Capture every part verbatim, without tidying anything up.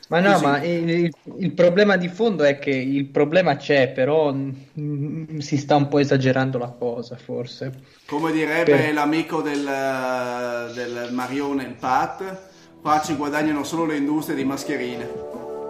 Ma no, Così. ma il, il problema di fondo è che il problema c'è, però mm, si sta un po' esagerando la cosa, forse. Come direbbe Per- l'amico del, del Marione, il Pat, qua ci guadagnano solo le industrie di mascherine.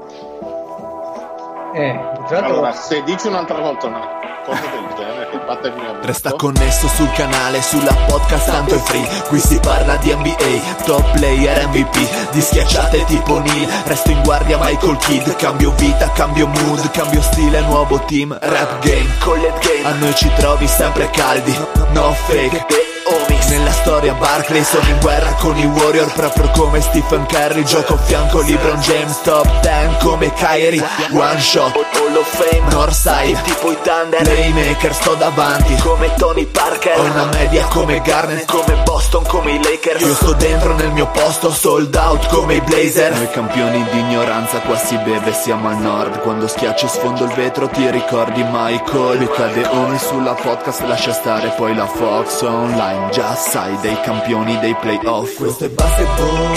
eh, tra l'altro, Allora, se dici un'altra volta una cosa del genere, che batte il mio amico. Resta connesso sul canale, sulla podcast tanto è free. Qui si parla di N B A, top player M V P, di schiacciate tipo Neil. Resto in guardia Michael Kidd. Cambio vita, cambio mood, cambio stile, nuovo team. Rap game, collet game, a noi ci trovi sempre caldi. No fake, omics. Nella storia Barkley sono in guerra con i Warrior, proprio come Stephen Curry. Gioco a fianco LeBron James, top ten come Kyrie. One shot, Hall of Fame, Northside, tipo i Thunder. Playmaker, sto davanti come Tony Parker. Ho una media come Garnett, come Boston, come i Lakers. Io sto dentro nel mio posto, sold out come i Blazer. Noi campioni di ignoranza, qua si beve, siamo al nord. Quando schiacci e sfondo il vetro ti ricordi Michael. Mi cade ogni sulla podcast, lascia stare poi la Fox online. Già sai dei campioni dei playoff. Questo è basketball,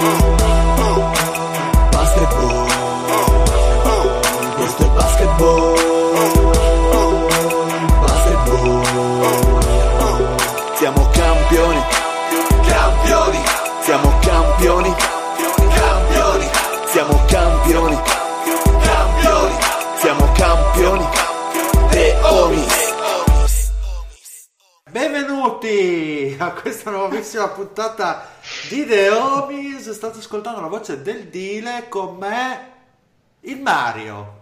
basketball. Questo è basketball, basketball. Siamo campioni, campioni. Siamo campioni, campioni. Siamo campioni, campioni. Siamo campioni. The Omis. Benvenuti a questa nuovissima puntata di The Homies. State ascoltando la voce del Dile, con me il Mario.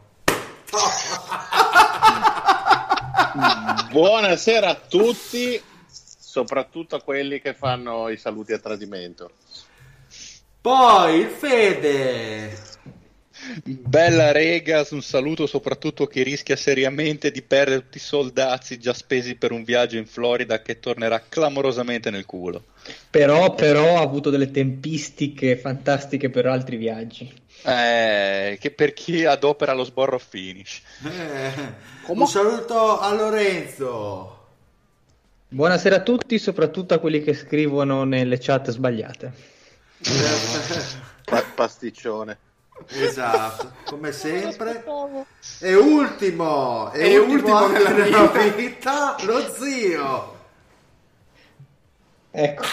Buonasera a tutti, soprattutto a quelli che fanno i saluti a tradimento. Poi il Fede. Bella rega, un saluto soprattutto a chi rischia seriamente di perdere tutti i soldazzi già spesi per un viaggio in Florida che tornerà clamorosamente nel culo. però, però ha avuto delle tempistiche fantastiche per altri viaggi. Eh, che per chi adopera lo sborro finish. Eh, un saluto a Lorenzo. Buonasera a tutti, soprattutto a quelli che scrivono nelle chat sbagliate. Pa- pasticcione. Esatto, come sempre. E ultimo, e, E ultimo, ultimo anche nella nella vita. vita, lo zio. Ecco.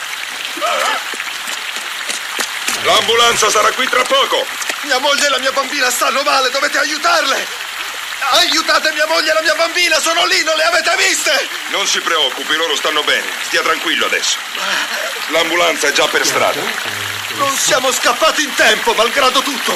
L'ambulanza sarà qui tra poco. Mia moglie e la mia bambina stanno male, dovete aiutarle. Aiutate mia moglie e la mia bambina, sono lì, non le avete viste? Non si preoccupi, loro stanno bene. Stia tranquillo adesso. L'ambulanza è già per strada. Non siamo scappati in tempo, malgrado tutto.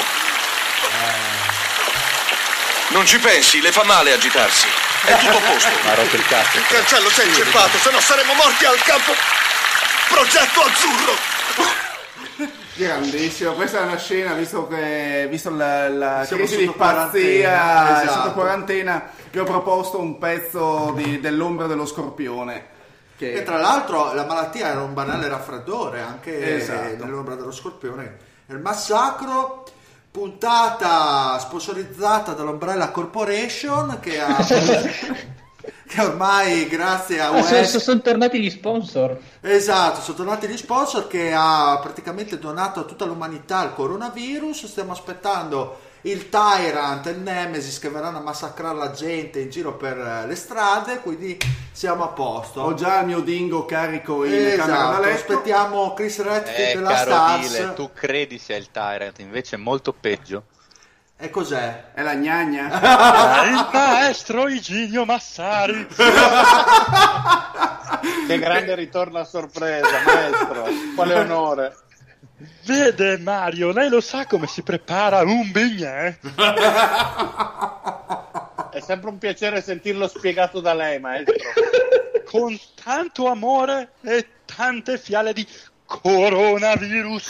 Non ci pensi, le fa male agitarsi. È tutto a posto. Ha rotto il cazzo. Il cancello si è inceppato, se no saremmo morti al campo. Progetto azzurro. Grandissimo, questa è una scena, visto che visto la, la Siamo crisi di sotto pazzia, quarantena, esatto. sotto quarantena, vi ho proposto un pezzo di, dell'ombra dello scorpione. Che... E tra l'altro la malattia era un banale raffreddore, anche Esatto. nell'ombra dello scorpione. Il massacro, puntata sponsorizzata dall'Umbrella Corporation, che ha che ormai grazie a Ah, sono, West, sono tornati gli sponsor. esatto, sono tornati gli sponsor, che ha praticamente donato a tutta l'umanità il coronavirus. Stiamo aspettando il Tyrant e il Nemesis che verranno a massacrare la gente in giro per eh, le strade, quindi siamo a posto. Ho già il mio dingo carico in camera da Esatto, letto. aspettiamo Chris Redfield Eh, della caro Stars. Dile, tu credi sia il Tyrant, invece è molto peggio. E cos'è? È la gnagna. Il maestro Iginio Massari. Che grande ritorno a sorpresa, maestro. Quale onore. Vede Mario, lei lo sa come si prepara un bignè? È sempre un piacere sentirlo spiegato da lei, maestro. Con tanto amore e tante fiale di coronavirus.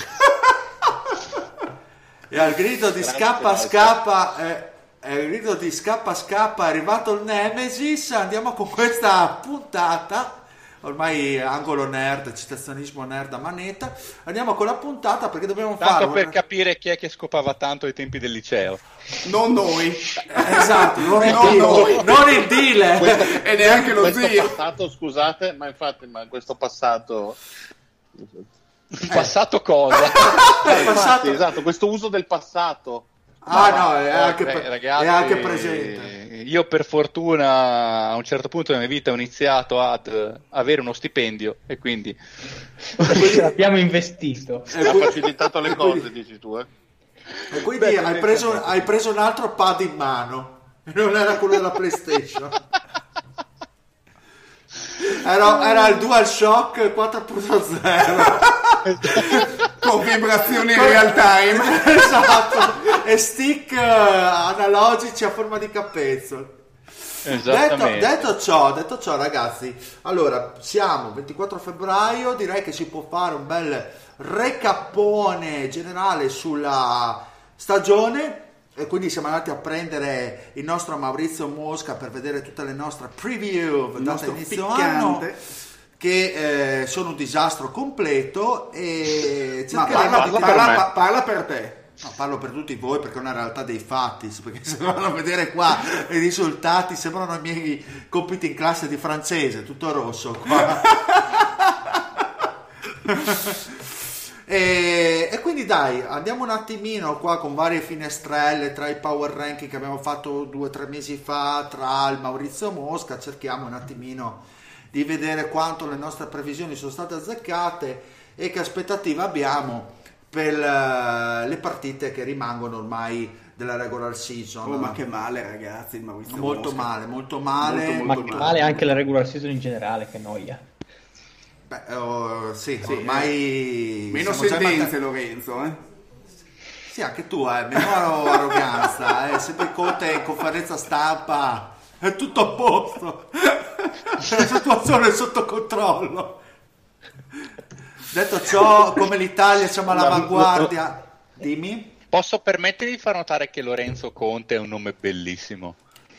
E al grido di Grazie, scappa maestro. scappa eh, e al grido di scappa scappa è arrivato il Nemesis. Andiamo con questa puntata, ormai angolo nerd, citazionismo nerd a manetta. Andiamo con la puntata perché dobbiamo Tanto fare per capire chi è che scopava tanto ai tempi del liceo. Non noi. esatto, non il No, Dile, no. non il Dile. E neanche lo Questo zio. passato, scusate, ma infatti, ma questo passato Il passato cosa? Eh, infatti, esatto, questo uso del passato. Ah no, è, eh, anche, eh, pre- ragazzi, è anche presente. Io per fortuna a un certo punto della mia vita ho iniziato ad avere uno stipendio e quindi l'abbiamo investito. Ha facilitato le cose, dici tu, eh? E quindi Beh, hai, preso, hai preso un altro pad in mano, non era quello della PlayStation. Era, era il DualShock quattro punto zero con vibrazioni in real time. Esatto, e stick uh, analogici a forma di capezzolo. Detto, detto ciò, detto ciò, ragazzi, allora siamo ventiquattro febbraio, direi che si può fare un bel recappone generale sulla stagione. E quindi siamo andati a prendere il nostro Maurizio Mosca per vedere tutte le nostre preview date inizio anno, che eh, sono un disastro completo. E ma parla, di parla, parla, parla per te. No, parlo per tutti voi perché è una realtà dei fatti, perché se vanno a vedere qua i risultati sembrano i miei compiti in classe di francese, tutto rosso qua. E, e quindi dai, andiamo un attimino qua con varie finestrelle tra i power ranking che abbiamo fatto due o tre mesi fa, tra il Maurizio Mosca, cerchiamo un attimino di vedere quanto le nostre previsioni sono state azzeccate e che aspettativa abbiamo per uh, le partite che rimangono ormai della regular season. Oh, ma che male, ragazzi, il Maurizio molto Mosca. male, molto male, molto, molto ma male. male anche la regular season in generale, che noia. Beh, oh, sì, sì, ormai eh. meno sentenze, Lorenzo, eh? Sì, anche tu, eh, meno arroganza, eh, sempre Conte in conferenza stampa, è tutto a posto, la situazione è sotto controllo. Detto ciò, come l'Italia siamo all'avanguardia, dimmi. Posso permettere di far notare che Lorenzo Conte è un nome bellissimo.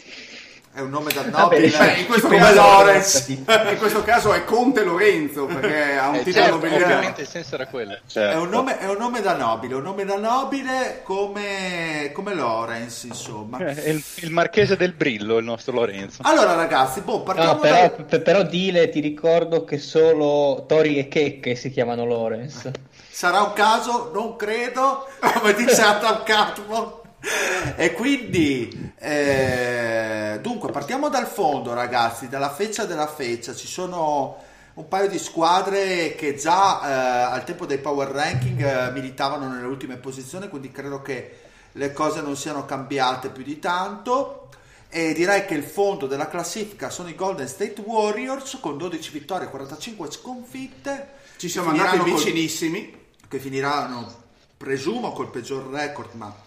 È un nome da nobile. Vabbè, in, questo come caso, Lorenz. In questo caso è Conte Lorenzo, perché ha un eh, titolo certo, nobiliare. ovviamente il senso era quello. Certo. È, un nome, è un nome da nobile, un nome da nobile come, come Lorenz, insomma. È il, il marchese del Brillo, il nostro Lorenzo. Allora ragazzi, boh, partiamo no, però, da... però Dile, ti ricordo che solo Tori e Checche si chiamano Lorenz. Sarà un caso? Non credo, come dice Adam Catmull. E quindi eh, dunque partiamo dal fondo, ragazzi, dalla feccia della feccia. Ci sono un paio di squadre che già eh, al tempo dei power ranking eh, militavano nelle ultime posizioni, quindi credo che le cose non siano cambiate più di tanto. E direi che il fondo della classifica sono i Golden State Warriors con dodici vittorie e quarantacinque sconfitte. Ci siamo andati vicinissimi, col, che finiranno, presumo, col peggior record, ma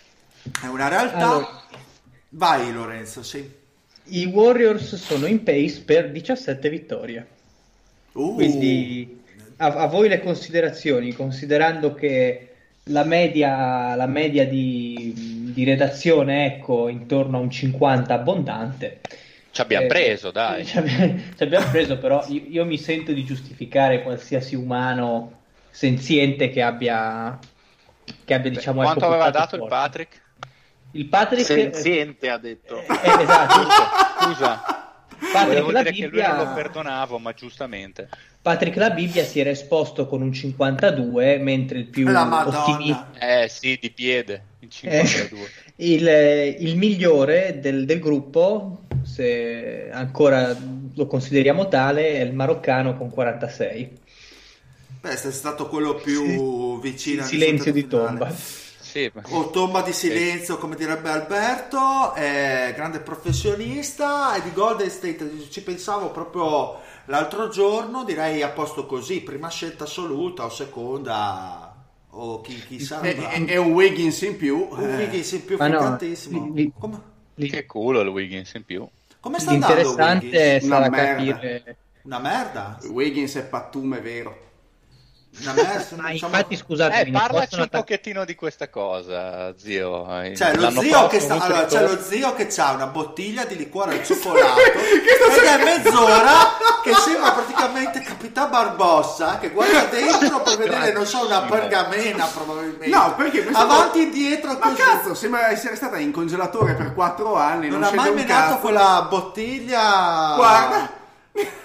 è una realtà. Allora, vai Lorenzo, sì. I Warriors sono in pace per diciassette vittorie. Uh. Quindi a, a voi le considerazioni, considerando che la media, la media di, di redazione, ecco, intorno a un cinquanta abbondante. Ci abbiamo eh, preso, dai. Ci abbiamo, ci abbiamo preso, però io, io mi sento di giustificare qualsiasi umano senziente che abbia, che abbia diciamo... Quanto ecco, aveva dato forte. il Patrick? Il Patrick senziente, ha detto. Eh, esatto. Scusa, Patrick volevo la dire Bibbia... che lui non lo perdonavo, ma giustamente. Patrick la Bibbia si era esposto con un cinquantadue, mentre il più ottimista... Eh sì, di piede, il cinquantadue. Eh, il, il migliore del, del gruppo, se ancora lo consideriamo tale, è il maroccano con quarantasei. Beh, sei stato quello più sì. vicino al silenzio di finale. tomba. Sì, o tomba di silenzio, come direbbe Alberto, è grande professionista. E di Golden State ci pensavo proprio l'altro giorno, direi a posto così, prima scelta assoluta o seconda o chi, chi sa. È, è, è un Wiggins in più. Un eh. Wiggins in più, Ma ficcantissimo. No, li, come, li, che culo il Wiggins in più. come sta andando l'interessante sarà Una capire... Una merda? Wiggins è pattume vero. Una merda, Ma diciamo... infatti scusatemi, Eh, non parlaci possono un attac- pochettino di questa cosa, zio. C'è lo L'anno zio che prossimo sta, non allora, ti c'è ricordo. lo zio che ha una bottiglia di liquore al cioccolato ed è mezz'ora che sembra praticamente Capitan Barbossa che guarda dentro per vedere, non so, una pergamena probabilmente. No, perché questo avanti e indietro Ma così. cazzo, sembra essere stata in congelatore per quattro anni. Non Non, ha mai scende un menato cazzo. quella bottiglia. Guarda.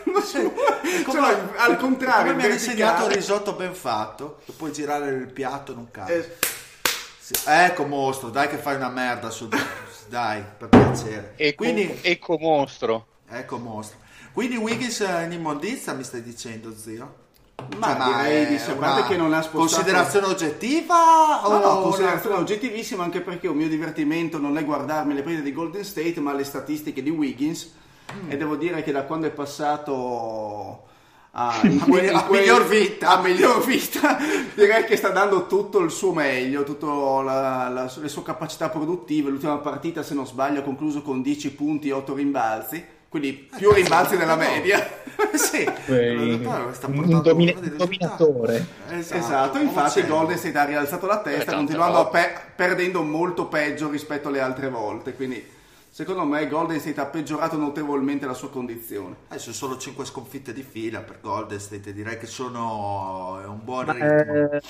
come, cioè, al contrario, come mi hanno verticale... insegnato il risotto ben fatto, che puoi girare il piatto in un caso. Eh. Sì. Ecco mostro, dai che fai una merda sul... dai, per piacere. Eco, Quindi eco mostro. ecco mostro. Quindi Wiggins in immondizia mi stai dicendo, zio? Ma Cioè, direi di sì, a parte che non ha spostato... considerazione oggettiva o No, no, considerazione oggettivissima, anche perché un mio divertimento non è guardarmi le partite di Golden State, ma le statistiche di Wiggins. Mm. E devo dire che da quando è passato a, in a, que, miglior, in que, a miglior vita, a miglior vita, direi che sta dando tutto il suo meglio, tutte le sue capacità produttive. L'ultima partita, se non sbaglio, ha concluso con dieci punti e otto rimbalzi, quindi più eh, rimbalzi della no. media. Sì, un domina- dominatore. Esatto, esatto. Infatti Golden State ha rialzato la testa, continuando a pe- perdendo molto peggio rispetto alle altre volte, quindi secondo me Golden State ha peggiorato notevolmente la sua condizione. Adesso solo cinque sconfitte di fila per Golden State, direi che sono è un buon Ma, ritmo. Eh...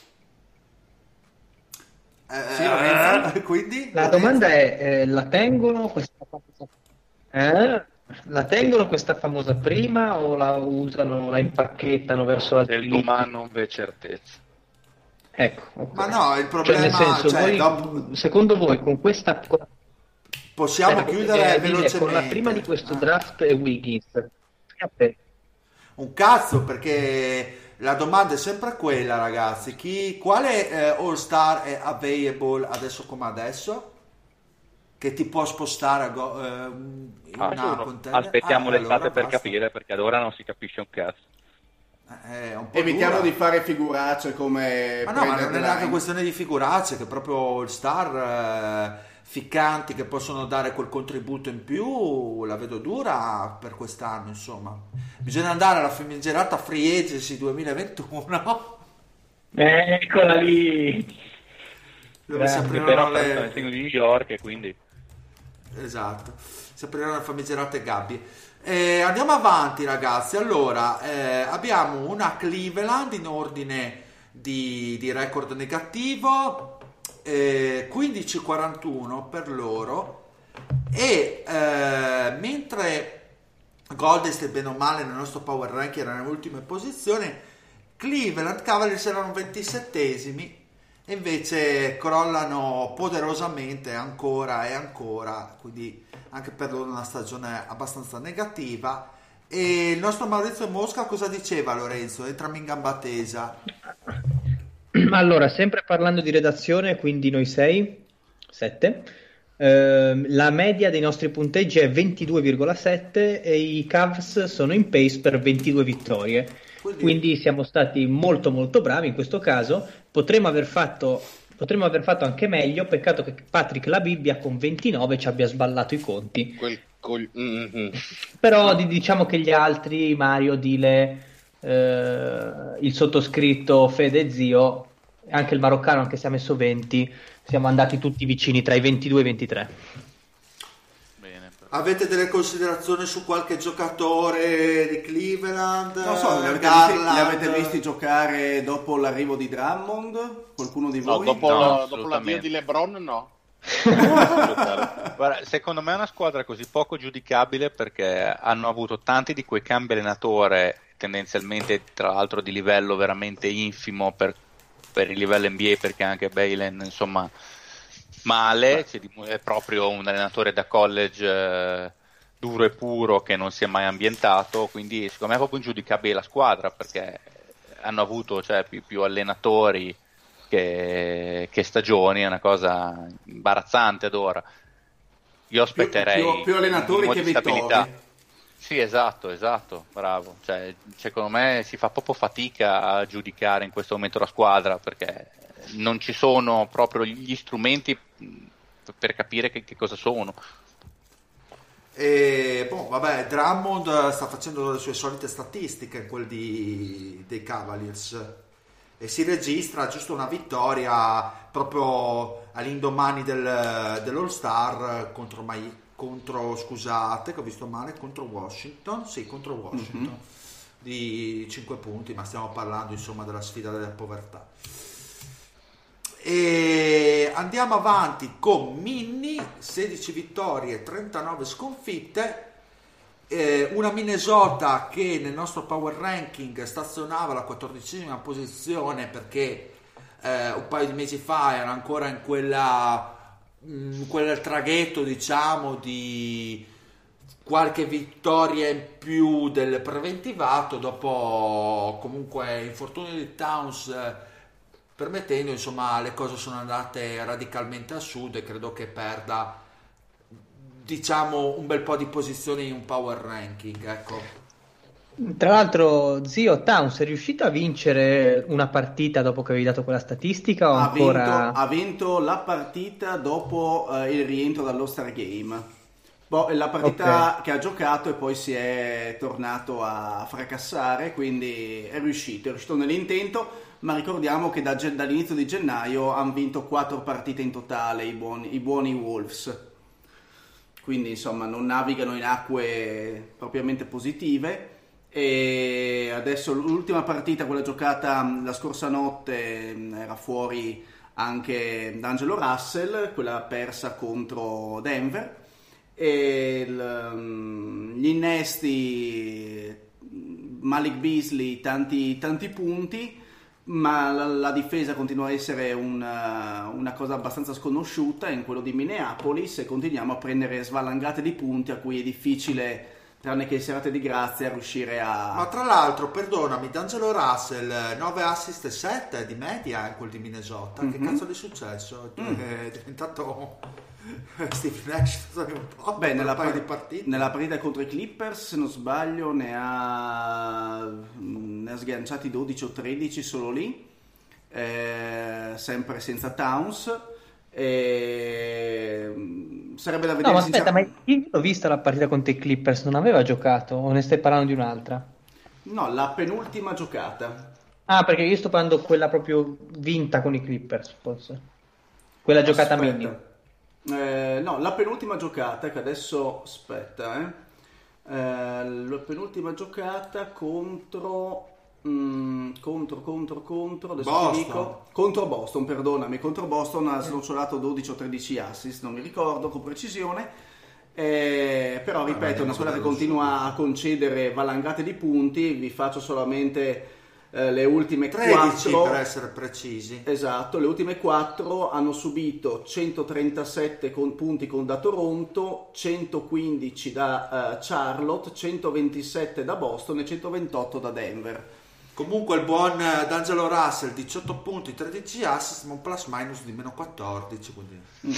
Eh, sì, eh, quindi la domanda è, eh, la tengono questa eh? La tengono questa famosa prima o la usano, la impacchettano verso altri? Del domani non v'è certezza. Ecco, okay. Ma no, il problema cioè, nel senso, cioè, voi, dopo... secondo voi con questa possiamo eh, chiudere eh, velocemente con la prima di questo ah. draft e Wiggins un cazzo, perché la domanda è sempre quella, ragazzi, chi quale eh, All Star è available adesso come adesso che ti può spostare a go, eh, in ah, una contender? Aspettiamo ah, l'estate allora per basta. capire, perché ad ora non si capisce un cazzo. Eh, un po' evitiamo dura. di fare figuracce come ma no, ma non è neanche questione di figuracce, che proprio il star eh, ficcanti che possono dare quel contributo in più la vedo dura per quest'anno, insomma. Bisogna andare alla famigerata Free Agency duemilaventuno. Eccola lì, dove si apriranno però le di New York e quindi esatto, si apriranno le famigerate gabbie. Eh, andiamo avanti, ragazzi. Allora eh, abbiamo una Cleveland in ordine di, di record negativo, eh, quindici quarantuno per loro, e eh, mentre Golden State bene o male nel nostro power ranking era nelle ultime posizioni, Cleveland Cavaliers erano ventisettesimi e invece crollano poderosamente ancora e ancora, quindi anche per loro una stagione abbastanza negativa. E il nostro Maurizio Mosca cosa diceva, Lorenzo? Entrami in gamba tesa. Allora, sempre parlando di redazione, quindi noi sei, sette, eh, la media dei nostri punteggi è ventidue virgola sette e i Cavs sono in pace per ventidue vittorie, quindi... quindi siamo stati molto molto bravi in questo caso. Potremmo aver fatto Potremmo aver fatto anche meglio, peccato che Patrick La Bibbia con ventinove ci abbia sballato i conti. Quel col... mm-hmm. Però diciamo che gli altri, Mario, Dile, eh, il sottoscritto, Fede Zio, anche il maroccano, anche se ha messo venti, siamo andati tutti vicini tra i ventidue e i ventitré. Avete delle considerazioni su qualche giocatore di Cleveland? Non so, li avete, visti, li avete visti giocare dopo l'arrivo di Drummond? Qualcuno di voi? No, dopo, no, dopo l'avvio di LeBron no. Guarda, secondo me è una squadra così poco giudicabile perché hanno avuto tanti di quei cambi allenatore, tendenzialmente tra l'altro di livello veramente infimo per, per il livello N B A, perché anche Balen insomma male, è proprio un allenatore da college eh, duro e puro che non si è mai ambientato, quindi secondo me è proprio ingiudicabile la squadra perché hanno avuto cioè, più, più allenatori che, che stagioni, è una cosa imbarazzante ad ora. Io aspetterei più, più, più allenatori che vittorie. Sì, esatto, esatto, bravo, cioè, secondo me si fa proprio fatica a giudicare in questo momento la squadra perché non ci sono proprio gli strumenti per capire che, che cosa sono. E boh, vabbè, Drummond sta facendo le sue solite statistiche, quel di, dei Cavaliers, e si registra giusto una vittoria proprio all'indomani del, dell'All Star contro, Mai, contro scusate che ho visto male, contro Washington, sì, contro Washington, mm-hmm. di cinque punti, ma stiamo parlando insomma della sfida della povertà. E andiamo avanti con Minnie, sedici vittorie, trentanove sconfitte, eh, una Minnesota che nel nostro power ranking stazionava alla quattordicesima posizione perché eh, un paio di mesi fa era ancora in quella in quel traghetto, diciamo, di qualche vittoria in più del preventivato dopo comunque infortunio di Towns, eh, permettendo, insomma, le cose sono andate radicalmente a sud e credo che perda, diciamo, un bel po' di posizioni in un power ranking, ecco. Tra l'altro, zio, Towns è riuscito a vincere una partita dopo che avevi dato quella statistica o ha ancora... vinto, ha vinto la partita dopo eh, il rientro dall'All-Star Game. La partita okay. che ha giocato e poi si è tornato a fracassare, quindi è riuscito, è riuscito nell'intento, ma ricordiamo che da, dall'inizio di gennaio hanno vinto quattro partite in totale i buoni, i buoni Wolves, quindi insomma non navigano in acque propriamente positive. E adesso l'ultima partita, quella giocata la scorsa notte, era fuori anche D'Angelo Russell, quella persa contro Denver. E il, gli innesti, Malik Beasley tanti, tanti punti, ma la, la difesa continua a essere una, una cosa abbastanza sconosciuta in quello di Minneapolis, e continuiamo a prendere svalangate di punti a cui è difficile, tranne che serate di grazia, riuscire a... Ma tra l'altro, perdonami, D'Angelo Russell nove assist e sette di media in quel di Minnesota, mm-hmm. Che cazzo di successo? Mm. È diventato Steve Nash un po'. Beh, nella, paio par- di partite. nella partita contro i Clippers, se non sbaglio, ne ha, ne ha sganciati dodici o tredici solo lì, eh, sempre senza Towns. E... sarebbe da vedere. No, ma aspetta, sincer- ma io l'ho vista la partita contro i Clippers, non aveva giocato o ne stai parlando di un'altra? No, la penultima giocata. Ah, perché io sto parlando quella proprio vinta con i Clippers, forse. Quella giocata Aspetta. mini. Eh, no, la penultima giocata, che adesso aspetta, eh. Eh, la penultima giocata contro mm, contro contro contro adesso Boston. ti dico, contro Boston, perdonami, contro Boston ha snocciolato dodici o tredici assist, non mi ricordo con precisione, eh, però ripeto, è una squadra che continua a concedere valangate di punti. Vi faccio solamente Eh, le ultime tredici quattro, per essere precisi. Esatto, le ultime quattro hanno subito centotrentasette con punti con da Toronto, centoquindici da uh, Charlotte, centoventisette da Boston e centoventotto da Denver. Comunque il buon D'Angelo Russell, diciotto punti, tredici assist, ma un plus minus di meno quattordici, quindi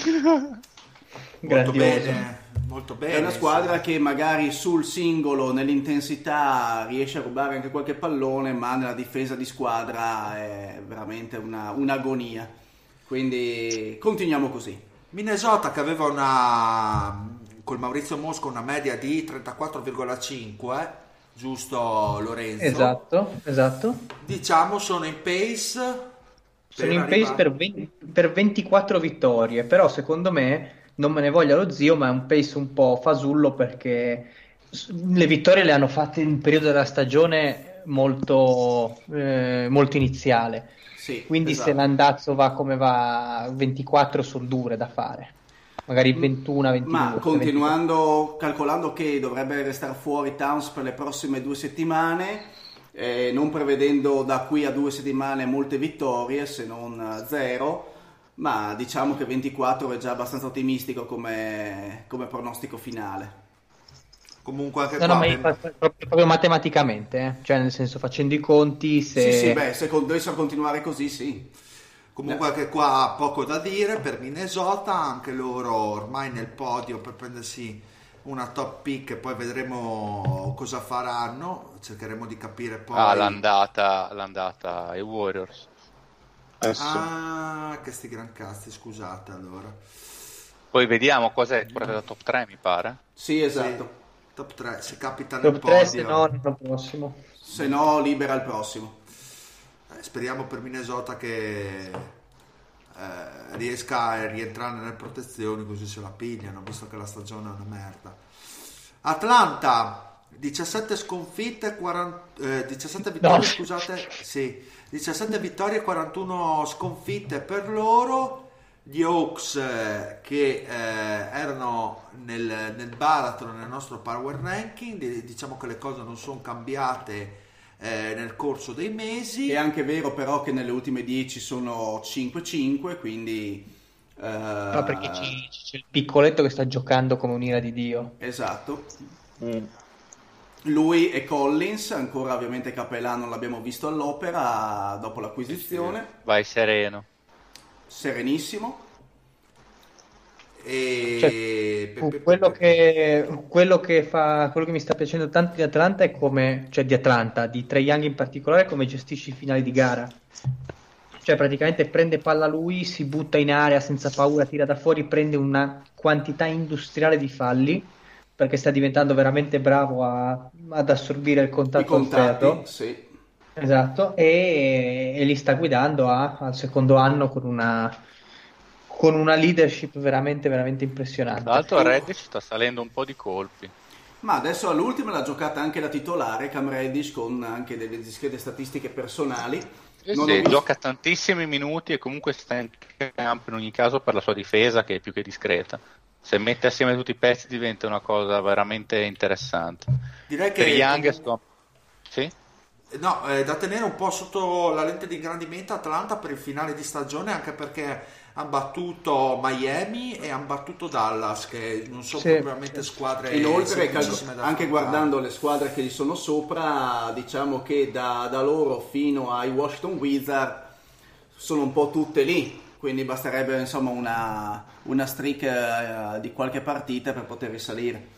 molto bene, molto bene. È una squadra insomma. che magari sul singolo, nell'intensità, riesce a rubare anche qualche pallone, ma nella difesa di squadra è veramente una, un'agonia. Quindi continuiamo così. Minnesota, che aveva una col Maurizio Mosca una media di trentaquattro virgola cinque, giusto Lorenzo? Esatto, esatto. Diciamo sono in pace. Sono in pace per, venti, per ventiquattro vittorie, però secondo me, non me ne voglia lo zio, ma è un pace un po' fasullo perché le vittorie le hanno fatte in un periodo della stagione molto, eh, molto iniziale. Sì, quindi esatto. Se l'andazzo va come va, ventiquattro sono dure da fare, magari ventuno ventidue. Ma continuando, calcolando che dovrebbe restare fuori Towns per le prossime due settimane, eh, non prevedendo da qui a due settimane molte vittorie, se non zero, ma diciamo che ventiquattro è già abbastanza ottimistico come, come pronostico finale. Comunque anche no, qua no, ma proprio, proprio matematicamente, eh? Cioè nel senso facendo i conti, se... Sì, sì, beh, se dovessero continuare così, sì. Comunque anche qua poco da dire per Minnesota, anche loro ormai nel podio per prendersi una top pick e poi vedremo cosa faranno, cercheremo di capire poi... Ah, l'andata, l'andata ai Warriors. Adesso. Ah, che sti gran cazzi, scusate allora. Poi vediamo cos'è, pure da top tre mi pare. Sì, esatto. Sì, top tre, se capita nel top podio. tre, se no l'anno prossimo. Se no libera il prossimo. Eh, speriamo per Minnesota che eh, riesca a rientrare nelle protezioni, così se la pigliano, visto che la stagione è una merda. Atlanta, diciassette sconfitte, quaranta, eh, diciassette vittorie, No. scusate, sì, diciassette vittorie e quarantuno sconfitte per loro. gli Hawks eh, che eh, erano nel, nel baratro nel nostro power ranking. Diciamo che le cose non sono cambiate eh, nel corso dei mesi. È anche vero però che nelle ultime dieci sono cinque cinque, quindi eh... no, perché c'è, c'è il piccoletto che sta giocando come un'ira di Dio. Esatto. mm. Lui e Collins, ancora ovviamente Capelà non l'abbiamo visto all'opera dopo l'acquisizione. Vai sereno. Serenissimo. E cioè, pe, quello, pe, che, quello che fa quello che mi sta piacendo tanto di Atlanta è come, cioè di Atlanta, di Trae Young in particolare, come gestisce i finali di gara. Cioè praticamente prende palla lui, si butta in area senza paura, tira da fuori, prende una quantità industriale di falli, perché sta diventando veramente bravo a, ad assorbire il contatto al ferro. Sì. Esatto, e, e li sta guidando a, al secondo anno con una con una leadership veramente veramente impressionante. Tra l'altro Reddish sta salendo un po' di colpi. Ma adesso all'ultima l'ha giocata anche la titolare Cam Reddish, con anche delle discrete statistiche personali. Eh sì, visto... gioca tantissimi minuti e comunque sta in campo in ogni caso per la sua difesa, che è più che discreta. Se mette assieme tutti i pezzi diventa una cosa veramente interessante. Direi che per Young sto... sì? No, è da tenere un po' sotto la lente di ingrandimento Atlanta per il finale di stagione, anche perché hanno battuto Miami e hanno battuto Dallas, che non sono sì, propriamente squadre. Inoltre, anche guardando le squadre che gli sono sopra, diciamo che da, da loro fino ai Washington Wizards sono un po' tutte lì. Quindi basterebbe insomma una, una streak uh, di qualche partita per poter risalire.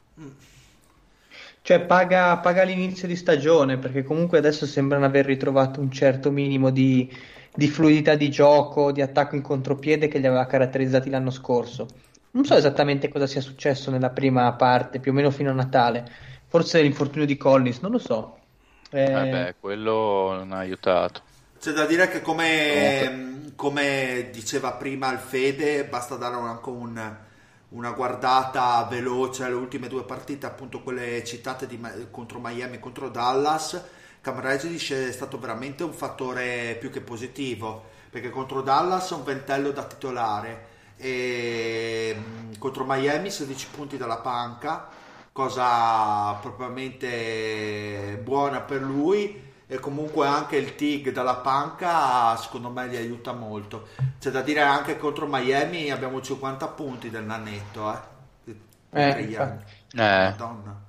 Cioè paga, paga l'inizio di stagione, perché comunque adesso sembrano aver ritrovato un certo minimo di, di fluidità di gioco, di attacco in contropiede che li aveva caratterizzati l'anno scorso. Non so esattamente cosa sia successo nella prima parte, più o meno fino a Natale. Forse l'infortunio di Collins, non lo so. Eh... Eh beh, quello non ha aiutato. C'è da dire che come, come diceva prima il Fede, basta dare anche un, una guardata veloce alle ultime due partite, appunto quelle citate di, contro Miami e contro Dallas. Cam Reddish è stato veramente un fattore più che positivo, perché contro Dallas è un ventello da titolare e contro Miami sedici punti dalla panca, cosa propriamente buona per lui. E comunque anche il T I G dalla panca secondo me gli aiuta molto. C'è da dire anche che contro Miami abbiamo cinquanta punti del nannetto, eh, eh, eh. Madonna,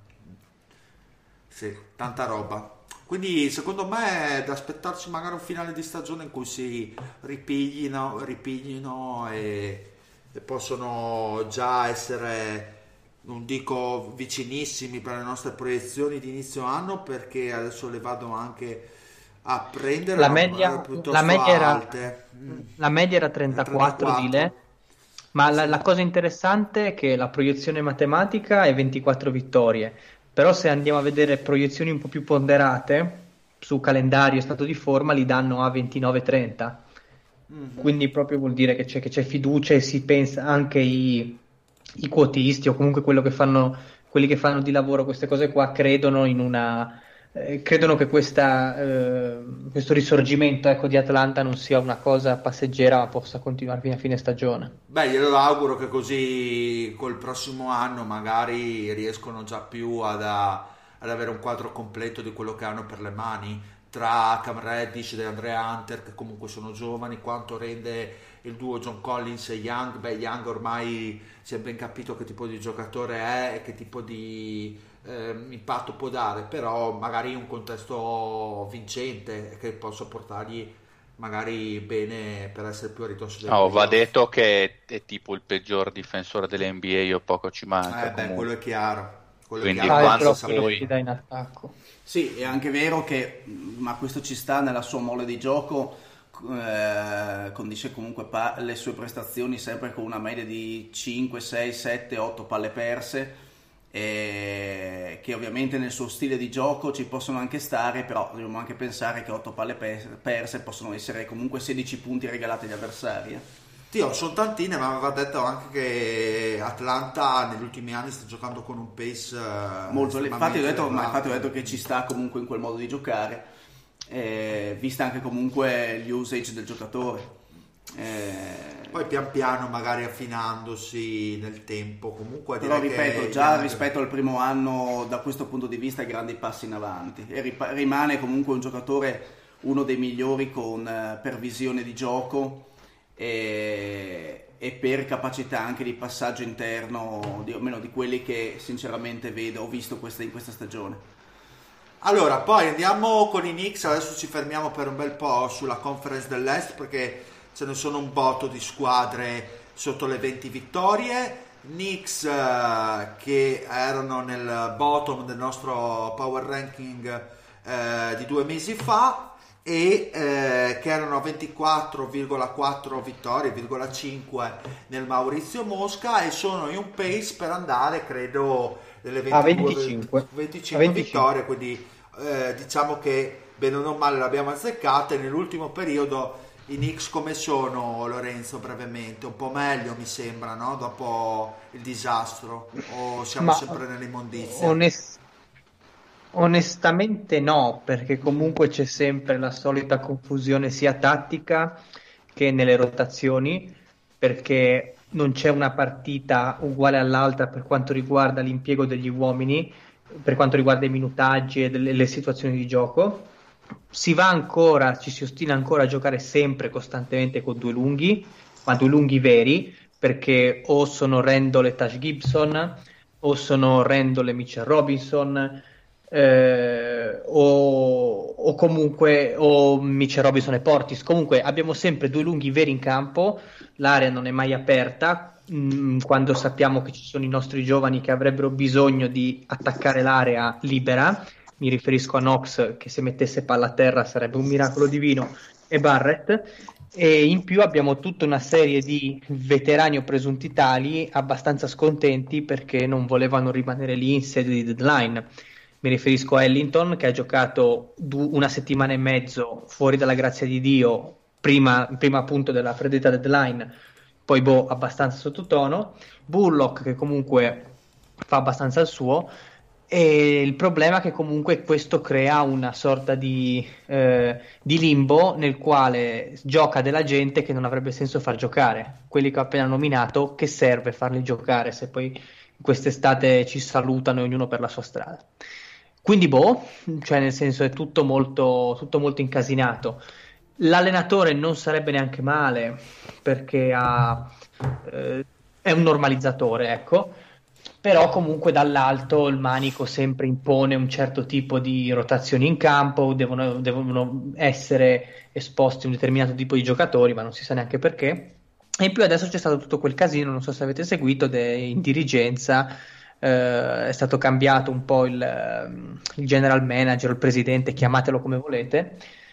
sì, tanta roba. Quindi secondo me è da aspettarci magari un finale di stagione in cui si ripiglino, ripiglino e, e possono già essere, non dico vicinissimi per le nostre proiezioni di inizio anno, perché adesso le vado anche a prendere la media, la media era, la media era trentaquattro, trentaquattro. Di le, ma la, la cosa interessante è che la proiezione matematica è ventiquattro vittorie, però se andiamo a vedere proiezioni un po' più ponderate su calendario e stato di forma li danno a ventinove trenta, mm-hmm. Quindi proprio vuol dire che c'è, che c'è fiducia e si pensa anche i i quotisti o comunque quello che fanno, quelli che fanno di lavoro queste cose qua credono in una eh, credono che questa, eh, questo risorgimento, ecco, di Atlanta non sia una cosa passeggera ma possa continuare fino a fine stagione. Beh, glielo auguro che così col prossimo anno magari riescono già più ad, a, ad avere un quadro completo di quello che hanno per le mani, tra Cam Reddish e DeAndre Hunter, che comunque sono giovani, quanto rende il duo John Collins e Young. Beh, Young ormai si è ben capito che tipo di giocatore è e che tipo di eh, impatto può dare, però magari un contesto vincente che possa portargli magari bene per essere più a ridosso del oh, va detto che è tipo il peggior difensore dell'N B A, o poco ci manca. Eh beh, quello è chiaro. Quello Quindi è chiaro. quando ah, poi in attacco. Sì, è anche vero che, ma questo ci sta nella sua mole di gioco, eh, condisce comunque pa- le sue prestazioni sempre con una media di cinque, sei, sette, otto palle perse, e che ovviamente nel suo stile di gioco ci possono anche stare, però dobbiamo anche pensare che otto palle perse possono essere comunque sedici punti regalati agli avversari. Eh. Dio, sono tantine, ma va detto anche che Atlanta negli ultimi anni sta giocando con un pace uh, molto. Infatti ho, detto, ma infatti ho detto che ci sta comunque in quel modo di giocare, eh, vista anche comunque l'usage del giocatore. Eh, poi pian piano magari affinandosi nel tempo, comunque però direi ripeto, che già Young... rispetto al primo anno da questo punto di vista grandi passi in avanti e ripa- rimane comunque un giocatore uno dei migliori con uh, per visione di gioco e, e per capacità anche di passaggio interno, di, o meno di quelli che sinceramente vedo, ho visto queste, in questa stagione. Allora, poi andiamo con i Knicks, adesso ci fermiamo per un bel po' sulla Conference dell'Est perché ce ne sono un botto di squadre sotto le venti vittorie. Knicks eh, che erano nel bottom del nostro power ranking eh, di due mesi fa e eh, che erano ventiquattro virgola quattro vittorie, virgola cinque nel Maurizio Mosca e sono in un pace per andare, credo, delle ventidue, a venticinque, venticinque a venticinque vittorie, quindi eh, diciamo che bene o non male l'abbiamo azzeccata. E nell'ultimo periodo i Knicks come sono, Lorenzo, brevemente? Un po' meglio mi sembra, no? Dopo il disastro, o siamo Ma sempre nell'immondizia? onest- onestamente no, perché comunque c'è sempre la solita confusione sia tattica che nelle rotazioni, perché non c'è una partita uguale all'altra per quanto riguarda l'impiego degli uomini, per quanto riguarda i minutaggi e delle, le situazioni di gioco. Si va ancora, ci si ostina ancora a giocare sempre costantemente con due lunghi, ma due lunghi veri, perché o sono Randall e Taj Gibson, o sono Randall e Mitchell Robinson, eh, o, o comunque o Mitchell Robinson e Portis. Comunque abbiamo sempre due lunghi veri in campo, l'area non è mai aperta, mh, quando sappiamo che ci sono i nostri giovani che avrebbero bisogno di attaccare l'area libera. Mi riferisco a Knox, che se mettesse palla a terra sarebbe un miracolo divino, e Barrett, e in più abbiamo tutta una serie di veterani o presunti tali abbastanza scontenti perché non volevano rimanere lì in sede di deadline. Mi riferisco a Ellington, che ha giocato du- una settimana e mezzo fuori dalla grazia di Dio prima, prima appunto della predetta deadline, poi boh, abbastanza sottotono. Bullock, che comunque fa abbastanza il suo. E il problema è che comunque questo crea una sorta di, eh, di limbo nel quale gioca della gente che non avrebbe senso far giocare. Quelli che ho appena nominato, che serve farli giocare se poi quest'estate ci salutano ognuno per la sua strada? Quindi boh, cioè nel senso è tutto molto, tutto molto incasinato. L'allenatore non sarebbe neanche male perché ha, eh, è un normalizzatore, ecco. Però comunque dall'alto il manico sempre impone un certo tipo di rotazioni in campo, devono, devono essere esposti un determinato tipo di giocatori, ma non si sa neanche perché. E in più adesso c'è stato tutto quel casino, non so se avete seguito, de, in dirigenza, eh, è stato cambiato un po' il, il general manager, il presidente, chiamatelo come volete,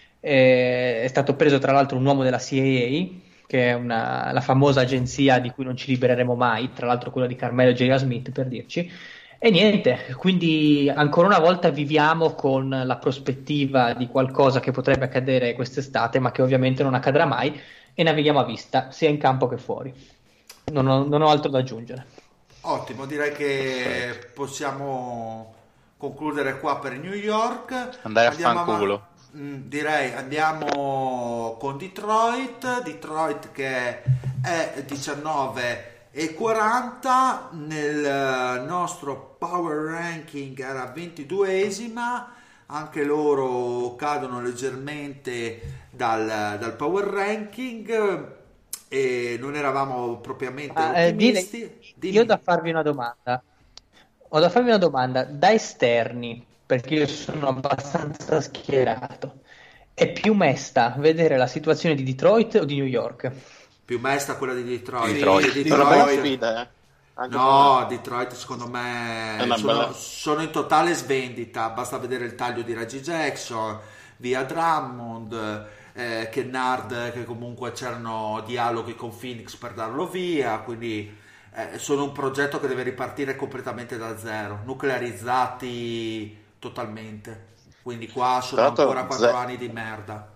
eh, è stato preso tra l'altro un uomo della C I A, che è una, la famosa agenzia di cui non ci libereremo mai, tra l'altro quella di Carmelo J. Smith per dirci, e niente, quindi ancora una volta viviamo con la prospettiva di qualcosa che potrebbe accadere quest'estate, ma che ovviamente non accadrà mai, e navighiamo a vista, sia in campo che fuori. Non ho, non ho altro da aggiungere. Ottimo, direi che possiamo concludere qua per New York. Andare a Andiamo fanculo. avanti. Direi andiamo con Detroit Detroit che è diciannove e quaranta nel nostro power ranking, era ventiduesima, anche loro cadono leggermente dal, dal power ranking e non eravamo propriamente ah, eh, ottimisti. Dimmi, io ho da farvi una domanda ho da farvi una domanda da esterni, perché io sono abbastanza schierato. È più mesta vedere la situazione di Detroit o di New York? Più mesta quella di Detroit. Detroit. Detroit. È una bella sfida, eh? Anche No, Detroit secondo me È una sono, bella- sono in totale svendita, basta vedere il taglio di Reggie Jackson, via Drummond, eh, Kennard, che comunque c'erano dialoghi con Phoenix per darlo via, quindi eh, sono un progetto che deve ripartire completamente da zero, nuclearizzati totalmente, quindi qua sono Tra l'altro, ancora quattro ze- anni di merda.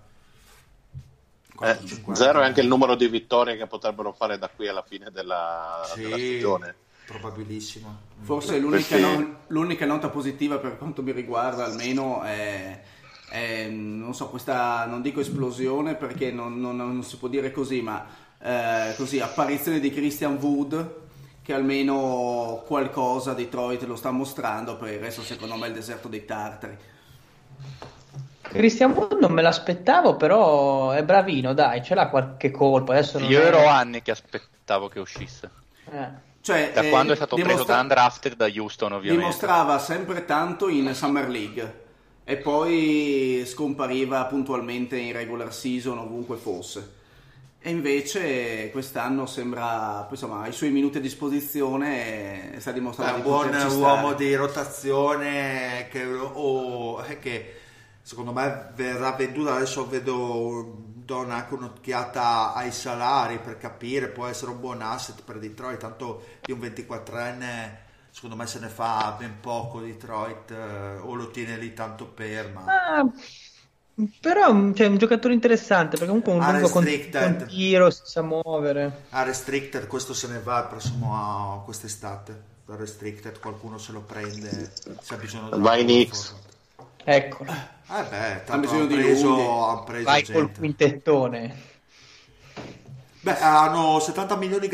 Eh, quattro, cinque zero anni è anche di il merda. numero di vittorie che potrebbero fare da qui alla fine della, della Sì, stagione. probabilissimo. Forse l'unica, Perché- non- l'unica nota positiva per quanto mi riguarda almeno è è, non so, questa, non dico esplosione perché non, non, non si può dire così, ma eh, così, apparizione di Christian Wood, che almeno qualcosa Detroit lo sta mostrando, per il resto secondo me è il deserto dei tartari. Christian Wood non me l'aspettavo, però è bravino, dai, ce l'ha qualche colpo. Adesso non Io è... ero anni che aspettavo che uscisse. Eh. Cioè, Da eh, quando è stato dimostra- preso da undrafted da Houston, ovviamente. Dimostrava sempre tanto in Summer League e poi scompariva puntualmente in regular season ovunque fosse. E invece quest'anno sembra, insomma, ai suoi minuti a disposizione sta dimostrando È un di buon poterci uomo stare. di rotazione che, o, che secondo me verrà venduto. Adesso vedo, do anche un'occhiata ai salari per capire, può essere un buon asset per Detroit, tanto di un ventiquattrenne secondo me se ne fa ben poco Detroit, eh, o lo tiene lì tanto per, ma Ah, però cioè, è un giocatore interessante perché comunque un Ah, lungo con, restricted. con tiro, si sa muovere. a restricted questo se ne va il prossimo a quest'estate. Da restricted qualcuno se lo prende se ha bisogno di Vai Knicks. Ecco, Eh beh, tanto Ha bisogno hanno di preso, lunghi. han preso vai gente. col quintettone. Beh, hanno settanta milioni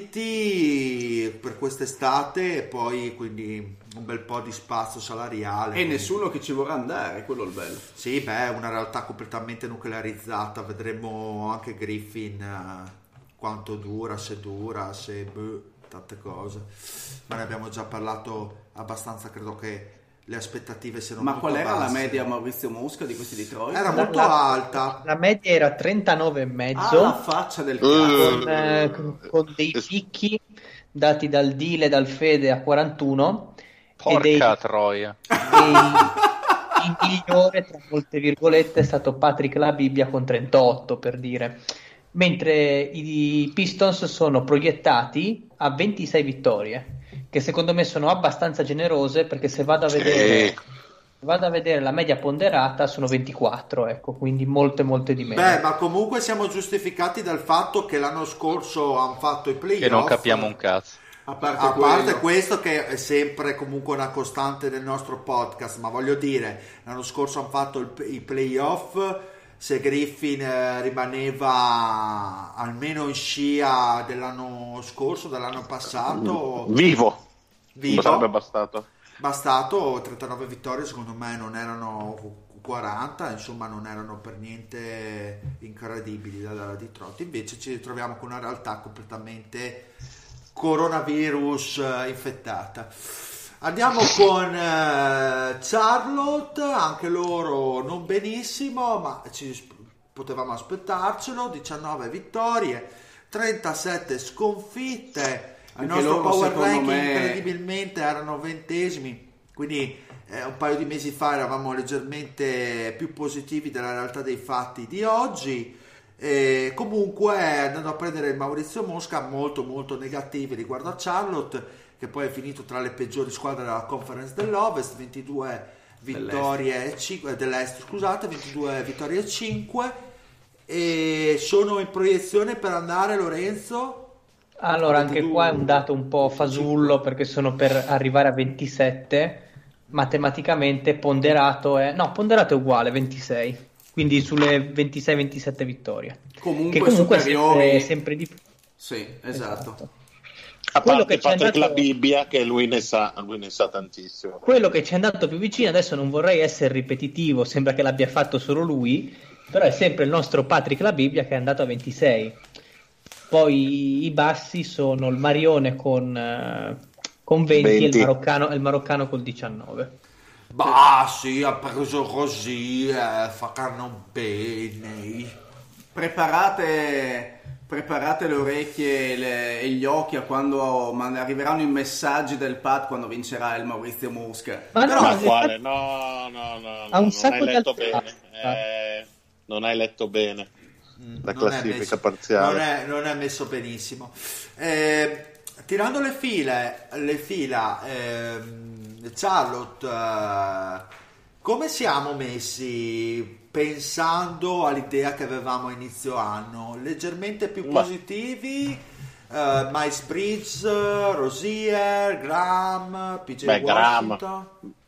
garantiti per quest'estate e poi quindi un bel po' di spazio salariale. E quindi- nessuno che ci vorrà andare, quello è il bello. Sì, beh, è una realtà completamente nuclearizzata. Vedremo anche Griffin eh, quanto dura, se dura, se boh, tante cose. Ma ne abbiamo già parlato abbastanza, credo che le aspettative siano Ma molto qual era la basse. media Maurizio Mosca di questi Detroit? Era La- molto la- alta. La media era trentanove e mezzo. Ah, la faccia del Uh. cazzo. con, eh, con- con dei picchi dati dal Dile e dal Fede a quarantuno e dei, Porca troia. dei- il migliore tra molte virgolette è stato Patrick La Bibbia con trentotto, per dire, mentre i Pistons sono proiettati a ventisei vittorie, che secondo me sono abbastanza generose, perché se vado a vedere Sì. vado a vedere la media ponderata sono ventiquattro, ecco, quindi molte molte di meno. Beh, ma comunque siamo giustificati dal fatto che l'anno scorso hanno fatto i playoff. Che non capiamo un cazzo. A parte, A parte quello. questo, che è sempre comunque una costante del nostro podcast, ma voglio dire, l'anno scorso hanno fatto il, i playoff. Se Griffin eh, rimaneva almeno in scia dell'anno scorso, dell'anno passato, Vivo. vivo, Non sarebbe bastato. bastato trentanove vittorie, secondo me non erano quaranta, insomma non erano per niente incredibili da, da Detroit. Invece ci ritroviamo con una realtà completamente coronavirus eh, infettata. Andiamo con eh, Charlotte, anche loro non benissimo, ma ci sp- potevamo aspettarcelo. Diciannove vittorie, trentasette sconfitte. Il Anche nostro loro, power secondo ranking me- incredibilmente erano ventesimi, quindi eh, un paio di mesi fa eravamo leggermente più positivi della realtà dei fatti di oggi. E comunque, andando a prendere il Maurizio Mosca, molto molto negativi riguardo a Charlotte, che poi è finito tra le peggiori squadre della Conference dell'Ovest, ventidue vittorie e cinque dell'Est, scusate, ventidue vittorie e cinque, e sono in proiezione per andare, Lorenzo. Allora, anche ventidue, qua è un dato un po' fasullo, venticinque. perché sono per arrivare a ventisette, matematicamente ponderato è... no, ponderato è uguale, ventisei, quindi sulle ventisei ventisette vittorie, Comunque che comunque è superiori- sempre, sempre di più. Sì, esatto. A Quello parte che ci è Patrick andato- La Bibbia, che lui ne sa, lui ne sa tantissimo. Quello che ci è andato più vicino, adesso non vorrei essere ripetitivo, sembra che l'abbia fatto solo lui, però è sempre il nostro Patrick La Bibbia che è andato a ventisei. Poi i bassi sono il Marione con, eh, con venti, e il venti. maroccano, e il maroccano col diciannove. Bah sì, ha preso così, eh, faranno bene. Preparate, preparate le orecchie e, le- e gli occhi a quando man- arriveranno i messaggi del Pat quando vincerà il Maurizio Mosca. Ma no, Ma infatti- quale? No, no, no, Ha un non sacco hai di letto altre- bene. Eh, non hai letto bene la Non è classifica messo- parziale. Non è, non è messo benissimo. Eh, tirando le file, le fila, ehm, Charlotte, eh, come siamo messi pensando all'idea che avevamo a inizio anno? Leggermente più Ma- positivi? eh, Miles Bridges, Rozier, Graham, P J Beh, Graham. Washington.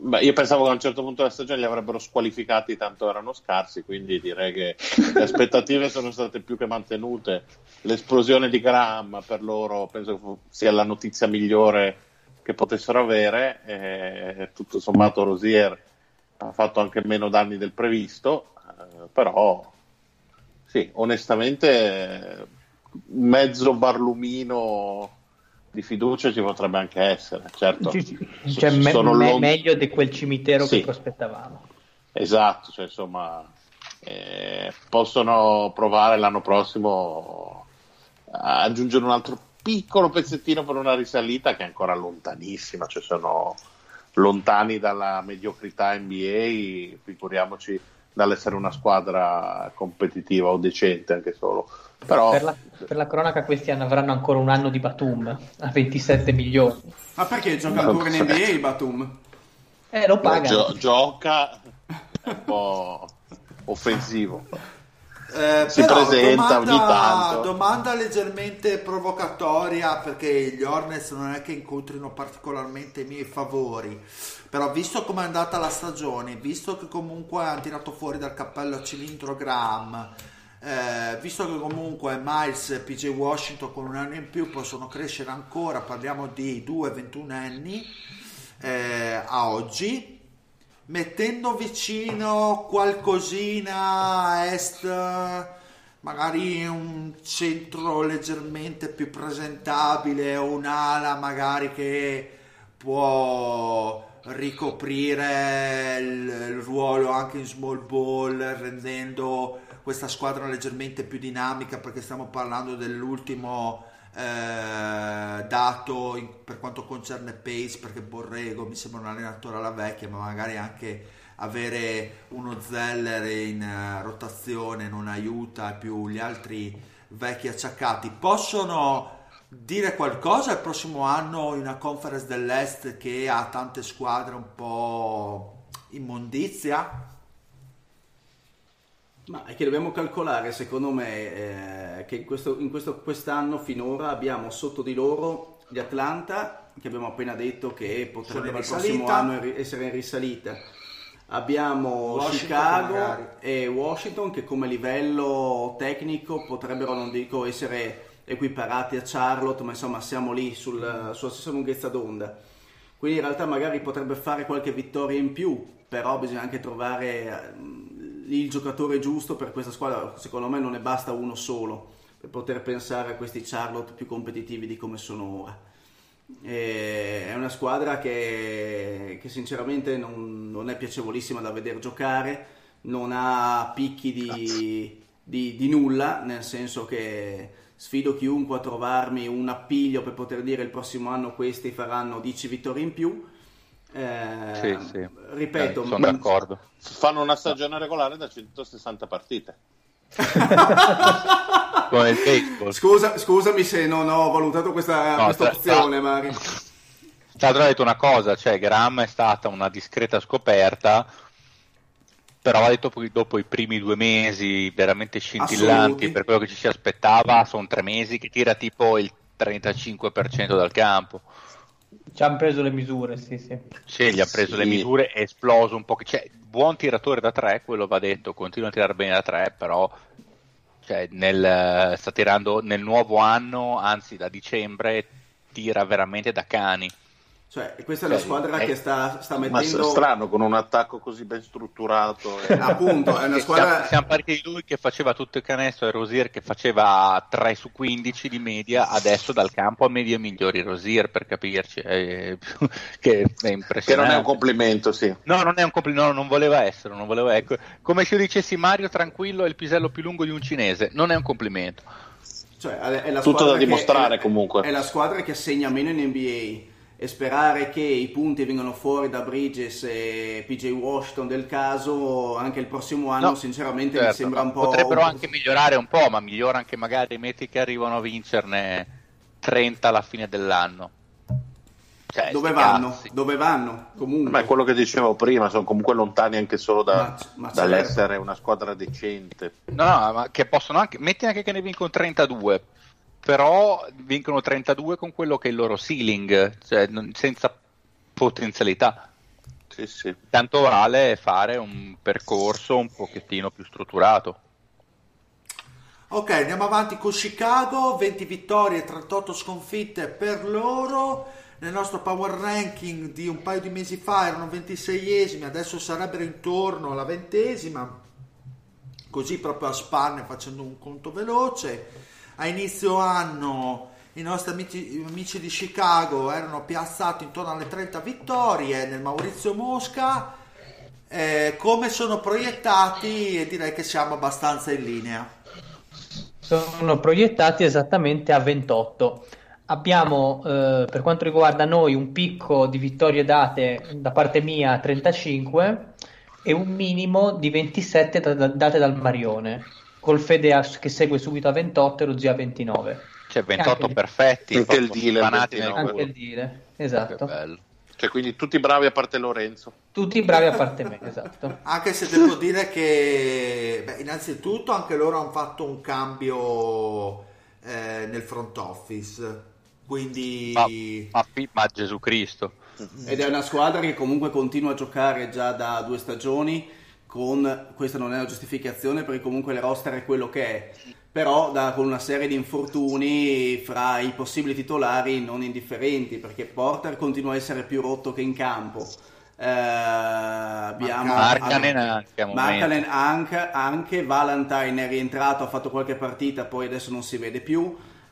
Beh, io pensavo che a un certo punto della stagione li avrebbero squalificati, tanto erano scarsi, quindi direi che le aspettative sono state più che mantenute. L'esplosione di Graham per loro penso che sia la notizia migliore che potessero avere, e tutto sommato Rozier ha fatto anche meno danni del previsto, eh, però sì, onestamente mezzo barlumino di fiducia ci potrebbe anche essere, certo. Cioè, me- sono me- lon- meglio di quel cimitero sì, che prospettavamo. Esatto, cioè insomma eh, possono provare l'anno prossimo a aggiungere un altro piccolo pezzettino per una risalita che è ancora lontanissima, cioè sono lontani dalla mediocrità N B A, figuriamoci dall'essere una squadra competitiva o decente anche solo. Però per, la, per la cronaca questi anni avranno ancora un anno di Batum a ventisette milioni. Ma perché gioca ancora in N B A il Batum? Eh, lo paga. Gio- gioca è un po' offensivo. Eh, si però, presenta domanda, ogni tanto. Domanda leggermente provocatoria, perché gli Hornets non è che incontrino particolarmente i miei favori, però visto come è andata la stagione, visto che comunque hanno tirato fuori dal cappello a cilindro Graham, eh, visto che comunque Miles e P J Washington con un anno in più possono crescere ancora, parliamo di due ventunenni eh, a oggi, mettendo vicino qualcosina a est, magari un centro leggermente più presentabile o un'ala magari che può ricoprire il, il ruolo anche in small ball, rendendo questa squadra leggermente più dinamica, perché stiamo parlando dell'ultimo eh, dato in, per quanto concerne pace, perché Borrego mi sembra un allenatore alla vecchia, ma magari anche avere uno Zeller in uh, rotazione non aiuta, più gli altri vecchi acciaccati. Possono dire qualcosa il prossimo anno in una conference dell'Est che ha tante squadre un po' immondizia? Ma è che dobbiamo calcolare, secondo me, eh, che in questo, in questo quest'anno finora abbiamo sotto di loro gli Atlanta, che abbiamo appena detto che potrebbero il prossimo anno essere in risalita. Abbiamo Washington Chicago magari. e Washington che come livello tecnico potrebbero, non dico essere equiparati a Charlotte, ma insomma siamo lì sul, sulla stessa lunghezza d'onda. Quindi in realtà magari potrebbe fare qualche vittoria in più, però bisogna anche trovare il giocatore giusto per questa squadra. Secondo me non ne basta uno solo per poter pensare a questi Charlotte più competitivi di come sono ora. E è una squadra che, che sinceramente non, non è piacevolissima da vedere giocare, non ha picchi di, di, di nulla, nel senso che sfido chiunque a trovarmi un appiglio per poter dire il prossimo anno questi faranno dieci vittorie in più. Eh, sì, sì. Ripeto, eh, sono d'accordo. Fanno una stagione regolare da centosessanta partite. Come il baseball. Scusa, scusami se non ho valutato questa, No, questa tra- opzione, tra- Mari. Tra l'altro ho detto una cosa, cioè Graham è stata una discreta scoperta, però ha detto poi dopo i primi due mesi veramente scintillanti Assoluti. per quello che ci si aspettava, sono tre mesi che tira tipo il trentacinque per cento dal campo. Ci hanno preso le misure, sì, sì. Sì, gli ha preso Sì. le misure, è esploso un po', cioè buon tiratore da tre, quello va detto, continua a tirare bene da tre, però cioè, nel, sta tirando nel nuovo anno, anzi da dicembre, tira veramente da cani. Cioè, questa è la Sì, squadra è- che sta, sta Ma mettendo... strano, con un attacco così ben strutturato. e- Appunto, è una Siamo, squadra... siamo partiti di lui che faceva tutto il canestro e Rosier che faceva tre su quindici di media, adesso dal campo a medie migliori Rosier, per capirci, è, che è impressionante. Che non è un complimento, sì. No, non è un complimento, no, non voleva essere, non voleva, ecco. Come se io dicessi Mario tranquillo è il pisello più lungo di un cinese, non è un complimento. Cioè, è la Tutto squadra da che- dimostrare, è- comunque. È la squadra che segna meno in N B A, e sperare che i punti vengano fuori da Bridges e P J Washington del caso anche il prossimo anno, No, sinceramente certo, mi sembra un po'... potrebbero anche migliorare un po', ma migliora anche magari metti che arrivano a vincerne trenta alla fine dell'anno. Cioè, Dove sti vanno? cazzi. Dove vanno? Comunque. Ma è quello che dicevo prima, sono comunque lontani anche solo da, Ma- ma certo. dall'essere una squadra decente. No, no, ma che possono anche, metti anche che ne vincono trentadue, però vincono trentadue con quello che è il loro ceiling, cioè non- senza potenzialità. Sì, sì. Tanto vale fare un percorso un pochettino più strutturato. Ok, andiamo avanti con Chicago, venti vittorie e trentotto sconfitte per loro. Nel nostro power ranking di un paio di mesi fa erano ventiseiesimi, adesso sarebbero intorno alla ventesima, così proprio a spanne, facendo un conto veloce. A inizio anno i nostri amici, amici di Chicago erano piazzati intorno alle trenta vittorie nel Maurizio Mosca. Eh, come sono proiettati? E direi che siamo abbastanza in linea. Sono proiettati esattamente a ventotto. Abbiamo eh, per quanto riguarda noi un picco di vittorie date da parte mia a trentacinque e un minimo di ventisette da, da, date dal Marione, col Fede che segue subito a ventotto e lo zio a ventinove. Cioè ventotto anche, perfetti, anche il dealer, anche il dealer, esatto. Che bello. Cioè, quindi tutti bravi a parte Lorenzo. Tutti bravi a parte me, esatto. Anche se devo dire che, beh, innanzitutto anche loro hanno fatto un cambio eh, nel front office, quindi... Ma, ma, ma Gesù Cristo. Ed è una squadra che comunque continua a giocare già da due stagioni, con, questa non è una giustificazione perché comunque il roster è quello che è, però da, con una serie di infortuni fra i possibili titolari non indifferenti, perché Porter continua a essere più rotto che in campo. Eh, abbiamo Markkanen anche, a Markkanen anche, anche Valentine è rientrato, ha fatto qualche partita, poi adesso non si vede più.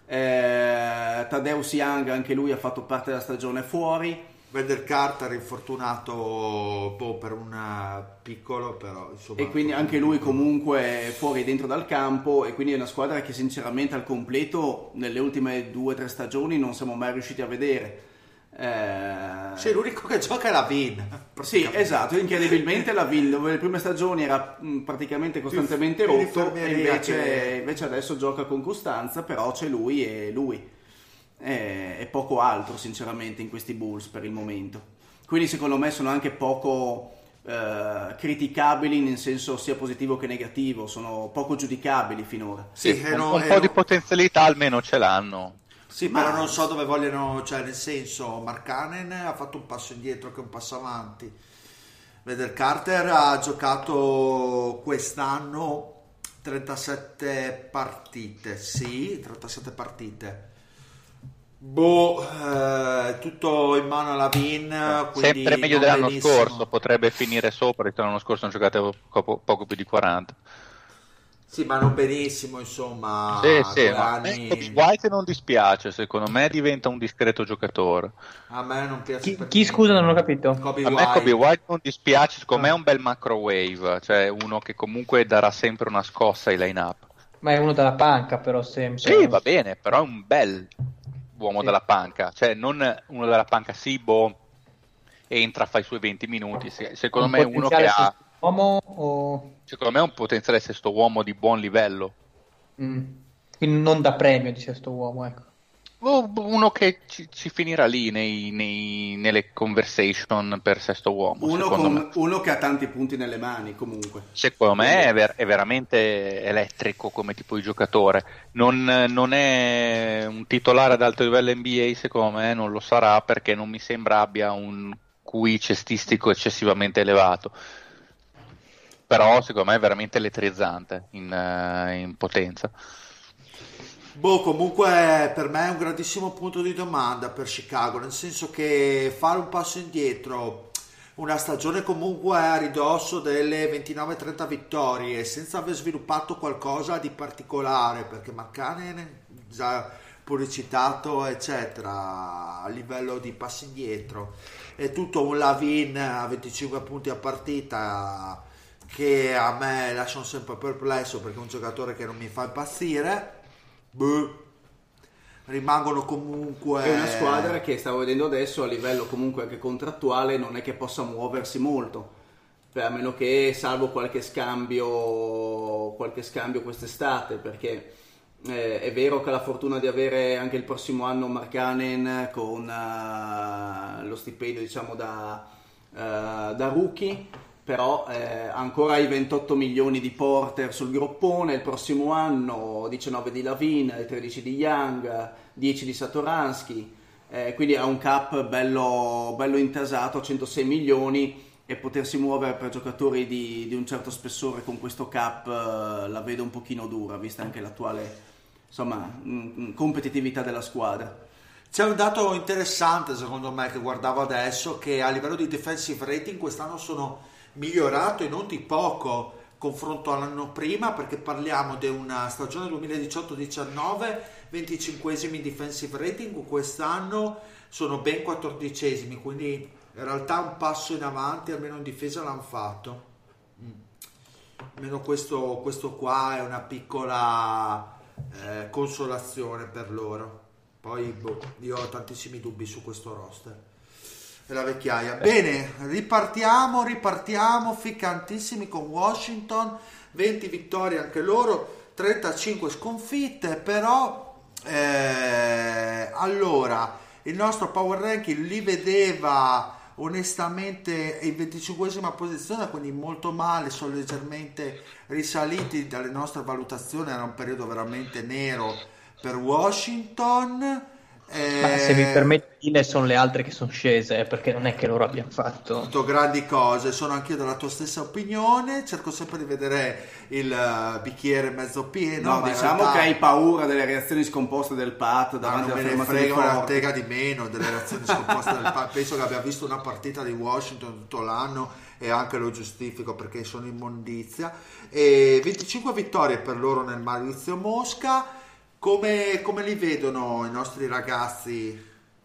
Eh, Tadeusz Young anche lui ha fatto parte della stagione fuori. Wendell Carter infortunato boh, per un piccolo, però insomma, e quindi anche lui comunque fuori e dentro dal campo, e quindi è una squadra che sinceramente al completo nelle ultime due o tre stagioni non siamo mai riusciti a vedere. Eh... Sì, l'unico che gioca è la Vin. Sì, esatto, incredibilmente la Vin, dove le prime stagioni era mh, praticamente costantemente più, rotto, più e invece, che... invece adesso gioca con costanza, però c'è lui e lui. È, è poco altro sinceramente in questi Bulls per il momento, quindi secondo me sono anche poco eh, criticabili, nel senso sia positivo che negativo, sono poco giudicabili finora. Sì, un, no, un po' no... di potenzialità almeno ce l'hanno. Sì, ma però non so dove vogliono, cioè nel senso Markkanen ha fatto un passo indietro che un passo avanti. Wendell Carter ha giocato quest'anno trentasette partite, sì, trentasette partite. Boh, eh, tutto in mano alla Vin. Sempre meglio dell'anno benissimo. Scorso, potrebbe finire sopra. L'anno scorso hanno giocato poco, poco più di quaranta. Sì, ma non benissimo, insomma. Sì, sì, anni... Kobe White non dispiace, secondo me diventa un discreto giocatore. A me non piace. Chi, chi scusa, non ho capito. Kobe a White. me Kobe White non dispiace, secondo ah. me è un bel microwave, cioè uno che comunque darà sempre una scossa ai line-up. Ma è uno della panca, però sempre. Sì, va bene, però è un bel uomo sì. della panca, cioè non uno della panca sì, boh, entra, fa i suoi venti minuti, secondo un me è uno che ha uomo o... secondo me è un potenziale sesto uomo di buon livello, mm. quindi non da premio di sesto uomo, ecco. Uno che ci, ci finirà lì nei, nei, nelle conversation per sesto uomo, uno, con, uno che ha tanti punti nelle mani comunque, secondo me è, ver- è veramente elettrico come tipo di giocatore, non, non è un titolare ad alto livello N B A, secondo me non lo sarà perché non mi sembra abbia un Q I cestistico eccessivamente elevato, però secondo me è veramente elettrizzante in, uh, in potenza. Boh, comunque per me è un grandissimo punto di domanda per Chicago, nel senso che fare un passo indietro, una stagione comunque a ridosso delle ventinove trenta vittorie senza aver sviluppato qualcosa di particolare, perché Markkanen già pure citato eccetera a livello di passi indietro, è tutto un Lavin a venticinque punti a partita che a me lasciano sempre perplesso perché è un giocatore che non mi fa impazzire. Beh, rimangono comunque, è una squadra che stavo vedendo adesso a livello comunque anche contrattuale non è che possa muoversi molto, a meno che salvo qualche scambio qualche scambio quest'estate, perché eh, è vero che ha la fortuna di avere anche il prossimo anno Markkanen con uh, lo stipendio diciamo da, uh, da rookie, però eh, ancora i ventotto milioni di Porter sul groppone, il prossimo anno diciannove di Lavin, tredici di Young, dieci di Satoransky, eh, quindi ha un cap bello, bello intasato, centosei milioni, e potersi muovere per giocatori di, di un certo spessore con questo cap eh, la vedo un pochino dura, vista anche l'attuale, insomma, mh, competitività della squadra. C'è un dato interessante secondo me che guardavo adesso, che a livello di defensive rating quest'anno sono migliorato e non di poco confronto all'anno prima, perché parliamo di una stagione duemiladiciotto diciannove, venticinquesimi defensive rating, quest'anno sono ben quattordicesimi, quindi in realtà un passo in avanti almeno in difesa l'hanno fatto. mm. almeno questo, questo qua è una piccola eh, consolazione per loro. Poi boh, io ho tantissimi dubbi su questo roster e la vecchiaia. Bene, ripartiamo, ripartiamo, ficcantissimi con Washington, venti vittorie anche loro, trentacinque sconfitte, però eh, allora il nostro power ranking li vedeva onestamente in venticinquesima posizione, quindi molto male, sono leggermente risaliti dalle nostre valutazioni, era un periodo veramente nero per Washington. Eh, Ma se mi permetti, sono le altre che sono scese, eh, perché non è che loro abbiano fatto fatto grandi cose, sono anch'io della tua stessa opinione, cerco sempre di vedere il uh, bicchiere mezzo pieno. No, ma diciamo realtà, che hai paura delle reazioni scomposte del Pat davanti non alla me ne fermazione frega una forte. tega di meno delle reazioni scomposte del Pat. Penso che abbia visto una partita di Washington tutto l'anno e anche lo giustifico perché sono immondizia. E venticinque vittorie per loro nel Maurizio Mosca. Come, come li vedono i nostri ragazzi?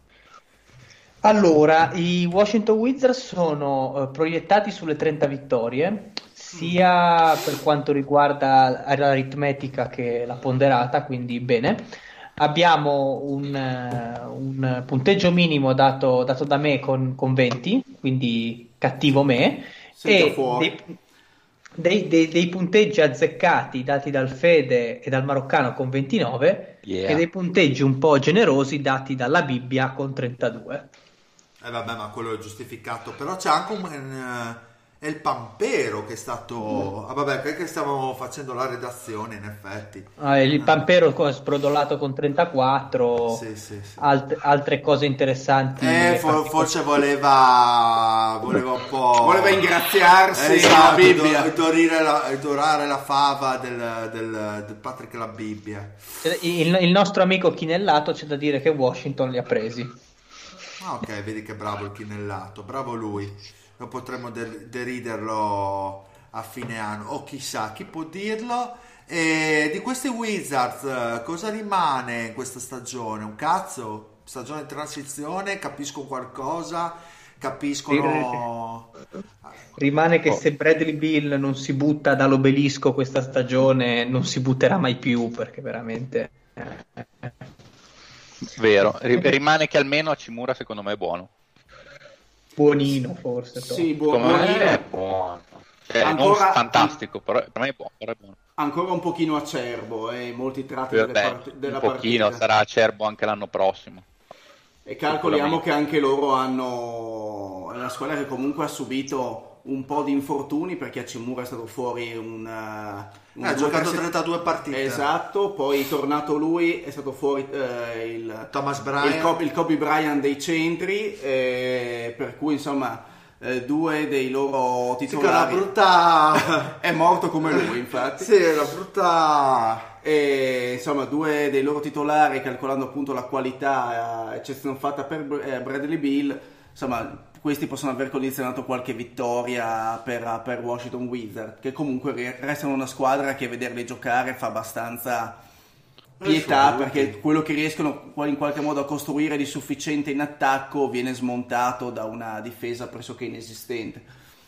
Allora, i Washington Wizards sono eh, proiettati sulle trenta vittorie, sia per quanto riguarda l'aritmetica che la ponderata, quindi bene. Abbiamo un, eh, un punteggio minimo dato, dato da me con, con venti, quindi cattivo me, Sento e fuori. dei, dei, dei, dei punteggi azzeccati dati dal Fede e dal Maroccano con ventinove, Yeah. e dei punteggi un po' generosi dati dalla Bibbia con trentadue. Eh vabbè, ma quello è giustificato, però c'è anche un eh, è il Pampero che è stato ah, vabbè, che stiamo facendo la redazione in effetti. Ah, il Pampero co- sprodolato con trentaquattro, Sì, sì, sì. alt- altre cose interessanti. Eh, le fo- fatti- forse voleva voleva un po' Voleva ingraziarsi esatto, la Bibbia. do- dorire la, dorare la fava del, del, del Patrick la Bibbia. il, il nostro amico Chinellato c'è da dire che Washington li ha presi. Ah, ok, vedi che bravo il Chinellato, bravo lui. Lo potremmo der- deriderlo a fine anno, o chissà, chi può dirlo. E di questi Wizards eh, cosa rimane in questa stagione? Un cazzo? Stagione di transizione, capiscono qualcosa, capiscono... Rimane che se Bradley Beal non si butta dall'obelisco questa stagione, non si butterà mai più, perché veramente... Vero, Ri- rimane che almeno Hachimura secondo me è buono. Buonino forse. Sì, bu- Secondo me buonino. è buono. Cioè, Ancora- non fantastico, però per me è buono. Però è buono. Ancora un pochino acerbo e molti tratti delle Vabbè, part- della un pochino, partita. sarà acerbo anche l'anno prossimo. E calcoliamo Sicuramente. che anche loro hanno... È una squadra che comunque ha subito un po' di infortuni, perché Hachimura è stato fuori un... un Eh, ha due, giocato tre- trentadue partite. Esatto, poi tornato lui è stato fuori eh, il, Thomas Bryant. il, Kobe, il Kobe Bryant dei centri, eh, per cui insomma eh, due dei loro Sì, che è una titolari brutta... è morto come lui, infatti. Sì, è una brutta... E insomma due dei loro titolari, calcolando appunto la qualità, eh, eccezione fatta per eh, Bradley Beal, insomma questi possono aver condizionato qualche vittoria per, per Washington Wizards, che comunque re- restano una squadra che vederli giocare fa abbastanza pietà, perché quello che riescono in qualche modo a costruire di sufficiente in attacco viene smontato da una difesa pressoché inesistente.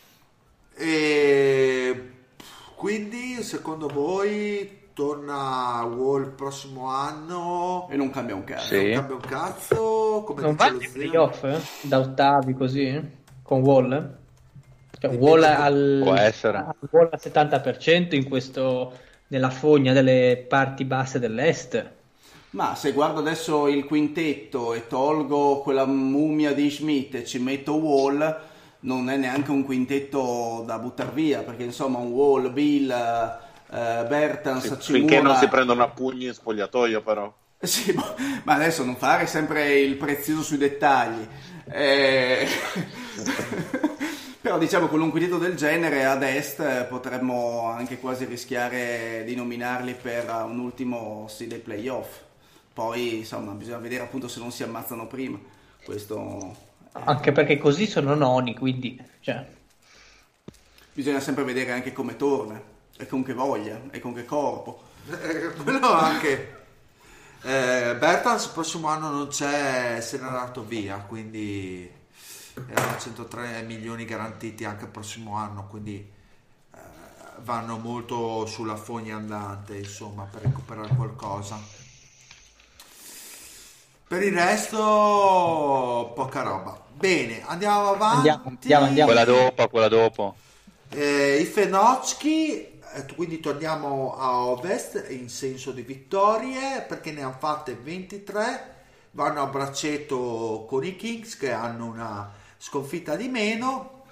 E quindi secondo voi torna Wall il prossimo anno E non cambia un cazzo. Sì. non cambia un cazzo come Non dice va lo nei zio? playoff eh? Da ottavi così? Con Wall? Cioè, Dipende Wall da- al, Può essere. al Wall al settanta per cento in questo, nella fogna delle parti basse dell'est. Ma se guardo adesso il quintetto e tolgo quella mummia di Schmidt e ci metto Wall, non è neanche un quintetto da buttar via, perché insomma un Wall, Bill, eh, Bertans, Sì, Hachimura... finché non si prendono a pugni in spogliatoio, però. Sì, boh, ma adesso non fare sempre il prezioso sui dettagli. Eh, Però diciamo con un quintetto del genere ad est potremmo anche quasi rischiare di nominarli per un ultimo seed ai playoff. Poi insomma bisogna vedere appunto se non si ammazzano prima. Questo anche perché così sono noni, quindi cioè... bisogna sempre vedere anche come torna e con che voglia e con che corpo. Eh, quello anche. Eh, Bertans il prossimo anno non c'è, se n'è andato via, quindi erano centotré milioni garantiti anche il prossimo anno, quindi eh, vanno molto sulla fogna andante, insomma, per recuperare qualcosa. Per il resto poca roba. Bene, andiamo avanti. Andiamo, andiamo, andiamo. Quella dopo, quella dopo. Eh, I Fenocchi, quindi torniamo a ovest in senso di vittorie, perché ne hanno fatte ventitré, vanno a braccetto con i Kings che hanno una sconfitta di meno.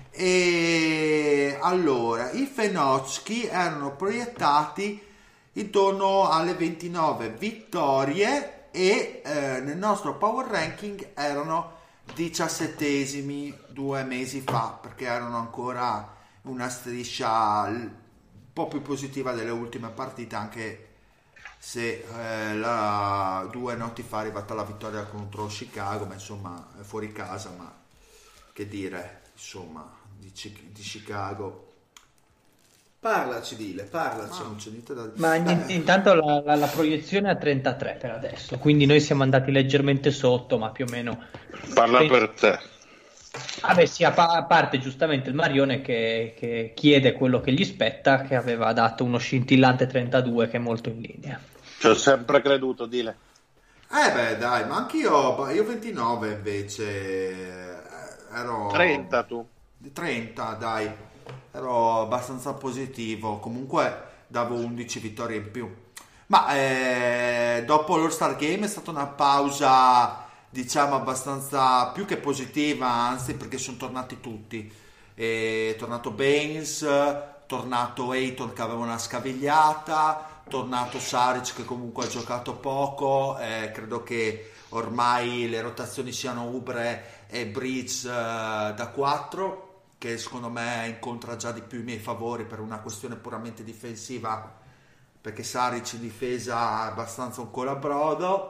E allora i Fenocchi erano proiettati intorno alle ventinove vittorie e eh, nel nostro power ranking erano diciassettesimi due mesi fa, perché erano ancora una striscia un po' più positiva delle ultime partite, anche se eh, la, due notti fa è arrivata la vittoria contro Chicago, ma insomma è fuori casa, ma che dire, insomma, di, di Chicago. Parlaci, Dile, parlaci. Ma non c'è niente da dire. Ma in- intanto la, la, la proiezione è a trentatré per adesso, quindi noi siamo andati leggermente sotto, ma più o meno... Parla Sì. per te. Vabbè, sì, a, pa- a parte giustamente il Marione che, che chiede quello che gli spetta, che aveva dato uno scintillante trentadue, che è molto in linea. Ci ho sempre creduto, Dile. Eh beh dai, ma anch'io, io ventinove invece ero... trenta tu. trenta dai, ero abbastanza positivo, comunque davo undici vittorie in più. Ma eh, dopo l'All-Star Game è stata una pausa, diciamo, abbastanza più che positiva, anzi, perché sono tornati tutti. È tornato Baines, tornato Ayton che aveva una scavigliata, tornato Saric che comunque ha giocato poco. Eh, credo che ormai le rotazioni siano Oubre e Bridge eh, da quattro, che secondo me incontra già di più i miei favori per una questione puramente difensiva, perché Saric in difesa è abbastanza un colabrodo.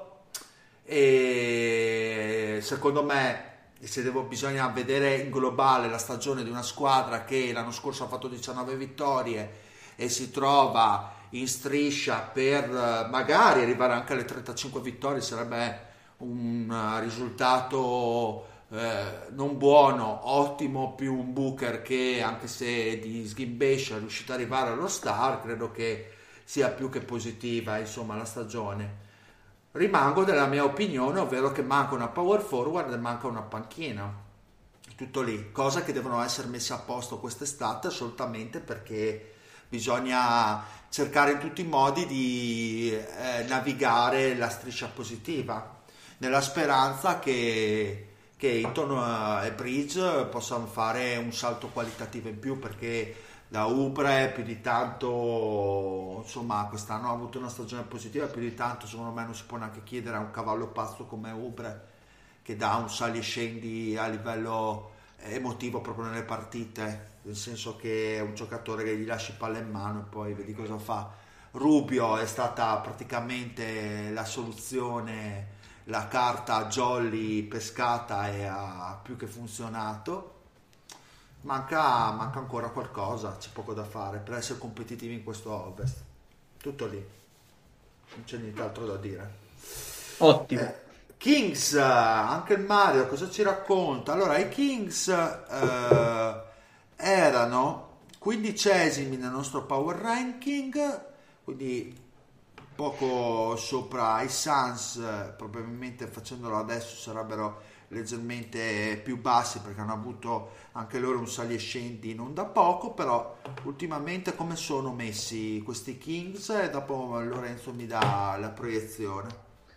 E secondo me, se devo, bisogna vedere in globale la stagione di una squadra che l'anno scorso ha fatto diciannove vittorie e si trova in striscia per magari arrivare anche alle trentacinque vittorie, sarebbe un risultato eh, non buono, ottimo, più un Booker che, anche se di sghimbescia, è riuscito ad arrivare allo Star. Credo che sia più che positiva, insomma, la stagione. Rimango della mia opinione, ovvero che manca una power forward e manca una panchina, tutto lì, cosa che devono essere messe a posto quest'estate assolutamente, perché bisogna cercare in tutti i modi di eh, navigare la striscia positiva, nella speranza che che Ayton e Bridge possano fare un salto qualitativo in più, perché da Oubre più di tanto, insomma, quest'anno ha avuto una stagione positiva, più di tanto secondo me non si può neanche chiedere a un cavallo pazzo come Oubre, che dà un sali e scendi a livello emotivo proprio nelle partite, nel senso che è un giocatore che gli lasci palla in mano e poi vedi cosa fa. Rubio è stata praticamente la soluzione, la carta jolly pescata e ha più che funzionato. Manca, manca ancora qualcosa, c'è poco da fare per essere competitivi in questo Ovest. Tutto lì, non c'è nient'altro da dire. Ottimo. Eh, Kings, anche il Mario cosa ci racconta? Allora, i Kings eh, erano quindicesimi nel nostro power ranking, quindi poco sopra i Suns, probabilmente facendolo adesso sarebbero leggermente più bassi, perché hanno avuto anche loro un sali e scendi non da poco. Però ultimamente come sono messi questi Kings? E dopo Lorenzo mi dà la proiezione.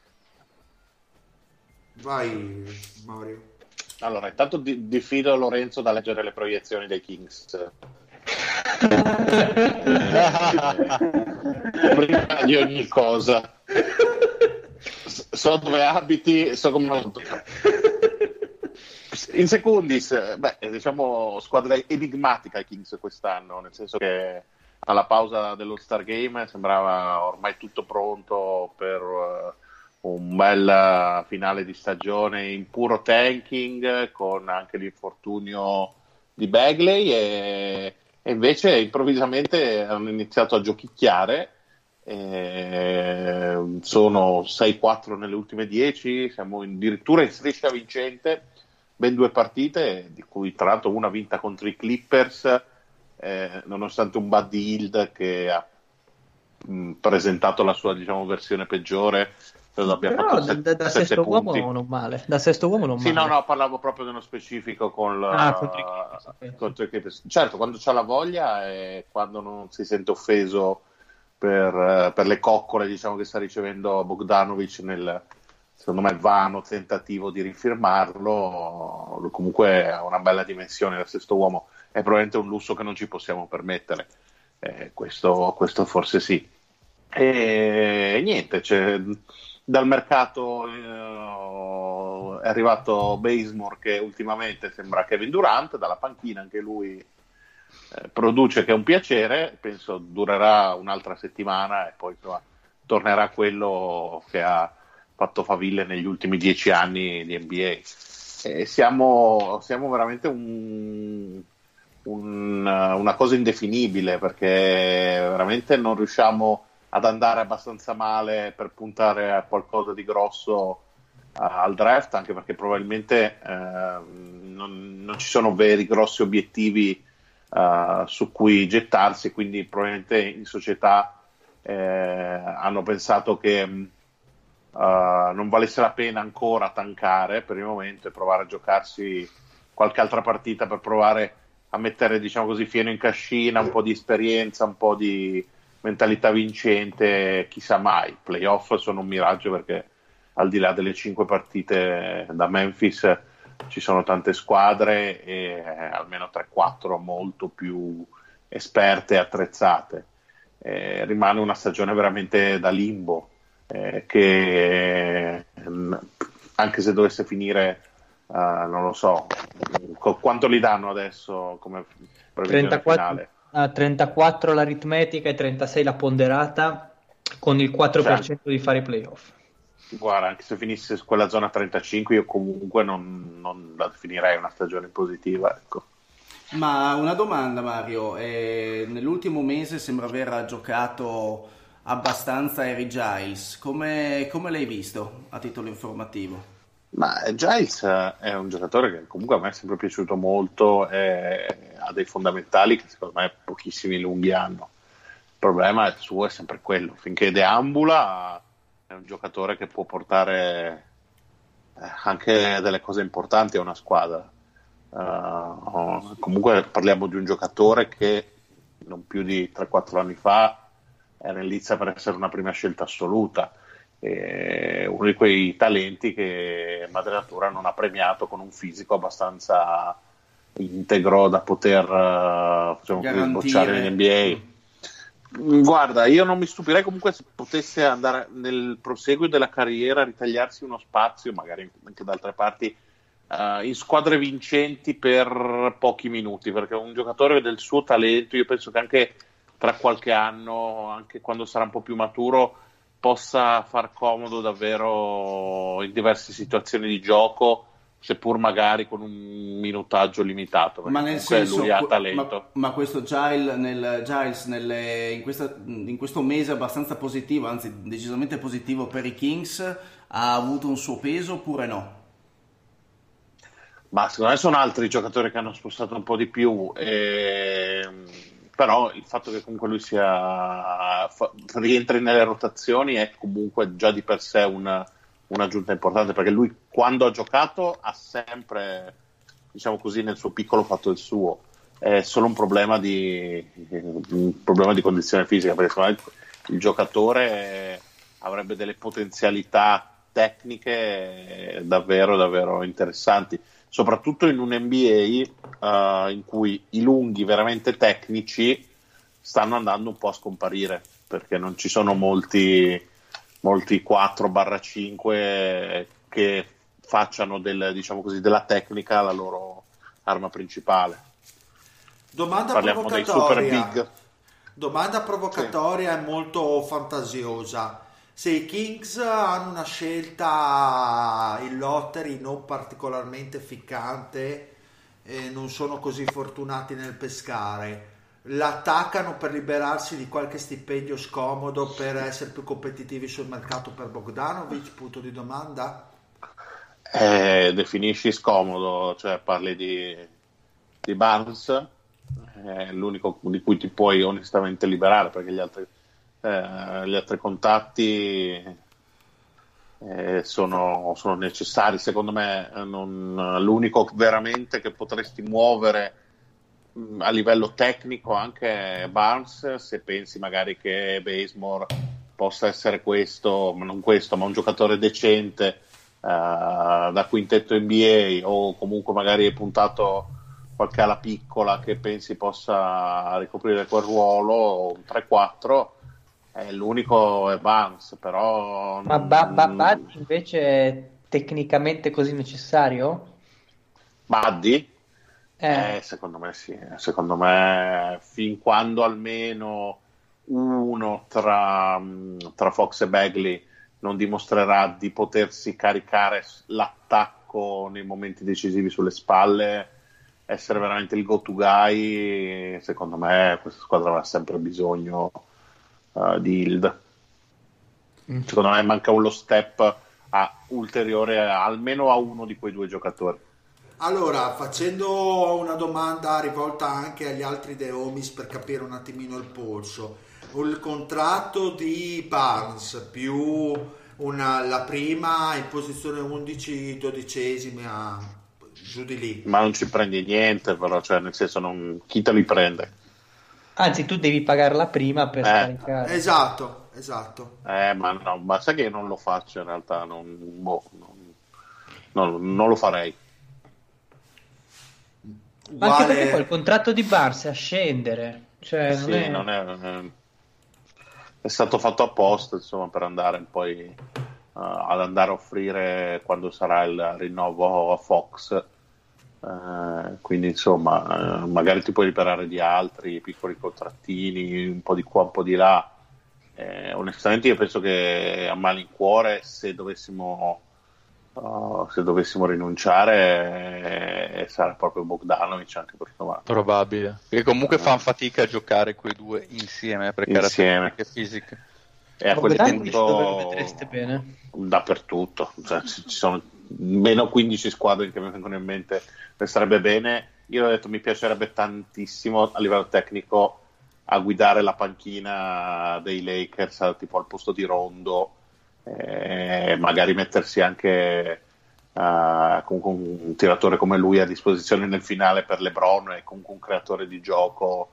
Vai Mario. Allora, intanto di- diffido Lorenzo da leggere le proiezioni dei Kings. Prima di ogni cosa, so dove abiti, so come lo... In secundis, beh, diciamo squadra enigmatica i Kings quest'anno, nel senso che alla pausa dell'All-Star Game sembrava ormai tutto pronto per uh, un bel finale di stagione in puro tanking, con anche l'infortunio di Bagley, e, e invece improvvisamente hanno iniziato a giochicchiare. E sono sei quattro nelle ultime dieci, siamo addirittura in striscia vincente, ben due partite, di cui tra l'altro una vinta contro i Clippers, eh, nonostante un Buddy Hield che ha mh, presentato la sua, diciamo, versione peggiore. Però da, set- da, da sesto uomo non male, da sesto uomo non sì, male. no, no, parlavo proprio dello specifico con la, ah, contro i Clippers, okay. contro i Clippers. Certo, quando c'ha la voglia e quando non si sente offeso per, per le coccole, diciamo, che sta ricevendo Bogdanovic nel, secondo me, vano tentativo di rifirmarlo. Comunque ha una bella dimensione da sesto uomo, è probabilmente un lusso che non ci possiamo permettere, eh, questo, questo forse sì. E niente, c'è, dal mercato eh, è arrivato Bazemore, che ultimamente sembra Kevin Durant, dalla panchina anche lui Eh, produce, che è un piacere, penso durerà un'altra settimana e poi insomma, tornerà quello che ha fatto faville negli ultimi dieci anni di N B A. E siamo, siamo veramente un, un, una cosa indefinibile, perché veramente non riusciamo ad andare abbastanza male per puntare a qualcosa di grosso uh, al draft, anche perché probabilmente uh, non, non ci sono veri grossi obiettivi Uh, su cui gettarsi, quindi probabilmente in società eh, hanno pensato che uh, non valesse la pena ancora tankare per il momento e provare a giocarsi qualche altra partita per provare a mettere, diciamo così, fieno in cascina, un po' di esperienza, un po' di mentalità vincente, chissà mai. Playoff sono un miraggio, perché al di là delle cinque partite da Memphis ci sono tante squadre e eh, almeno tre quattro molto più esperte e attrezzate. Eh, rimane una stagione veramente da limbo, eh, che eh, anche se dovesse finire, uh, non lo so, co- quanto li danno adesso come previsione trentaquattro, finale? Ah, trentaquattro l'aritmetica e trentasei la ponderata, con il quattro per cento di fare i playoff. Guarda, anche se finisse quella zona trentacinque, io comunque non, non la definirei una stagione positiva, ecco. Ma una domanda, Mario, eh, nell'ultimo mese sembra aver giocato abbastanza Harry Giles, come, come l'hai visto a titolo informativo? Ma Giles è un giocatore che comunque a me è sempre piaciuto molto, e ha dei fondamentali che secondo me pochissimi lunghi hanno. Il problema suo è sempre quello, finché deambula è un giocatore che può portare anche delle cose importanti a una squadra. Uh, comunque parliamo di un giocatore che non più di tre quattro anni fa era in lizza per essere una prima scelta assoluta, e uno di quei talenti che Madre Natura non ha premiato con un fisico abbastanza integro da poter uh, facciamo così, sbocciare in N B A. Guarda, io non mi stupirei comunque se potesse andare nel proseguo della carriera a ritagliarsi uno spazio, magari anche da altre parti, uh, in squadre vincenti per pochi minuti, perché un giocatore del suo talento, io penso che anche tra qualche anno, anche quando sarà un po' più maturo, possa far comodo davvero in diverse situazioni di gioco, seppur magari con un minutaggio limitato, ma nel senso, lui ha talento. Ma, ma questo Giles, nel, Giles nelle, in, questa, in questo mese abbastanza positivo, anzi decisamente positivo per i Kings, ha avuto un suo peso oppure no? Ma secondo me sono altri giocatori che hanno spostato un po' di più, e... però il fatto che comunque lui sia rientri nelle rotazioni è comunque già di per sé un un'aggiunta importante, perché lui quando ha giocato ha sempre, diciamo così, nel suo piccolo fatto il suo. È solo un problema di un problema di condizione fisica, perché secondo me il giocatore avrebbe delle potenzialità tecniche davvero davvero interessanti, soprattutto in un N B A uh, in cui i lunghi veramente tecnici stanno andando un po' a scomparire, perché non ci sono molti molti quattro cinque che facciano del, diciamo così, della tecnica la loro arma principale. Domanda Parliamo dei super big. Domanda provocatoria sì. E molto fantasiosa. Se i Kings hanno una scelta in lottery non particolarmente ficcante e non sono così fortunati nel pescare, l'attaccano per liberarsi di qualche stipendio scomodo per essere più competitivi sul mercato per Bogdanovic? Punto di domanda. Eh, definisci scomodo, cioè parli di, di Barnes, è l'unico di cui ti puoi onestamente liberare, perché gli altri, eh, gli altri contatti eh, sono, sono necessari. Secondo me non, l'unico veramente che potresti muovere mh, a livello tecnico anche Barnes, se pensi magari che Bazemore possa essere questo, ma non questo, ma un giocatore decente Uh, da quintetto N B A, o comunque magari hai puntato qualche ala piccola che pensi possa ricoprire quel ruolo, o un tre quattro, è l'unico è Barnes, però ma ba- ba- Buddy invece è tecnicamente così necessario? Buddy? Eh. Eh, secondo me sì, secondo me fin quando almeno uno tra, tra Fox e Bagley non dimostrerà di potersi caricare l'attacco nei momenti decisivi sulle spalle, essere veramente il go-to guy, secondo me questa squadra avrà sempre bisogno uh, di Hield. Mm. Secondo me manca uno step a, ulteriore a, almeno a uno di quei due giocatori. Allora, facendo una domanda rivolta anche agli altri The Homies per capire un attimino il polso, il contratto di Barnes più una, la prima in posizione undici dodicesima giù di lì, ma non ci prendi niente, però, cioè nel senso, non, chi te li prende? Anzi, tu devi pagare la prima per eh. scaricare. Esatto, esatto. Eh, ma no, ma sai che io non lo faccio in realtà, non, boh, non, non, non lo farei. Uguale... Anche perché poi il contratto di Barnes è a scendere, cioè non sì, è... non è, non è... è stato fatto apposta, insomma, per andare poi uh, ad andare a offrire quando sarà il rinnovo a Fox, uh, quindi insomma uh, magari ti puoi liberare di altri piccoli contrattini, un po' di qua, un po' di là. Eh, onestamente io penso che a malincuore, se dovessimo Uh, se dovessimo rinunciare, eh, sarà proprio Bogdanovic anche per domani. Probabile, perché comunque fanno fatica a giocare quei due insieme per caratteristiche fisiche. E a quel punto dove vedreste bene dappertutto, cioè, ci sono meno quindici squadre che mi vengono in mente, ne sarebbe bene. Io ho detto mi piacerebbe tantissimo a livello tecnico a guidare la panchina dei Lakers, tipo al posto di Rondo, eh, magari mettersi anche uh, comunque un tiratore come lui a disposizione nel finale per LeBron, e comunque un creatore di gioco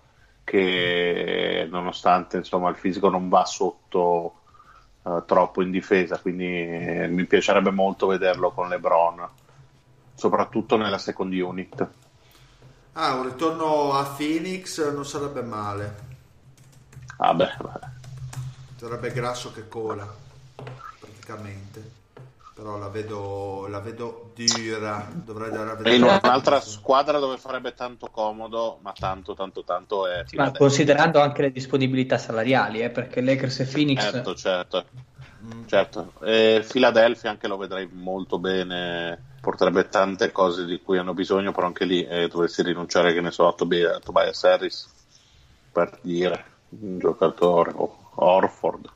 che nonostante insomma il fisico non va sotto uh, troppo in difesa, quindi eh, mi piacerebbe molto vederlo con LeBron, soprattutto nella second unit. Ah, un ritorno a Phoenix non sarebbe male. Ah beh, beh. Sarebbe grasso che cola praticamente, però la vedo la vedo dura. Dovrei dare a vedere. E in un'altra squadra dove farebbe tanto comodo, ma tanto tanto tanto è ma considerando anche le disponibilità salariali, eh, perché Lakers e Phoenix, certo certo mm. certo e Philadelphia anche lo vedrei molto bene, porterebbe tante cose di cui hanno bisogno, però anche lì eh, dovresti rinunciare, che ne so, a Tobias, Tobias Harris, per dire, un giocatore, o Horford.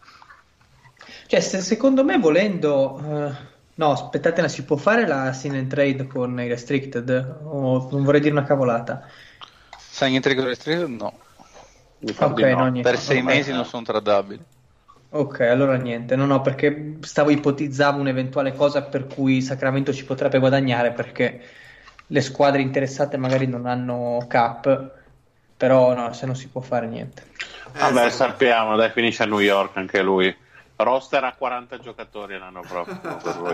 Cioè, se, secondo me volendo uh, no, aspettate, si può fare la sign and trade con i restricted, o non vorrei dire una cavolata? Sign and trade con i restricted no, okay, no. no per sei okay. mesi non sono tradabili. Ok, allora niente, no no, perché stavo ipotizzavo un'eventuale cosa per cui Sacramento ci potrebbe guadagnare, perché le squadre interessate magari non hanno cap, però no, se non si può fare niente. Vabbè, sappiamo, dai, finisce a New York anche lui. Roster a quaranta giocatori l'anno prossimo per lui.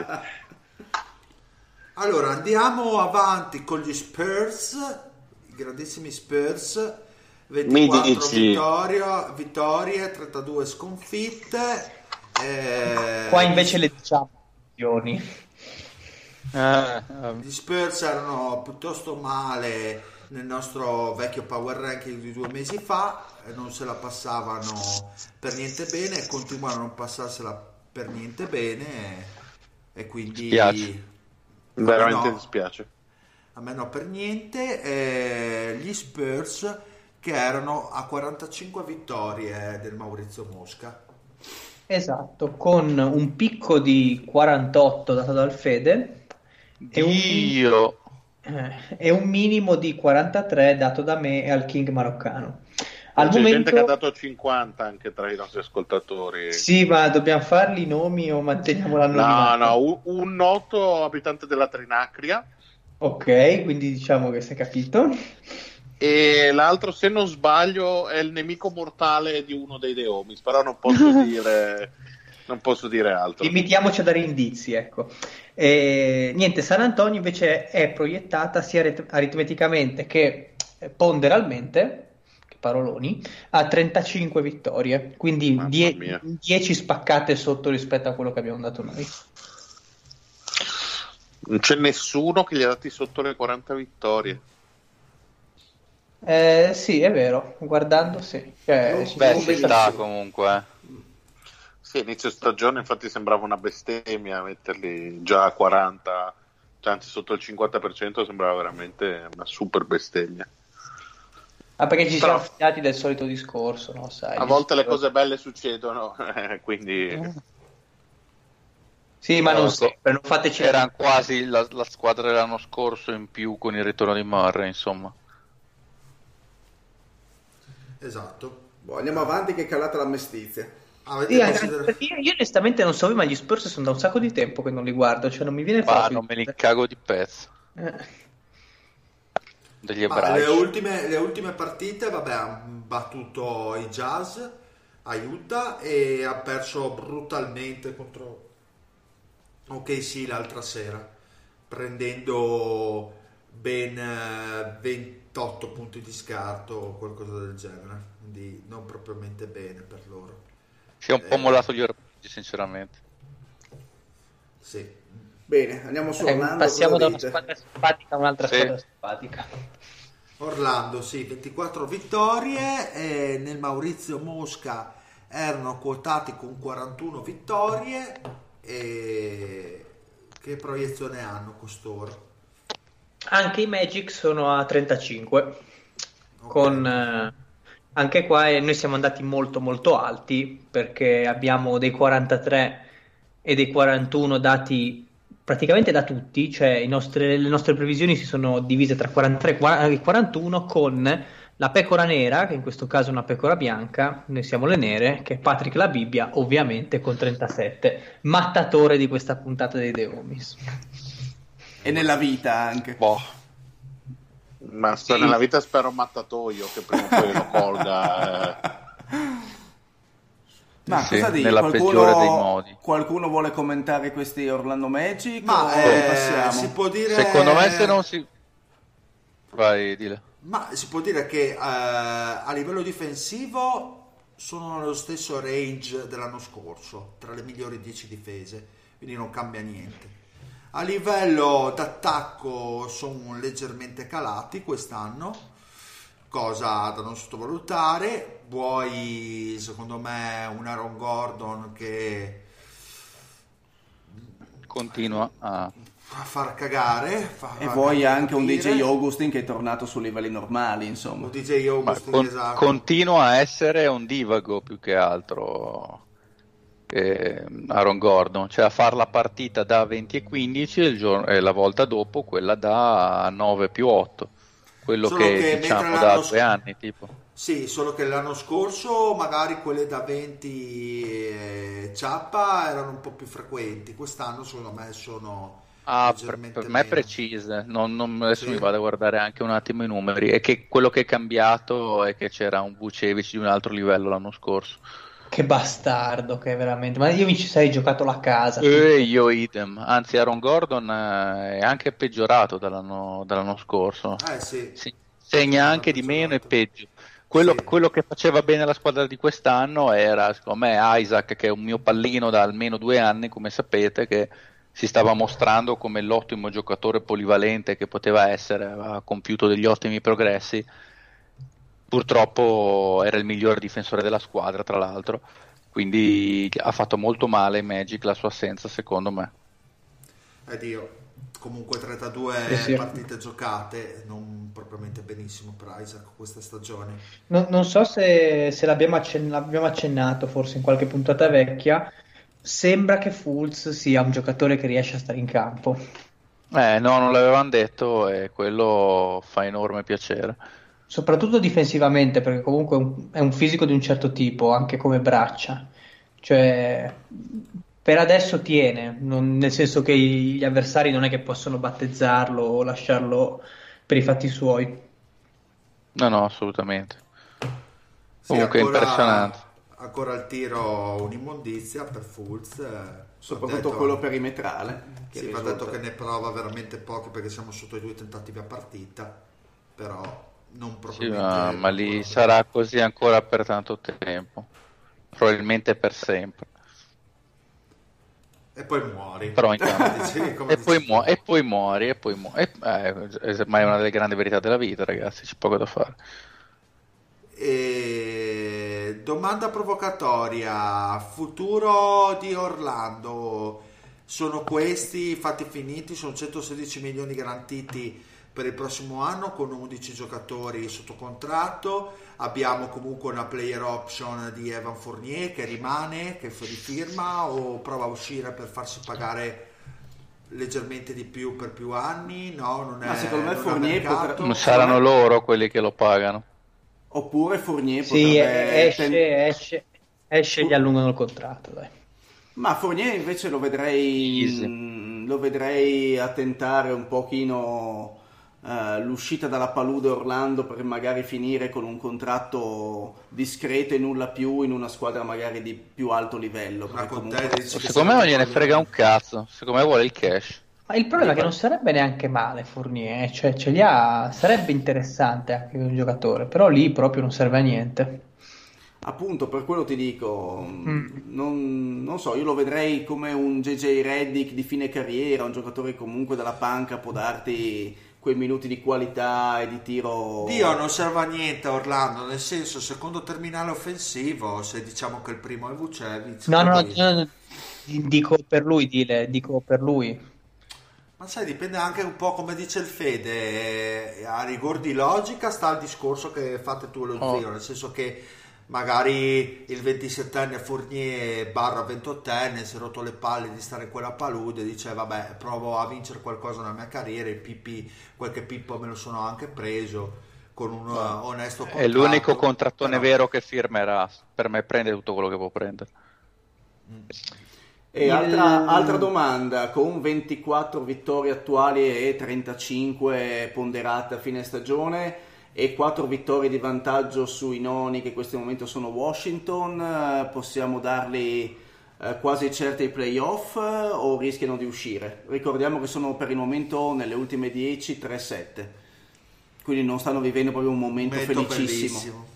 Allora andiamo avanti con gli Spurs, i grandissimi Spurs. ventiquattro vittorie, vittorie, trentadue sconfitte. Eh... Qua invece le diciamo. Ah, Gli Spurs erano piuttosto male nel nostro vecchio power ranking di due mesi fa, non se la passavano per niente bene e continuano a non passarsela per niente bene, e quindi Spiace. Veramente no. dispiace. A me no per niente. Eh, gli Spurs che erano a quarantacinque vittorie del Maurizio Mosca. Esatto, con un picco di quarantotto dato dal Fede e un, Dio. eh, e un minimo di quarantatré dato da me e al King maroccano. Al C'è momento gente che ha dato cinquanta anche tra i nostri ascoltatori. sì, ma dobbiamo farli i nomi o manteniamo No, l'anonimato? no, un, un noto abitante della Trinacria Ok, quindi diciamo che si è capito. e l'altro, se non sbaglio, è il nemico mortale di uno dei Deomis, però non posso dire non posso dire altro. Limitiamoci a dare indizi, ecco. E, niente, San Antonio invece è proiettata sia arit- aritmeticamente che eh, ponderalmente, che paroloni, a trentacinque vittorie, quindi Mamma die- mia. dieci spaccate sotto rispetto a quello che abbiamo dato noi. Non c'è nessuno che gli ha dati sotto le quaranta vittorie. Eh, sì, è vero, guardando sì. Cioè, Non- ci Beh, sono si dei- sta comunque. eh. Sì, inizio stagione infatti sembrava una bestemmia metterli già a quaranta, cioè anzi sotto il cinquanta per cento sembrava veramente una super bestemmia. Ah, perché ci Però- siamo fidati del solito discorso, no? Sai, A volte le cose belle succedono, eh, quindi Sì, ma non Ecco, sempre, non fateci Era quasi la, la squadra dell'anno scorso in più con il ritorno di Murray, insomma. Esatto. Boh, andiamo avanti che è calata la mestizia. Avete Sì, anche considerato- perché io, io onestamente non so, ma gli Spurs sono da un sacco di tempo che non li guardo, cioè non mi viene Ma proprio. non me li cago di pezzo. Eh, Degli Ma le ebrei. ultime, le ultime partite, vabbè, ha battuto i Jazz a Utah e ha perso brutalmente contro O K C l'altra sera, prendendo ben eh, ventotto punti di scarto o qualcosa del genere, quindi non propriamente bene per loro. Si è un po' Eh. mollato gli orologi, sinceramente. Sì. Bene, andiamo su eh, Orlando. passiamo cosa da una dite? squadra simpatica a un'altra Sì. squadra simpatica. Orlando, sì, ventiquattro vittorie, e nel Maurizio Mosca erano quotati con quarantuno vittorie, e che proiezione hanno costoro? Anche i Magic sono a trentacinque, Ok. con eh, anche qua eh, noi siamo andati molto molto alti perché abbiamo dei quarantatré e dei quarantuno dati praticamente da tutti, cioè i nostre- le nostre previsioni si sono divise tra quarantatré e quarantuno, con la pecora nera, che in questo caso è una pecora bianca, noi siamo le nere, che è Patrick La Bibbia, ovviamente con trentasette, mattatore di questa puntata dei The Homies. E nella vita anche. Boh. ma sta Sì. nella vita spero un mattatoio che prima o poi lo colga. eh. Ma Sì, cosa dici? nella peggiore dei modi. Qualcuno vuole commentare questi Orlando Magic? Ma o eh, passiamo? si può dire Secondo me se non si... Vai, dile. Ma si può dire che eh, a livello difensivo sono nello stesso range dell'anno scorso, tra le migliori dieci difese, quindi non cambia niente. A livello d'attacco sono leggermente calati quest'anno, cosa da non sottovalutare. Vuoi, secondo me, un Aaron Gordon che Continua a... fa far cagare, fa E far vuoi anche un D capire. J Augustin che è tornato su livelli normali, insomma. Un D J Ma Augustin, con- esatto. continua a essere un divago più che altro che Aaron Gordon, cioè a fare la partita da venti e quindici e, il giorno- e la volta dopo quella da nove più otto, quello Solo che, che diciamo mentre da l'anno due sc- anni tipo. Sì, solo che l'anno scorso magari quelle da venti eh, ciappa erano un po' più frequenti, quest'anno secondo me sono Ah, per, leggermente per me è meno. precise, non, non- adesso Sì. mi vado a guardare anche un attimo i numeri, e che quello che è cambiato è che c'era un Vucevic di un altro livello l'anno scorso. Che bastardo che è veramente, ma io mi ci sarei giocato la casa. E io idem, anzi Aaron Gordon eh, è anche peggiorato dall'anno, dall'anno scorso. Eh sì, Sì, segna anche di meno e peggio. Quello, Sì. quello che faceva bene la squadra di quest'anno era, secondo me, Isaac, che è un mio pallino da almeno due anni, come sapete, che si stava mostrando come l'ottimo giocatore polivalente che poteva essere, aveva compiuto degli ottimi progressi. Purtroppo era il miglior difensore della squadra, tra l'altro, quindi ha fatto molto male Magic la sua assenza, secondo me. Ed io comunque trentadue eh sì. partite giocate, non propriamente benissimo per Isaac questa stagione. Non, non so se, se l'abbiamo, accen- l'abbiamo accennato forse in qualche puntata vecchia, sembra che Fultz sia un giocatore che riesce a stare in campo. Eh no, non l'avevano detto e quello fa enorme piacere. Soprattutto difensivamente, perché comunque è un, è un fisico di un certo tipo, anche come braccia. Cioè, per adesso tiene, non- nel senso che gli avversari non è che possono battezzarlo o lasciarlo per i fatti suoi. No, no, assolutamente. Sì, Comunque è ancora- impressionante. Ancora al tiro un'immondizia per Fultz, eh, Soprattutto detto- quello perimetrale. Che Sì, va risulta- detto che ne prova veramente pochi perché siamo sotto i due tentativi a partita, però non Sì, propriamente. ma, ma lì sarà così ancora per tanto tempo, probabilmente per sempre. E poi muori. Però intanto- Dicevi, come e, poi dici mu- tu. e poi muori, e poi muori. E- eh, ma è una delle grandi verità della vita, ragazzi, c'è poco da fare. E... Domanda provocatoria: futuro di Orlando sono questi fatti finiti? Sono centosedici milioni garantiti per il prossimo anno con undici giocatori sotto contratto. Abbiamo comunque una player option di Evan Fournier che rimane, che rifirma o prova a uscire per farsi pagare leggermente di più per più anni? No, non è. Ma secondo me non ha Fournier mercato. potrà- Non saranno loro quelli che lo pagano. Oppure Fournier Sì, potrebbe... esce, ten- esce, esce e gli allungano il contratto, dai. Ma Fournier invece lo vedrei, Easy. mh, lo vedrei a tentare un pochino eh, l'uscita dalla palude Orlando per magari finire con un contratto discreto e nulla più in una squadra magari di più alto livello. Una perché comunque- contesa, dici che Secondo me non sarebbe gliene frega un cazzo, secondo me vuole il cash. Ma il problema è che non sarebbe neanche male Fournier, eh, cioè ce li ha, sarebbe interessante anche un giocatore, però lì proprio non serve a niente. Appunto, per quello ti dico, Mm. non, non so, io lo vedrei come un J J Redick di fine carriera, un giocatore che comunque dalla panca può darti quei minuti di qualità e di tiro. Dio, non serve a niente a Orlando, nel senso, secondo terminale offensivo, se diciamo che il primo è Vucevic. No, no, no, poi- no, no, dico per lui, dile, dico per lui. Ma sai, dipende anche un po' come dice il Fede, eh, a rigor di logica sta il discorso che fate tu e lo Oh. zio, nel senso che magari il ventisettenne Fournier barra ventottenne si è rotto le palle di stare in quella palude e dice vabbè, provo a vincere qualcosa nella mia carriera, il pippi, qualche pippo me lo sono anche preso con un uh, onesto contratto. È l'unico contrattone Però- vero che firmerà, per me prende tutto quello che può prendere. E Il- altra, altra domanda, con ventiquattro vittorie attuali e trentacinque ponderate a fine stagione e quattro vittorie di vantaggio sui noni che in questo momento sono Washington, eh, possiamo darli eh, quasi certi ai playoff eh, o rischiano di uscire? Ricordiamo che sono per il momento nelle ultime dieci tre sette, quindi non stanno vivendo proprio un momento, Momento felicissimo. bellissimo.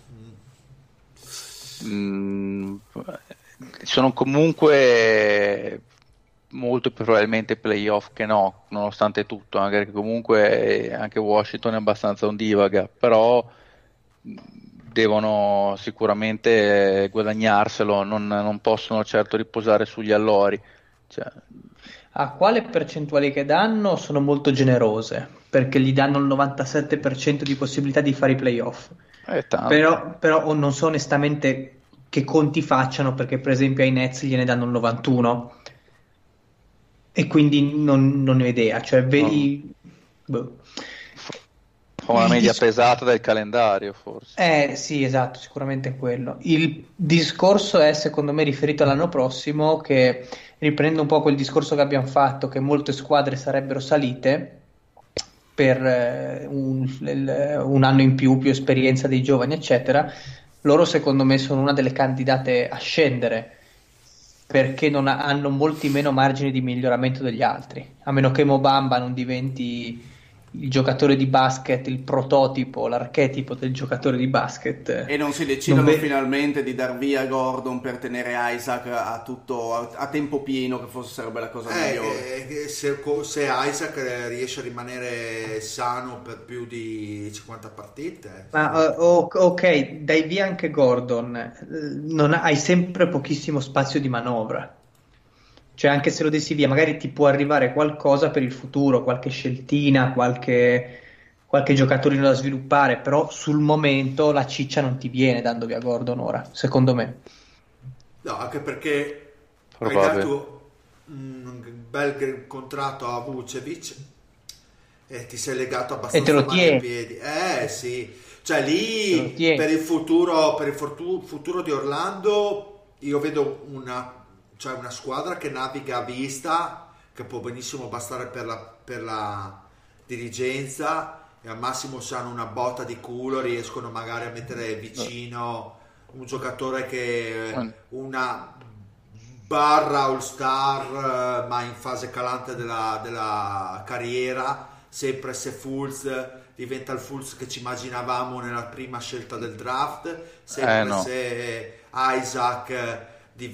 Mm, sono comunque molto più probabilmente playoff che no, nonostante tutto, anche perché comunque anche Washington è abbastanza ondivaga, però devono sicuramente guadagnarselo, non, non possono certo riposare sugli allori. Cioè, A quale percentuali che danno sono molto generose, perché gli danno il novantasette per cento di possibilità di fare i playoff. è tanto. Però, però non so onestamente che conti facciano, perché per esempio ai Nets gliene danno il novantuno e quindi non, non ne ho idea, cioè vedi boh. Fa una il media dis- pesata del calendario forse. Eh sì, esatto, sicuramente è quello. Il discorso è secondo me riferito all'anno prossimo, che riprende un po' quel discorso che abbiamo fatto, che molte squadre sarebbero salite per eh, un, il- un anno in più, più esperienza dei giovani, eccetera. Loro secondo me sono una delle candidate a scendere, perché non ha- hanno molti meno margini di miglioramento degli altri, a meno che Mo Bamba non diventi il giocatore di basket, il prototipo, l'archetipo del giocatore di basket. E non si decidono non ve- finalmente di dar via Gordon per tenere Isaac a, tutto, a, a tempo pieno, che forse sarebbe la cosa Eh, migliore. eh, se, se Isaac riesce a rimanere sano per più di cinquanta partite, Ma eh, o- ok, dai via anche Gordon, eh, non ha- hai sempre pochissimo spazio di manovra. Cioè, anche se lo dessi via, magari ti può arrivare qualcosa per il futuro, qualche sceltina, qualche, qualche giocatorino da sviluppare, però sul momento la ciccia non ti viene dando via Gordon ora, secondo me. no, anche perché hai Probabile. dato un bel contratto a Vucevic e ti sei legato abbastanza E te lo male ai tieni. piedi. Eh sì, cioè Te lì lo tieni. per il futuro, per il fortu- futuro di Orlando io vedo una, cioè una squadra che naviga a vista, che può benissimo bastare per la, per la dirigenza, e al massimo se hanno una botta di culo riescono magari a mettere vicino un giocatore che una barra all star, eh, ma in fase calante della, della carriera, sempre se Fultz diventa il Fultz che ci immaginavamo nella prima scelta del draft, sempre Eh, no. se Isaac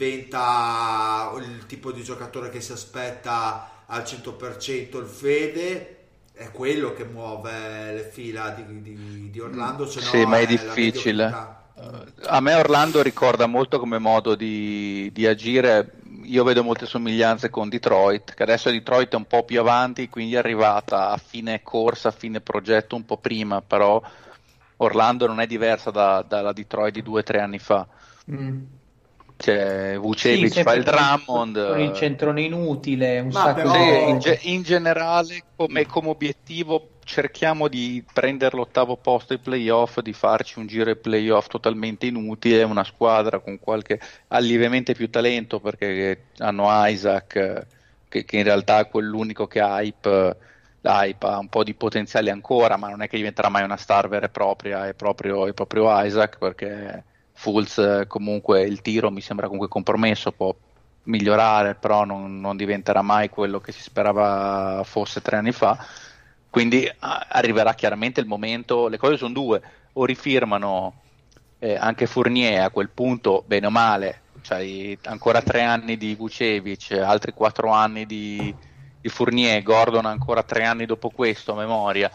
diventa il tipo di giocatore che si aspetta al cento per cento il Fede, è quello che muove le fila di, di, di Orlando, se no Sì, ma è la difficile. mediocrità. A me Orlando ricorda molto come modo di, di agire. Io vedo molte somiglianze con Detroit, che adesso Detroit è un po' più avanti, quindi è arrivata a fine corsa, a fine progetto un po' prima, però Orlando non è diversa da- dalla Detroit di due o tre anni fa. Mm. Cioè, Sì, Vucevic fa sempre il con il, Drummond. con il centrone inutile, un Ma sacco però- Sì, di... in, ge- in generale come, come obiettivo cerchiamo di prendere l'ottavo posto ai playoff, di farci un giro ai playoff totalmente inutile, una squadra con qualche ha lievemente più talento perché hanno Isaac, eh, che, che in realtà è quell'unico che ha hype, hype, ha un po' di potenziale ancora, ma non è che diventerà mai una star vera e propria, è proprio, è proprio Isaac, perché Fultz eh, comunque il tiro mi sembra comunque compromesso, può migliorare, però non, non diventerà mai quello che si sperava fosse tre anni fa. Quindi a- arriverà chiaramente il momento, le cose sono due, o rifirmano eh, anche Fournier a quel punto, bene o male, cioè ancora tre anni di Vucevic, altri quattro anni di, di Fournier, Gordon ancora tre anni dopo questo a memoria,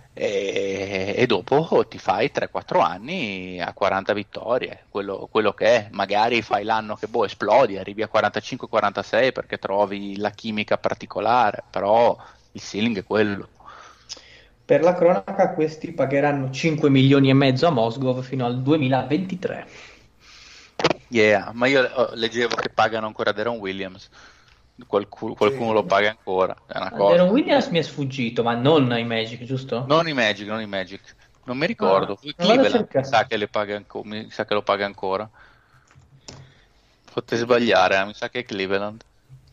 e, e dopo ti fai tre quattro anni a quaranta vittorie, quello, quello che è, magari fai l'anno che boh esplodi, arrivi a quarantacinque quarantasei perché trovi la chimica particolare, però il ceiling è quello. Per la cronaca, questi pagheranno cinque milioni e mezzo a Mosgov fino al duemilaventitré. Yeah, ma io oh, leggevo che pagano ancora Deron Williams, Qualcu- qualcuno lo paga ancora, è una cosa. Deron Williams mi è sfuggito, ma non ai Magic, giusto? Non i Magic, non i Magic, non mi ricordo. Ah, Il lo vado a Cleveland cercare. mi sa che le paga anco- mi sa che lo paga ancora. Potete sbagliare, eh, mi sa che è Cleveland.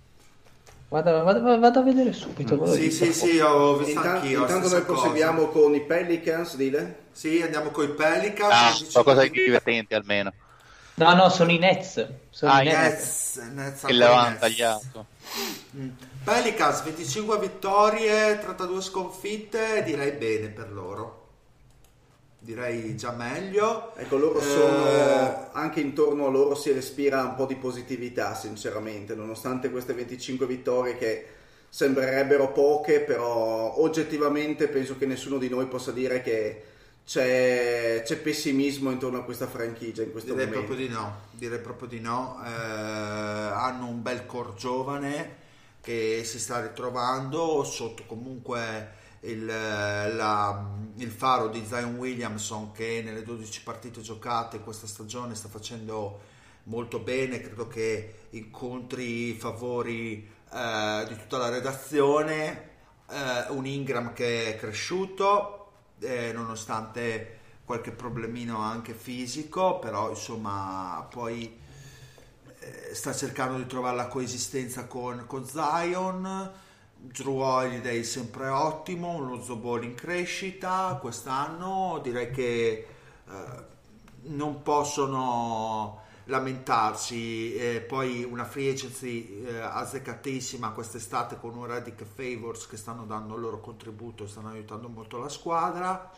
Vado, vado- vado a vedere subito. ve lo Sì, dico. sì, sì, ho visto Intan- anch'io. la intanto stessa noi proseguiamo cosa. con i Pelicans, dile. Sì, andiamo con i Pelicans. Ah, venticinque qualcosa di divertente almeno. No, no, sono i Nets. Sono Ah, i i Nets. Nets, Nets Che ancora l'avevano Nets. tagliato. Mm. Pelicans venticinque vittorie, trentadue sconfitte, direi bene per loro. Direi già meglio. Ecco, loro Eh, sono, anche intorno a loro si respira un po' di positività, sinceramente, nonostante queste venticinque vittorie che sembrerebbero poche, però oggettivamente penso che nessuno di noi possa dire che c'è, c'è pessimismo intorno a questa franchigia in questo Direi momento. proprio di no, direi proprio di no. Eh, hanno un bel core giovane che si sta ritrovando sotto comunque il, la- il faro di Zion Williamson, che nelle dodici partite giocate questa stagione sta facendo molto bene. Credo che incontri i favori eh, di tutta la redazione. Eh, un Ingram che è cresciuto eh, nonostante qualche problemino anche fisico, però insomma poi eh, sta cercando di trovare la coesistenza con, con Zion. Drew Holiday sempre ottimo, un Lonzo Ball in crescita quest'anno, direi che eh, non possono lamentarsi. Eh, poi una free agency eh, azzeccatissima quest'estate con un Redick Favors che stanno dando il loro contributo, stanno aiutando molto la squadra.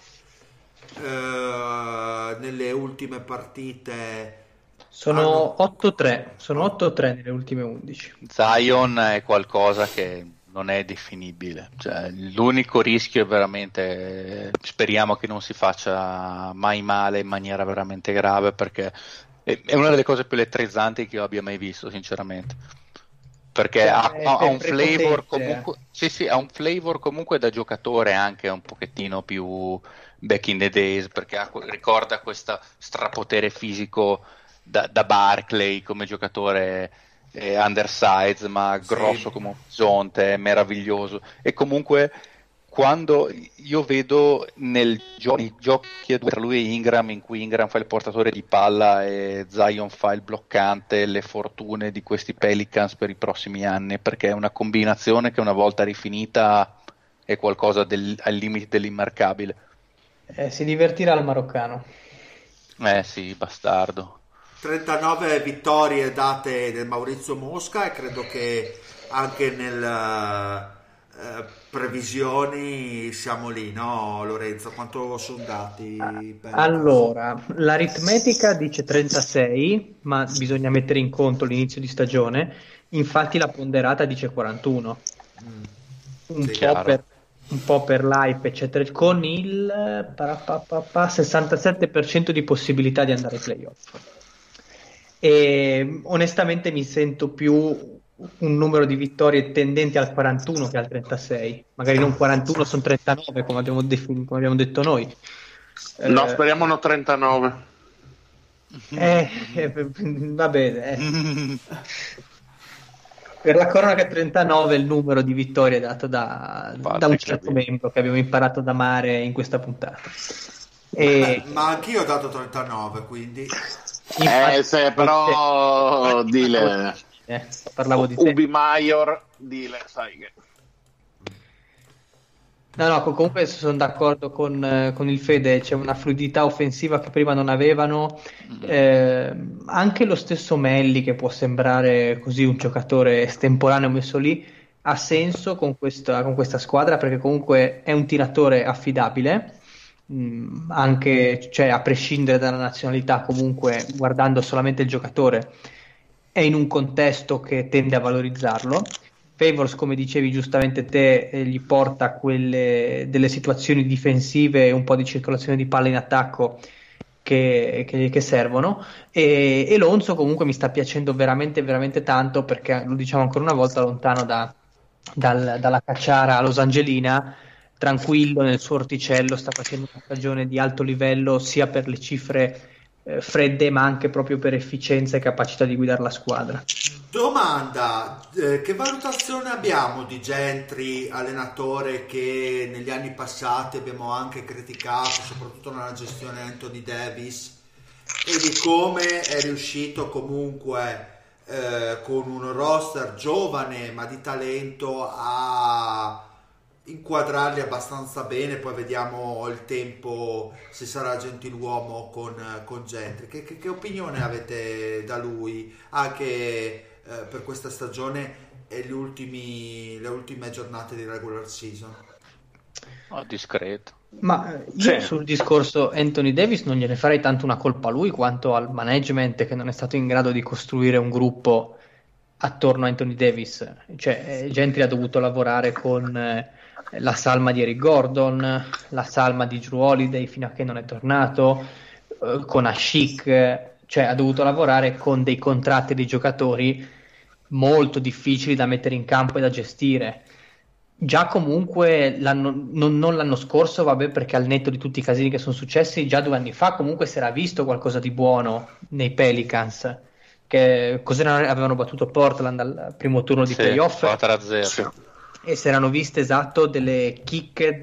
Eh, nelle ultime partite sono hanno... otto tre, sono otto tre nelle ultime undici. Zion è qualcosa che non è definibile, cioè, l'unico rischio è veramente, speriamo che non si faccia mai male in maniera veramente grave, perché è una delle cose più elettrizzanti che io abbia mai visto, sinceramente, perché Cioè, ha, è ha un prepotente. flavor comunque, sì, sì, ha un flavor comunque da giocatore anche un pochettino più back in the days, perché ha, ricorda questo strapotere fisico da, da Barkley come giocatore, eh, undersized ma grosso Sì. come un bisonte, meraviglioso. E comunque quando io vedo nel gio- nei giochi a due tra lui e Ingram, in cui Ingram fa il portatore di palla e Zion fa il bloccante, le fortune di questi Pelicans per i prossimi anni, perché è una combinazione che una volta rifinita è qualcosa del, al limite dell'immarcabile. Eh, si divertirà il maroccano. Eh sì, bastardo. trentanove vittorie date del Maurizio Mosca, e credo che anche nel eh, previsioni siamo lì, no Lorenzo? Quanto sono dati? Pelicans? Allora, l'aritmetica dice trentasei, ma bisogna mettere in conto l'inizio di stagione, infatti la ponderata dice quarantuno. Mm. Un, Sì, po' chiaro. per, un po' per l'hype, eccetera, con il parapapapà, sessantasette per cento di possibilità di andare ai playoff. E onestamente mi sento più un numero di vittorie tendenti al quarantuno che al trentasei, magari non quarantuno, sono trentanove come abbiamo, defin- come abbiamo detto noi. No, Eh, speriamo trentanove. eh, eh, vabbè, eh. Per la cronaca trentanove è il numero di vittorie dato da, Infatti, da un che certo bene. membro che abbiamo imparato ad amare in questa puntata. E Ma anch'io ho dato trentanove, quindi infatti- Eh, se però dile eh, parlavo di te. Ubi Maior, dile, sai che No, no, co- comunque sono d'accordo con, eh, con il Fede, c'è una fluidità offensiva che prima non avevano. Eh, anche lo stesso Melli, che può sembrare così un giocatore estemporaneo messo lì, ha senso con questa, con questa squadra, perché comunque è un tiratore affidabile, mh, anche, cioè, a prescindere dalla nazionalità, comunque guardando solamente il giocatore, è in un contesto che tende a valorizzarlo. Favors, come dicevi giustamente te, eh, gli porta quelle delle situazioni difensive e un po' di circolazione di palla in attacco che, che- che servono. E, e Lonzo comunque mi sta piacendo veramente, veramente tanto, perché lo diciamo ancora una volta, lontano da- dal- dalla cacciara losangelina, tranquillo nel suo orticello, sta facendo una stagione di alto livello sia per le cifre eh, fredde, ma anche proprio per efficienza e capacità di guidare la squadra. domanda, eh, che valutazione abbiamo di Gentry, allenatore che negli anni passati abbiamo anche criticato, soprattutto nella gestione Anthony Davis, e di come è riuscito comunque eh, con un roster giovane ma di talento a inquadrarli abbastanza bene. Poi vediamo il tempo se sarà gentiluomo con, con Gentry. Che, che, che opinione avete da lui anche eh, per questa stagione e gli ultimi, le ultime giornate di regular season? Oh, discreto. Ma eh, io Sì. sul discorso Anthony Davis non gliene farei tanto una colpa a lui quanto al management, che non è stato in grado di costruire un gruppo attorno a Anthony Davis. Cioè, eh, Gentry ha dovuto lavorare con eh, la salma di Eric Gordon, la salma di Jrue Holiday fino a che non è tornato, eh, con Ashik, eh, cioè ha dovuto lavorare con dei contratti di giocatori molto difficili da mettere in campo e da gestire. Già comunque l'anno, non, non l'anno scorso, vabbè, perché al netto di tutti i casini che sono successi, già due anni fa comunque si era visto qualcosa di buono nei Pelicans, che così avevano battuto Portland al primo turno di Sì, playoff, quattro a zero. Sì. e si erano viste esatto delle chicche,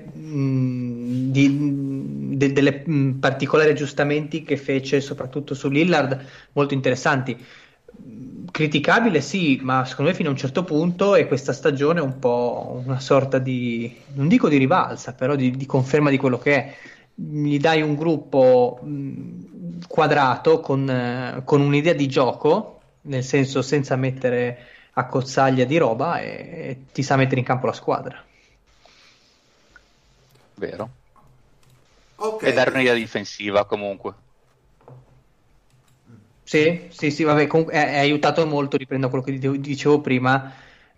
mh, di, de- delle mh, particolari aggiustamenti che fece soprattutto su Lillard, molto interessanti. Criticabile sì, ma secondo me fino a un certo punto, e questa stagione è un po' una sorta di, non dico di rivalsa, però di, di conferma di quello che è. gli dai un gruppo mh, quadrato con, eh, con un'idea di gioco, nel senso senza mettere accozzaglia di roba, e, e ti sa mettere in campo la squadra. Vero. Okay. E dare un'idea difensiva comunque. Sì, sì, sì, vabbè, comunque è, è aiutato molto, riprendo quello che dicevo, dicevo prima,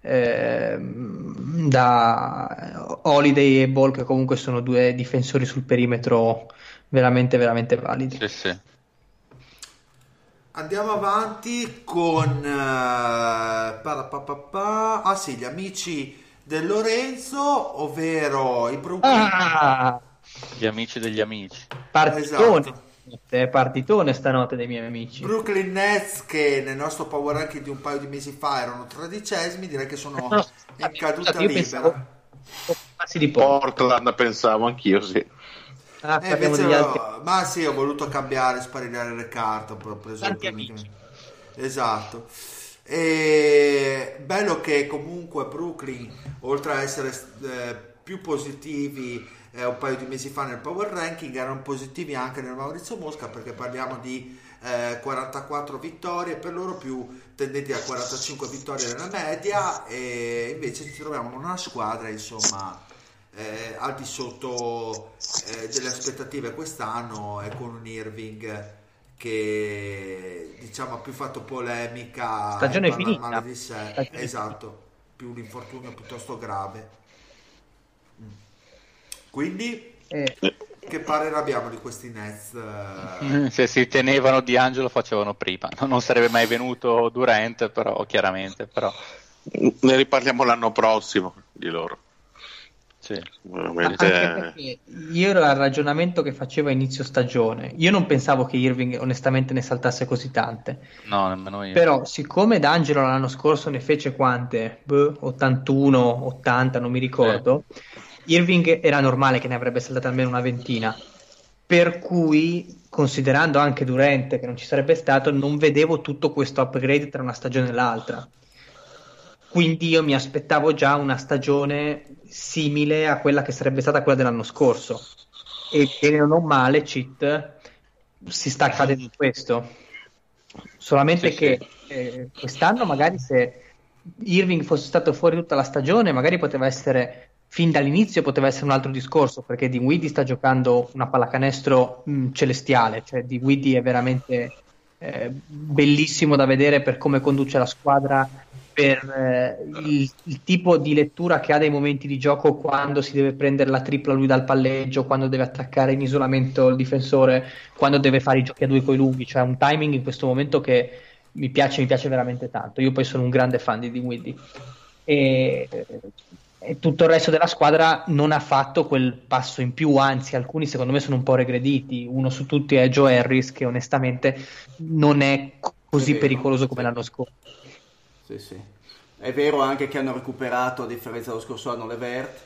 ehm, da Holiday e Ball, che comunque sono due difensori sul perimetro veramente, veramente validi. Sì, sì. Andiamo avanti con uh, parapapapà. Ah sì, gli amici del Lorenzo, ovvero i Brooklyn. Ah, Gli amici degli amici. partitone, Esatto. partitone stanotte dei miei amici. Brooklyn Nets, che nel nostro power ranking di un paio di mesi fa erano tredicesimi, direi che sono No, in caduta io pensavo- libera. Passi di po'. Portland pensavo anch'io, sì. Ah, Eh, parliamo invece degli ho- altri. ma sì, ho voluto cambiare, sparinare le carte, ho preso Tanti il primo- amici. Esatto. E bello che comunque Brooklyn, oltre a essere eh, più positivi eh, un paio di mesi fa nel power ranking, erano positivi anche nel Maurizio Mosca, perché parliamo di eh, quarantaquattro vittorie per loro, più tendenti a quarantacinque vittorie nella media, e invece ci troviamo con una squadra insomma eh, al di sotto eh, delle aspettative quest'anno, e con un Irving che diciamo ha più fatto polemica Stagione e parla finita. male di sé. Stagione Esatto, più un infortunio piuttosto grave. Mm. Quindi Eh, che parere abbiamo di questi Nets? eh? Se si tenevano D'Angelo facevano prima. Non sarebbe mai venuto Durant, però chiaramente, però Ne riparliamo l'anno prossimo di loro. sì. Veramente. anche perché io ero al ragionamento che facevo a inizio stagione. Io non pensavo che Irving onestamente ne saltasse così tante. No, nemmeno io. Però, siccome D'Angelo l'anno scorso ne fece quante? Boh, ottantuno, ottanta, non mi ricordo. Irving era normale che ne avrebbe saltate almeno una ventina. Per cui, considerando anche Durant che non ci sarebbe stato, non vedevo tutto questo upgrade tra una stagione e l'altra. Quindi io mi aspettavo già una stagione simile a quella che sarebbe stata quella dell'anno scorso. E bene o non male, Cheat si sta accadendo questo. Solamente Sì, che sì. eh, quest'anno magari se Irving fosse stato fuori tutta la stagione, magari poteva essere, fin dall'inizio poteva essere un altro discorso, perché Dinwiddie sta giocando una pallacanestro mh, celestiale, cioè Dinwiddie è veramente eh, bellissimo da vedere per come conduce la squadra, per eh, il, il tipo di lettura che ha dei momenti di gioco, quando si deve prendere la tripla lui dal palleggio, quando deve attaccare in isolamento il difensore, quando deve fare i giochi a due coi lunghi, cioè un timing in questo momento che mi piace, mi piace veramente tanto. Io poi sono un grande fan di Dinwiddie e, e tutto il resto della squadra non ha fatto quel passo in più, anzi alcuni secondo me sono un po' regrediti. Uno su tutti è Joe Harris, che onestamente non è così È vero, pericoloso come sì. l'anno scorso. Sì, sì. È vero anche che hanno recuperato, a differenza dello scorso anno, Levert,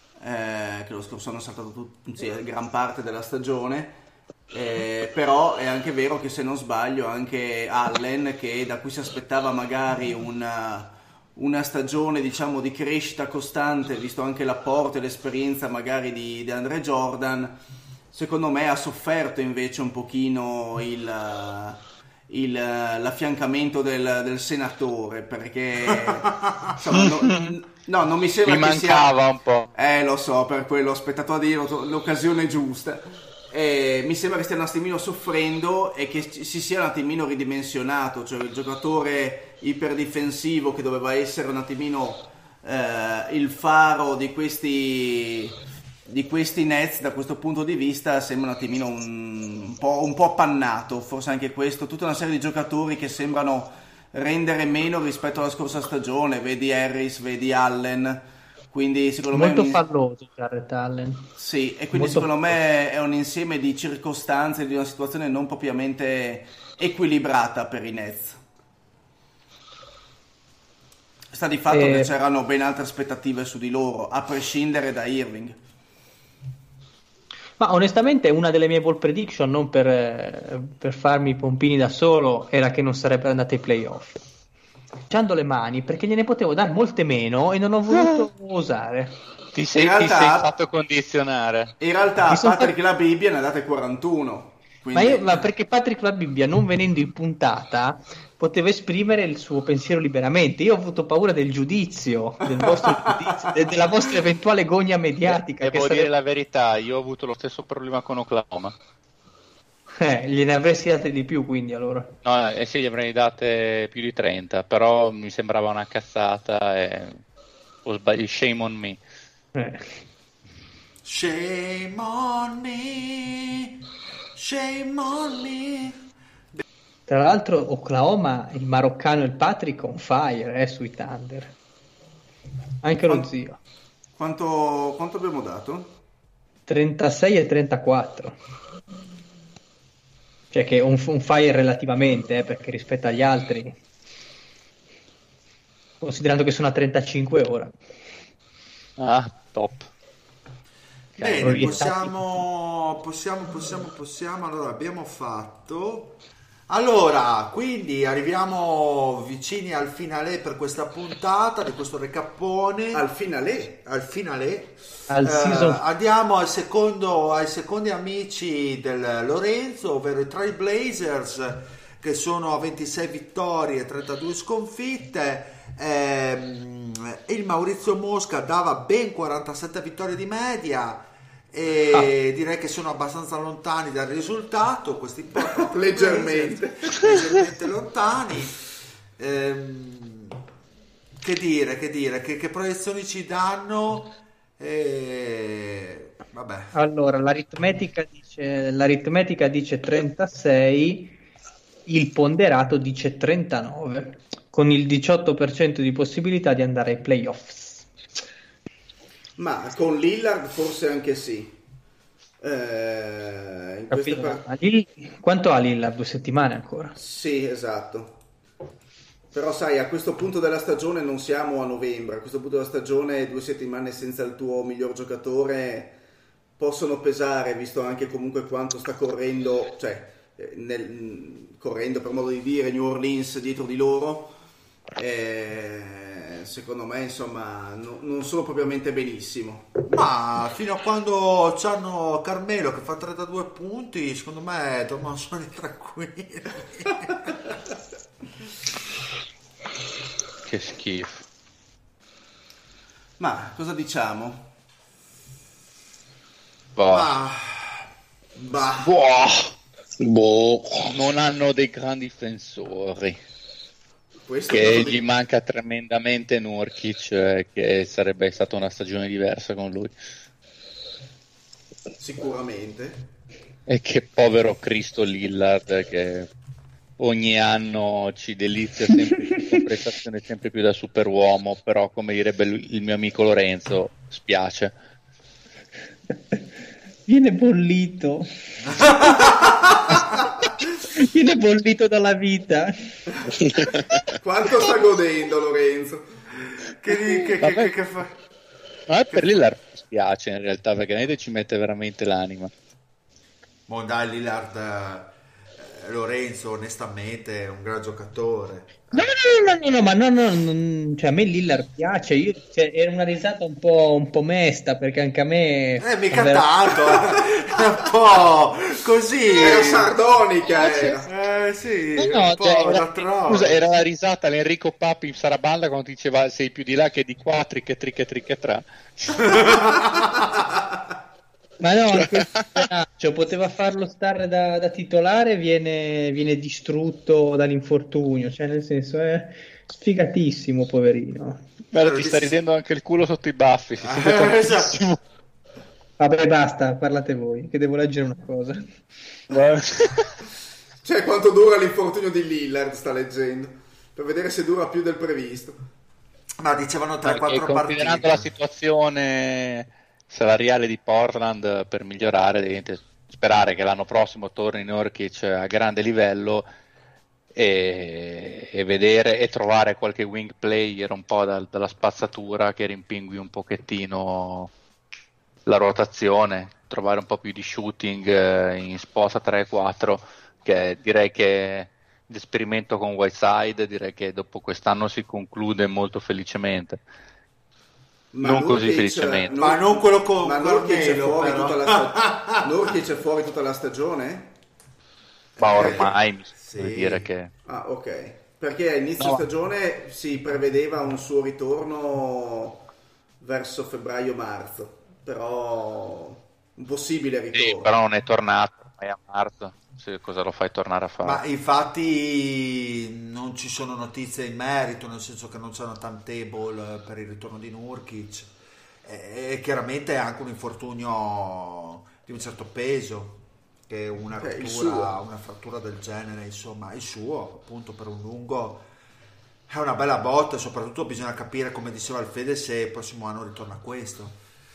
eh, che lo scorso anno ha saltato tut- sì, gran parte della stagione, eh, però è anche vero che, se non sbaglio, anche Allen, che da cui si aspettava magari una, una stagione diciamo di crescita costante, visto anche l'apporto e l'esperienza magari di, di Andre Jordan, secondo me ha sofferto invece un pochino il... Il, l'affiancamento del, del senatore, perché insomma, no, no, non mi sembra Mi che mancava sia un po'. eh lo so, per quello ho aspettato a dire l'occasione giusta. Eh, mi sembra che stia un attimino soffrendo e che si sia un attimino ridimensionato, cioè il giocatore iperdifensivo che doveva essere un attimino eh, il faro di questi di questi Nets, da questo punto di vista sembra un attimino un, un, po', un po' appannato, forse anche questo, tutta una serie di giocatori che sembrano rendere meno rispetto alla scorsa stagione, vedi Harris, vedi Allen, quindi secondo Molto me... falloso Jarrett Allen. Sì, e quindi Molto secondo me è un insieme di circostanze, di una situazione non propriamente equilibrata per i Nets. Sta di fatto Eh. che c'erano ben altre aspettative su di loro, a prescindere da Irving. Ma onestamente una delle mie ball prediction, non per, eh, per farmi i pompini da solo, era che non sarebbero andate ai playoff. mangiando le mani perché gliene potevo dare molte meno e non ho voluto osare. Ti sei, In realtà- ti sei fatto condizionare. In realtà Mi son Patrick fatto- la Bibbia ne ha date quarantuno. Ma, Quindi... io, ma perché Patrick la Bibbia, non venendo in puntata, poteva esprimere il suo pensiero liberamente. Io ho avuto paura del giudizio, del vostro giudizio, de- della vostra eventuale gogna mediatica. Devo che dire sarebbe- la verità, io ho avuto lo stesso problema con Oklahoma. Eh, gliene avresti date di più, quindi allora. No, eh sì, gli avrei date più di trenta, però mi sembrava una cazzata e ho sbagliato, shame on me. Eh. Shame on me, shame on me. Tra l'altro, Oklahoma, il maroccano e il Patrick on fire eh, sui Thunder. Anche lo Quanto- zio. Quanto, quanto abbiamo dato? trentasei e trentaquattro. Cioè che un, un fire relativamente, eh, perché rispetto agli altri, considerando che sono a trentacinque ora. Ah, top. Bene, proiettati. possiamo, possiamo, possiamo, possiamo. Allora, abbiamo fatto. Allora, quindi arriviamo vicini al finale per questa puntata di questo recappone. Al finale. Al finale. Al Eh, season- andiamo al secondo, ai secondi amici del Lorenzo, ovvero i Trailblazers, che sono a ventisei vittorie e trentadue sconfitte. Ehm, il Maurizio Mosca dava ben quarantasette vittorie di media e Ah. direi che sono abbastanza lontani dal risultato questi po- Leggermente. leggermente lontani. Ehm, che dire, che dire, che, che proiezioni ci danno? E... vabbè. Allora, l'aritmetica dice, l'aritmetica dice trentasei, il ponderato dice trentanove, con il diciotto per cento di possibilità di andare ai playoffs. Ma con Lillard forse anche sì. Eh, in queste Capito? par- Ma Lill- Quanto ha Lillard? Due settimane ancora? Sì, esatto. Però sai, a questo punto della stagione non siamo a novembre, a questo punto della stagione due settimane senza il tuo miglior giocatore possono pesare, visto anche comunque quanto sta correndo, cioè eh, nel- correndo per modo di dire New Orleans dietro di loro. Eh, secondo me insomma no- non sono propriamente benissimo. Ma fino a quando c'hanno Carmelo che fa trentadue punti, secondo me dormono sonni tranquilli. Che schifo. Ma cosa diciamo? Boh. Ma... bah. Boh. Boh. Non hanno dei grandi difensori. Questo è Che quello gli di- manca tremendamente Nurkic, eh, che sarebbe stata una stagione diversa con lui. sicuramente. E che povero Cristo Lillard, che ogni anno ci delizia sempre più, con prestazioni sempre più da superuomo, però come direbbe lui- il mio amico Lorenzo, spiace. Viene bollito. Viene bollito dalla vita. Quanto sta godendo Lorenzo? Che, che, che, Vabbè. che, che fa? Ma per Lillard spiace in realtà, perché Nede ci mette veramente l'anima. Mo dai Lillard, eh, Lorenzo onestamente è un gran giocatore. No, no, no, no, no, ma no, no, non- cioè a me Lillard piace, io, cioè, era una risata un po', un po' mesta, perché anche a me... Eh, mica vera- tanto, eh. È un po' così. Era sardonica era. Eh sì, No, no, un po' cioè, da era, troll. scusa, era la risata l'Enrico Papi in Sarabanda quando diceva sei più di là che di qua, triche triche triche tra. Ma no, anche cioè, poteva farlo stare da, da titolare, viene, viene distrutto dall'infortunio, cioè nel senso è sfigatissimo, poverino. Guarda, ti sta ridendo anche il culo sotto i baffi. Si sente Eh, tantissimo. Vabbè, basta, parlate voi, che devo leggere una cosa. Guarda. Cioè quanto dura l'infortunio di Lillard sta leggendo, per vedere se dura più del previsto. Ma dicevano Perché tre quattro considerando partite. la situazione salariale di Portland, per migliorare devi sperare che l'anno prossimo torni Nurkic a grande livello e, e vedere e trovare qualche wing player un po' dal- dalla spazzatura che rimpingui un pochettino la rotazione, trovare un po' più di shooting eh, in sposta tre quattro, che direi che l'esperimento con Whiteside direi che dopo quest'anno si conclude molto felicemente. Ma non Nurkic, così felicemente. Ma non quello con ma Nurkic è Carmelo, fuori però. tutta la sta- Nurkic è fuori tutta la stagione? Ma ormai mi Sì. sembra dire che Ah, ok. Perché a inizio No. stagione si prevedeva un suo ritorno verso febbraio-marzo, però un possibile ritorno. sì, però non è tornato ormai a marzo. Sì, cosa lo fai tornare a fare? Ma infatti non ci sono notizie in merito, nel senso che non c'è una timetable per il ritorno di Nurkic, e chiaramente è anche un infortunio di un certo peso, che una Eh, il rottura, suo. una frattura del genere, insomma, il suo appunto per un lungo è una bella botta, e soprattutto bisogna capire, come diceva il Fede, se il prossimo anno ritorna a questo.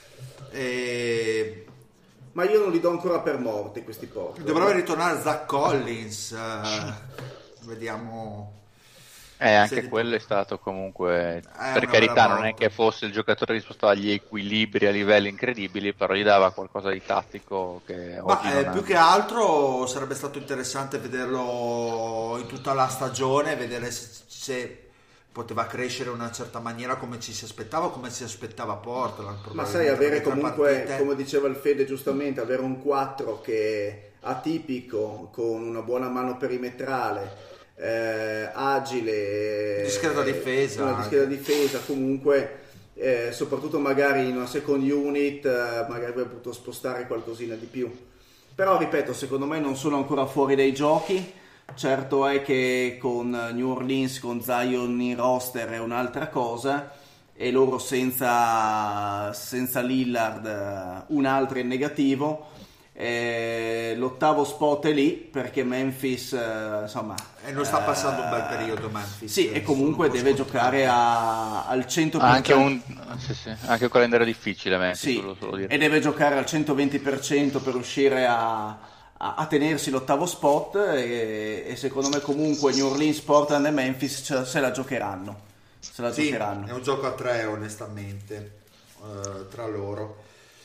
E Ma io non li do ancora per morti questi porti. dovrebbe ritornare Zach Collins, eh, vediamo. Eh, anche se- quello è stato comunque, una per carità, bella non è botta. che fosse il giocatore disposto agli equilibri a livelli incredibili, però gli dava qualcosa di tattico che Ma oggi eh, non più ha. che altro sarebbe stato interessante vederlo in tutta la stagione, vedere se, se poteva crescere in una certa maniera come ci si aspettava, come si aspettava Portland. Ma sai, probabilmente, avere per le tre comunque, partite. come diceva il Fede giustamente, avere un quattro che è atipico, con una buona mano perimetrale, eh, agile, Discreta difesa. una discreta difesa, comunque, eh, soprattutto magari in una second unit, eh, magari avrebbe potuto spostare qualcosina di più. Però, ripeto, secondo me non sono ancora fuori dai giochi. Certo è che con New Orleans, con Zion in roster è un'altra cosa, e loro senza, senza Lillard eh, un'altra in negativo. Eh, l'ottavo spot è lì perché Memphis eh, insomma E non sta passando un bel eh, periodo Memphis. sì, e comunque Sono un po' deve scontrato. giocare a- al cento per Ha cento. anche un, sì, sì, anche un calendario difficile, Memphis, Sì, solo- solo dire. e deve giocare al centoventi per cento per riuscire a, a- a tenersi l'ottavo spot, e, e secondo me comunque New Orleans, Portland e Memphis ce- se la giocheranno. Se la Sì, giocheranno. è un gioco a tre onestamente, eh, tra loro.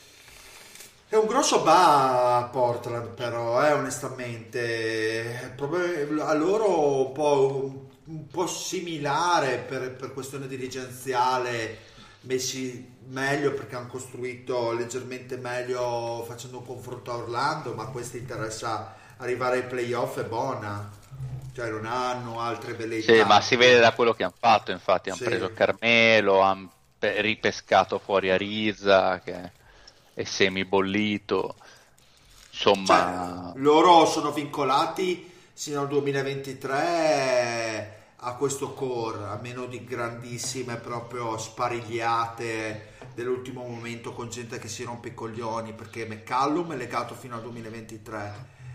È un grosso ba Portland però, eh, onestamente. Prob- a loro un po', un po' similare per, per questione dirigenziale, messi meglio perché hanno costruito leggermente meglio facendo un confronto a Orlando, ma questi interessa arrivare ai playoff e buona. Cioè non hanno altre velleità. Sì, ma si vede da quello che hanno fatto, infatti hanno Sì. preso Carmelo, hanno pe- ripescato fuori Ariza che è semi bollito, insomma. Cioè, loro sono vincolati sino al duemilaventitré a questo core, a meno di grandissime proprio sparigliate dell'ultimo momento con gente che si rompe i coglioni, perché McCallum è legato fino al duemilaventitré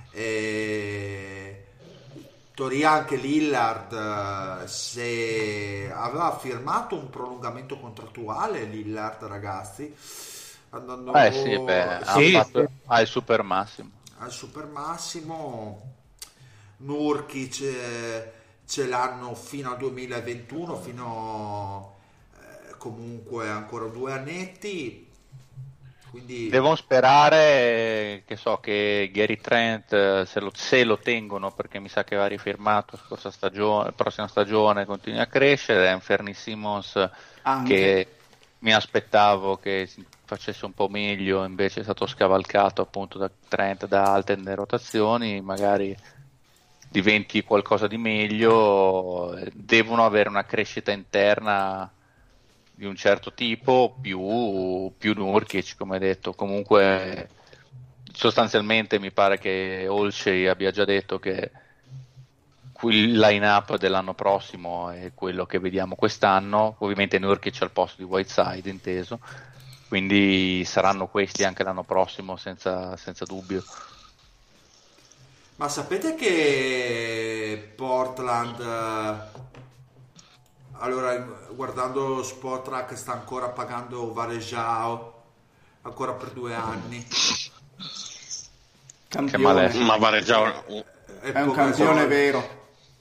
e teoria anche Lillard, eh, se aveva firmato un prolungamento contrattuale Lillard, ragazzi, andando Eh sì, beh, ha Sì, fatto sì. al super massimo. al super massimo. Nurkic eh, ce l'hanno fino al duemilaventuno, fino eh, comunque ancora due annetti, quindi Devono sperare che so che Gary Trent eh, se lo, se lo tengono, perché mi sa che va rifirmato scorsa stagione, prossima stagione continua a crescere. Anthony Simmons Anche. che mi aspettavo che si facesse un po' meglio, invece è stato scavalcato appunto da Trent, da alte nelle rotazioni, magari diventi qualcosa di meglio. Devono avere una crescita interna di un certo tipo, più, più Nurkic, come detto. Comunque sostanzialmente mi pare che Olshey abbia già detto che il line-up dell'anno prossimo è quello che vediamo quest'anno, ovviamente Nurkic al posto di Whiteside, inteso, quindi saranno questi anche l'anno prossimo senza, senza dubbio. ma sapete che Portland eh, allora guardando Spotrac sta ancora pagando Varejao ancora per due anni. Che male. Campione. Ma vale già un- E È un poche campione soldi. vero.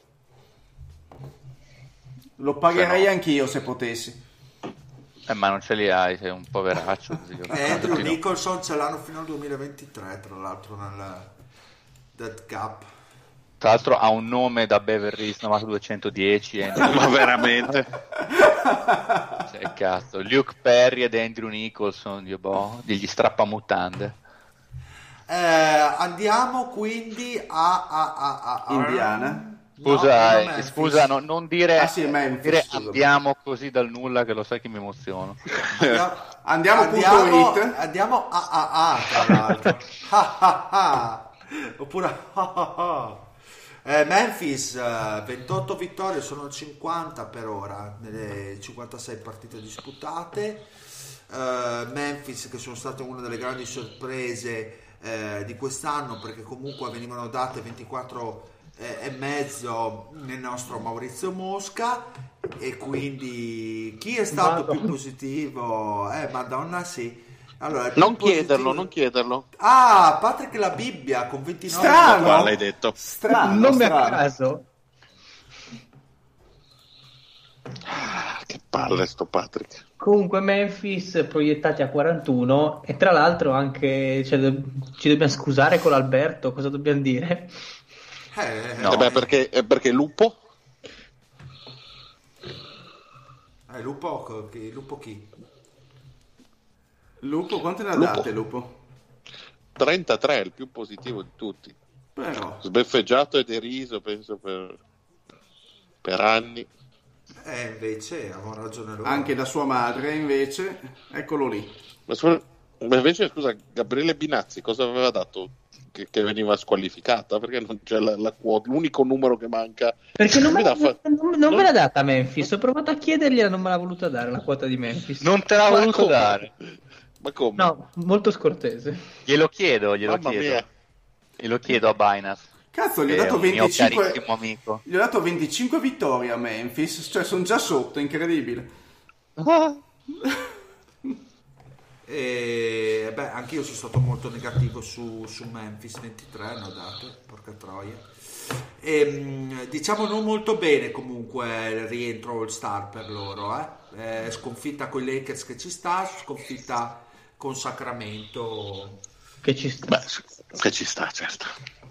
Lo pagherei Se no. anch'io se potessi. Eh, ma non ce li hai, sei un poveraccio. Così, E Andrew Tutti no. Nicholson ce l'hanno fino al duemilaventitré, tra l'altro nel dead cap. Tra l'altro ha un nome da Beverly Hills novecentoduecento e Ma veramente? cioè, cazzo, Luke Perry ed Andrew Nicholson, dio boh, degli strappamutande. Eh, andiamo quindi a, a, a, a, a... Indiana. Scusa, No, eh, scusa no, non dire, Ah, sì, Memphis, dire scusa. andiamo così dal nulla, che lo sai che mi emoziono. Andiamo, Andiamo, andiamo, punto it. andiamo a a a tra l'altro. Ah, ah, ah. Oppure ah, ah, ah. Eh, Memphis, eh, ventotto vittorie, sono cinquanta per ora nelle cinquantasei partite disputate. Eh, Memphis che sono state una delle grandi sorprese eh, di quest'anno, perché comunque venivano date ventiquattro eh, e mezzo nel nostro Maurizio Mosca, e quindi chi è stato Madonna. più positivo? Eh, Madonna sì. Allora, il Non più positivo- chiederlo, non chiederlo. Ah, Patrick La Bibbia con ventinove. Strano. Qua l'hai detto. Strano, non mi a strano. caso. Ah, che palle sto Patrick. Comunque Memphis proiettati a quarantuno, e tra l'altro anche cioè, do- ci dobbiamo scusare con l'Alberto, cosa dobbiamo dire? Eh, No. Eh beh, perché, eh, perché Lupo? eh, Lupo, chi? Lupo chi? Lupo, quante ne ha Lupo. date Lupo? trentatré, il più positivo di tutti. Però, Sbeffeggiato e deriso, penso, per, per anni. Eh, invece avevano ragione loro. anche da sua madre invece, eccolo lì. Ma, scusa- ma invece, scusa, Gabriele Binazzi cosa aveva dato che, che veniva squalificata? Perché non c'è la, la quota, l'unico numero che manca. Perché non, me, Mi dà l'ha- fa- non- non me l'ha data Memphis, ho provato a chiedergliela, non me l'ha voluta dare la quota di Memphis. Non te l'ha Ma voluto come? dare. Ma come? No, molto scortese. Glielo chiedo, glielo Mamma chiedo. mia. Glielo chiedo a Binance. Cazzo, gli ho che è dato un mio venticinque carissimo amico. Gli ho dato venticinque vittorie a Memphis, cioè sono già sotto, incredibile. E beh, anche io sono stato molto negativo su, su Memphis, ventitré ne ho date, porca troia. E, mh, diciamo non molto bene comunque il rientro All Star per loro, eh. Eh, sconfitta con i Lakers che ci sta, sconfitta con Sacramento, Che ci sta. Beh, che ci sta, certo.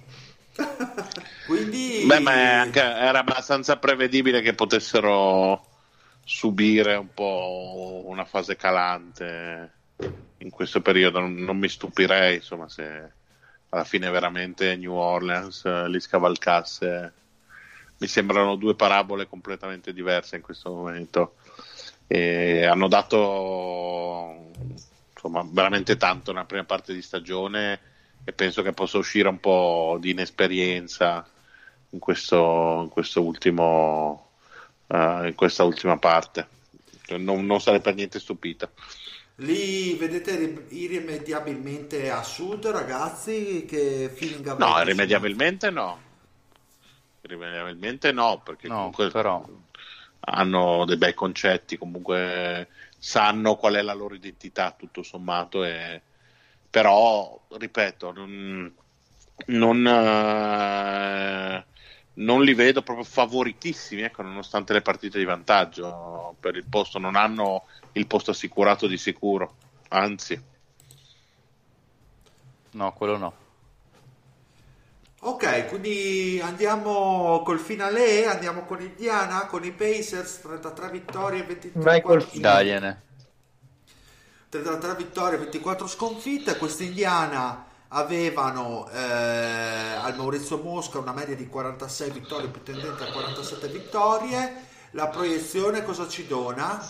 quindi Beh, ma è anche- era abbastanza prevedibile che potessero subire un po' una fase calante in questo periodo. Non, non mi stupirei, insomma, se alla fine veramente New Orleans eh, li scavalcasse. Mi sembrano due parabole completamente diverse in questo momento. E hanno dato insomma veramente tanto nella prima parte di stagione, e penso che possa uscire un po' di inesperienza in questo, in questo ultimo uh, in questa ultima parte. Non, non sarei per niente stupita. lì vedete ri- irrimediabilmente a sud, ragazzi, che feeling avete? No, irrimediabilmente no. Irrimediabilmente no, perché No, comunque però. hanno dei bei concetti, comunque sanno qual è la loro identità tutto sommato, e però ripeto non, non, eh, non li vedo proprio favoritissimi, ecco, nonostante le partite di vantaggio per il posto. Non hanno il posto assicurato di sicuro, anzi. No, quello no. Ok, quindi andiamo col finale, andiamo con Indiana, con i Pacers, trentatré vittorie, ventitré Vai col Dagliene. trentatré vittorie, ventiquattro sconfitte. Questi Indiana avevano eh, al Maurizio Mosca una media di quarantasei vittorie, più tendente a quarantasette vittorie. La proiezione cosa ci dona?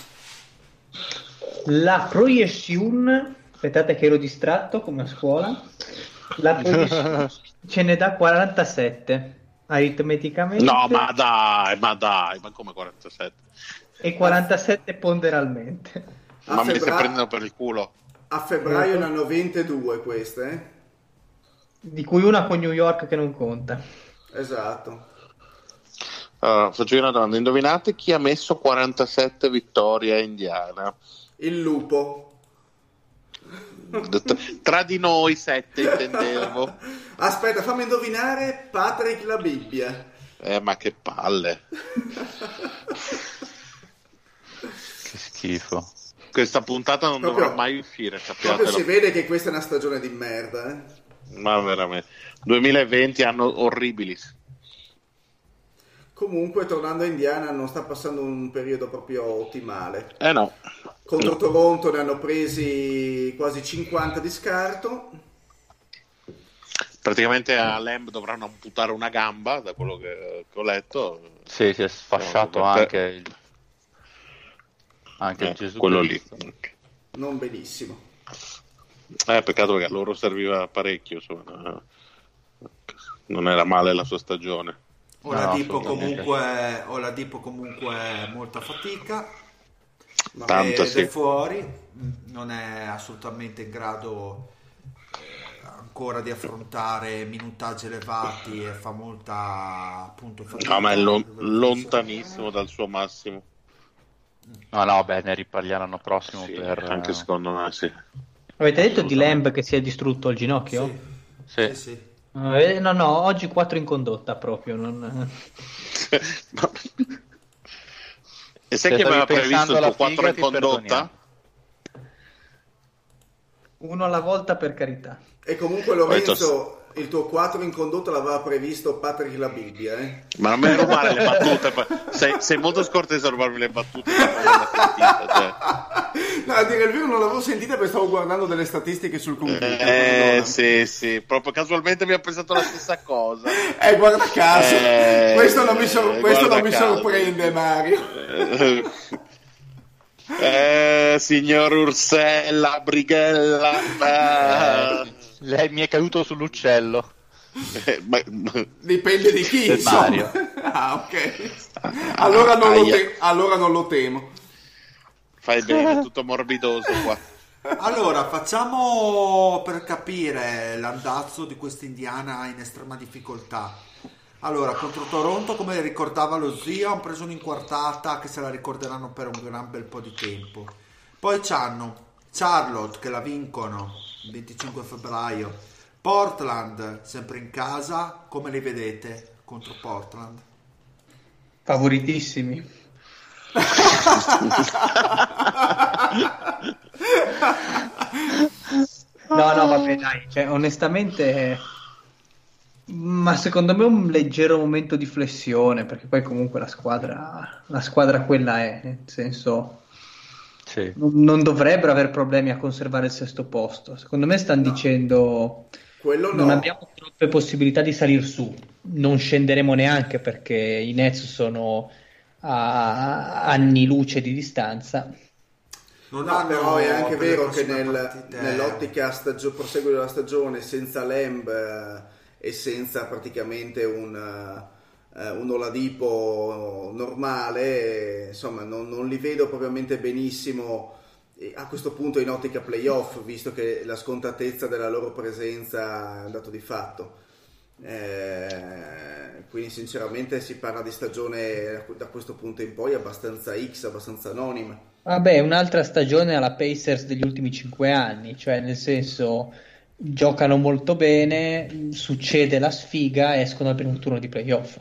La proiezione, aspettate che ero distratto come a scuola, la proiezione ce ne dà quarantasette aritmeticamente. No, ma dai, ma dai, ma come quarantasette? E quarantasette ponderalmente. A Ma mi stai febbraio- prendendo per il culo. A febbraio ne hanno ventidue queste, eh? Di cui una con New York che non conta. Esatto. Allora, faccio io una domanda. Indovinate chi ha messo quarantasette vittorie a Indiana? Il lupo. Tra, tra di noi sette intendevo. Aspetta, fammi indovinare, Patrick La Bibbia. Eh, ma che palle. Che schifo. Questa puntata non Proprio- dovrà mai uscire, Proprio si sappiatelo. vede che questa è una stagione di merda, eh? Ma veramente duemilaventi anno orribilis. Comunque, tornando a Indiana, non sta passando un periodo proprio ottimale. Eh no. Contro no. Toronto ne hanno presi quasi cinquanta di scarto. Praticamente a Lamb dovranno amputare una gamba, da quello che, che ho letto. Sì, si è sfasciato no, anche il, anche eh, il Gesù quello Cristo. lì. Non benissimo. Eh, peccato perché a loro serviva parecchio, insomma. Non era male la sua stagione. Oladipo no, comunque Oladipo comunque molta fatica, Tanta, ed sì. è fuori, non è assolutamente in grado eh, ancora di affrontare minutaggi elevati e fa molta appunto fatica. No, ma è lo- lontanissimo dal suo massimo. No, no, beh, ne riparliamo l'anno prossimo Sì, per... anche secondo me, sì. Avete detto di Lamb che si è distrutto il ginocchio? Sì, Sì. sì, sì. Eh, No, no, oggi quattro in condotta proprio. Non... E sai Se che aveva stavi previsto pensando il tuo alla quattro in figa, ti condotta? perdoniamo. Uno alla volta, per carità. E comunque Lorenzo, il tuo quattro in condotta l'aveva previsto Patrick La Bibbia, eh? Ma non me ne rubare le battute. pa- Sei, sei molto scortese a rubarmi le battute. che non l'ho sentita, cioè. No, a dire il vero non l'avevo sentita perché stavo guardando delle statistiche sul computer. Eh, perdona. sì, sì, proprio casualmente mi ha pensato la stessa cosa. Eh, guarda caso, Eh, questo non mi, sor- questo guarda non mi caso. sorprende, Mario. Eh, eh, signor Ursella, Brighella. Eh, lei mi è caduto sull'uccello. eh, ma- Dipende di chi, Del insomma. Mario. Ah, ok. Allora non, lo Aia. te- allora non lo temo. Fai bene, tutto morbidoso qua. Allora, facciamo per capire l'andazzo di quest'Indiana in estrema difficoltà. Allora, contro Toronto, come ricordava lo zio, hanno preso un'inquartata che se la ricorderanno per un gran bel po' di tempo. Poi c'hanno Charlotte che la vincono il venticinque febbraio, Portland sempre in casa. Come li vedete contro Portland? Favoritissimi. No, no, vabbè, dai, cioè, onestamente, ma secondo me è un leggero momento di flessione, perché poi comunque la squadra, la squadra quella è, nel senso, Sì. non, non dovrebbero aver problemi a conservare il sesto posto. Secondo me stanno dicendo, Quello no. non abbiamo troppe possibilità di salire su, non scenderemo neanche perché i Nets sono a anni luce di distanza. Non No, però è anche per le vero che prossime nel- partite- nell'ottica stagio- proseguo della stagione senza Lamb eh, e senza praticamente un, eh, un Oladipo normale, eh, insomma non, non li vedo propriamente benissimo eh, a questo punto in ottica playoff, visto che la scontatezza della loro presenza è un dato di fatto. Eh, quindi sinceramente si parla di stagione da questo punto in poi abbastanza X, abbastanza anonima. Vabbè, un'altra stagione alla Pacers degli ultimi cinque anni, cioè nel senso giocano molto bene, succede la sfiga, escono al primo turno di playoff.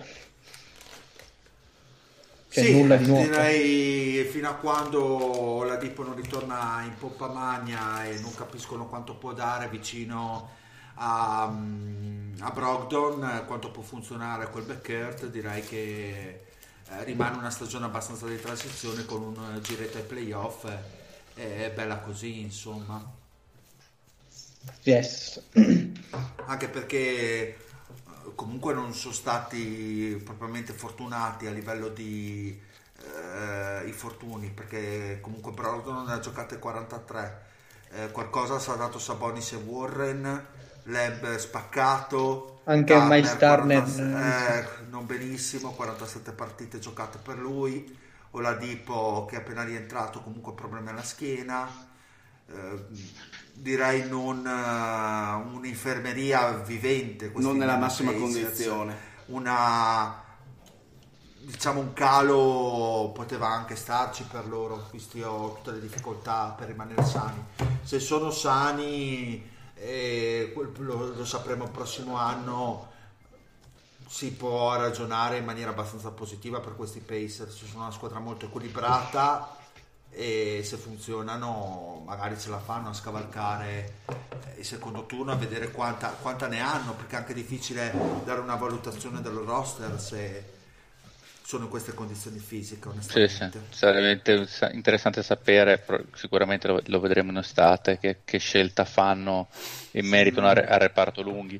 Cioè Sì, nulla di nuovo. direi fino a quando la Dipo non ritorna in pompa magna e non capiscono quanto può dare vicino a, a Brogdon, quanto può funzionare quel backcourt, direi che eh, rimane una stagione abbastanza di transizione con un giretto ai playoff, eh, è bella così, insomma. Yes. Anche perché eh, comunque non sono stati propriamente fortunati a livello di eh, infortuni, perché comunque Brogdon ne ha giocate quarantatré, eh, qualcosa si ha dato Sabonis e Warren, Lab spaccato, Anche Miles Turner. quaranta eh, non benissimo, quarantasette partite giocate per lui, Oladipo che è appena rientrato comunque problemi alla schiena, eh, direi non uh, un'infermeria vivente, Non nella massima Pacers. condizione. Una diciamo un calo poteva anche starci per loro, visto ho tutte le difficoltà per rimanere sani. Se sono sani eh, lo, lo sapremo il prossimo anno, si può ragionare in maniera abbastanza positiva per questi Pacers. Ci sono una squadra molto equilibrata, e se funzionano magari ce la fanno a scavalcare il secondo turno, a vedere quanta, quanta ne hanno, perché è anche difficile dare una valutazione del roster se sono in queste condizioni fisiche, onestamente. Sì, sì. Sarebbe interessante sapere, sicuramente lo, lo vedremo in estate, che, che scelta fanno in merito sì, al, al reparto lunghi.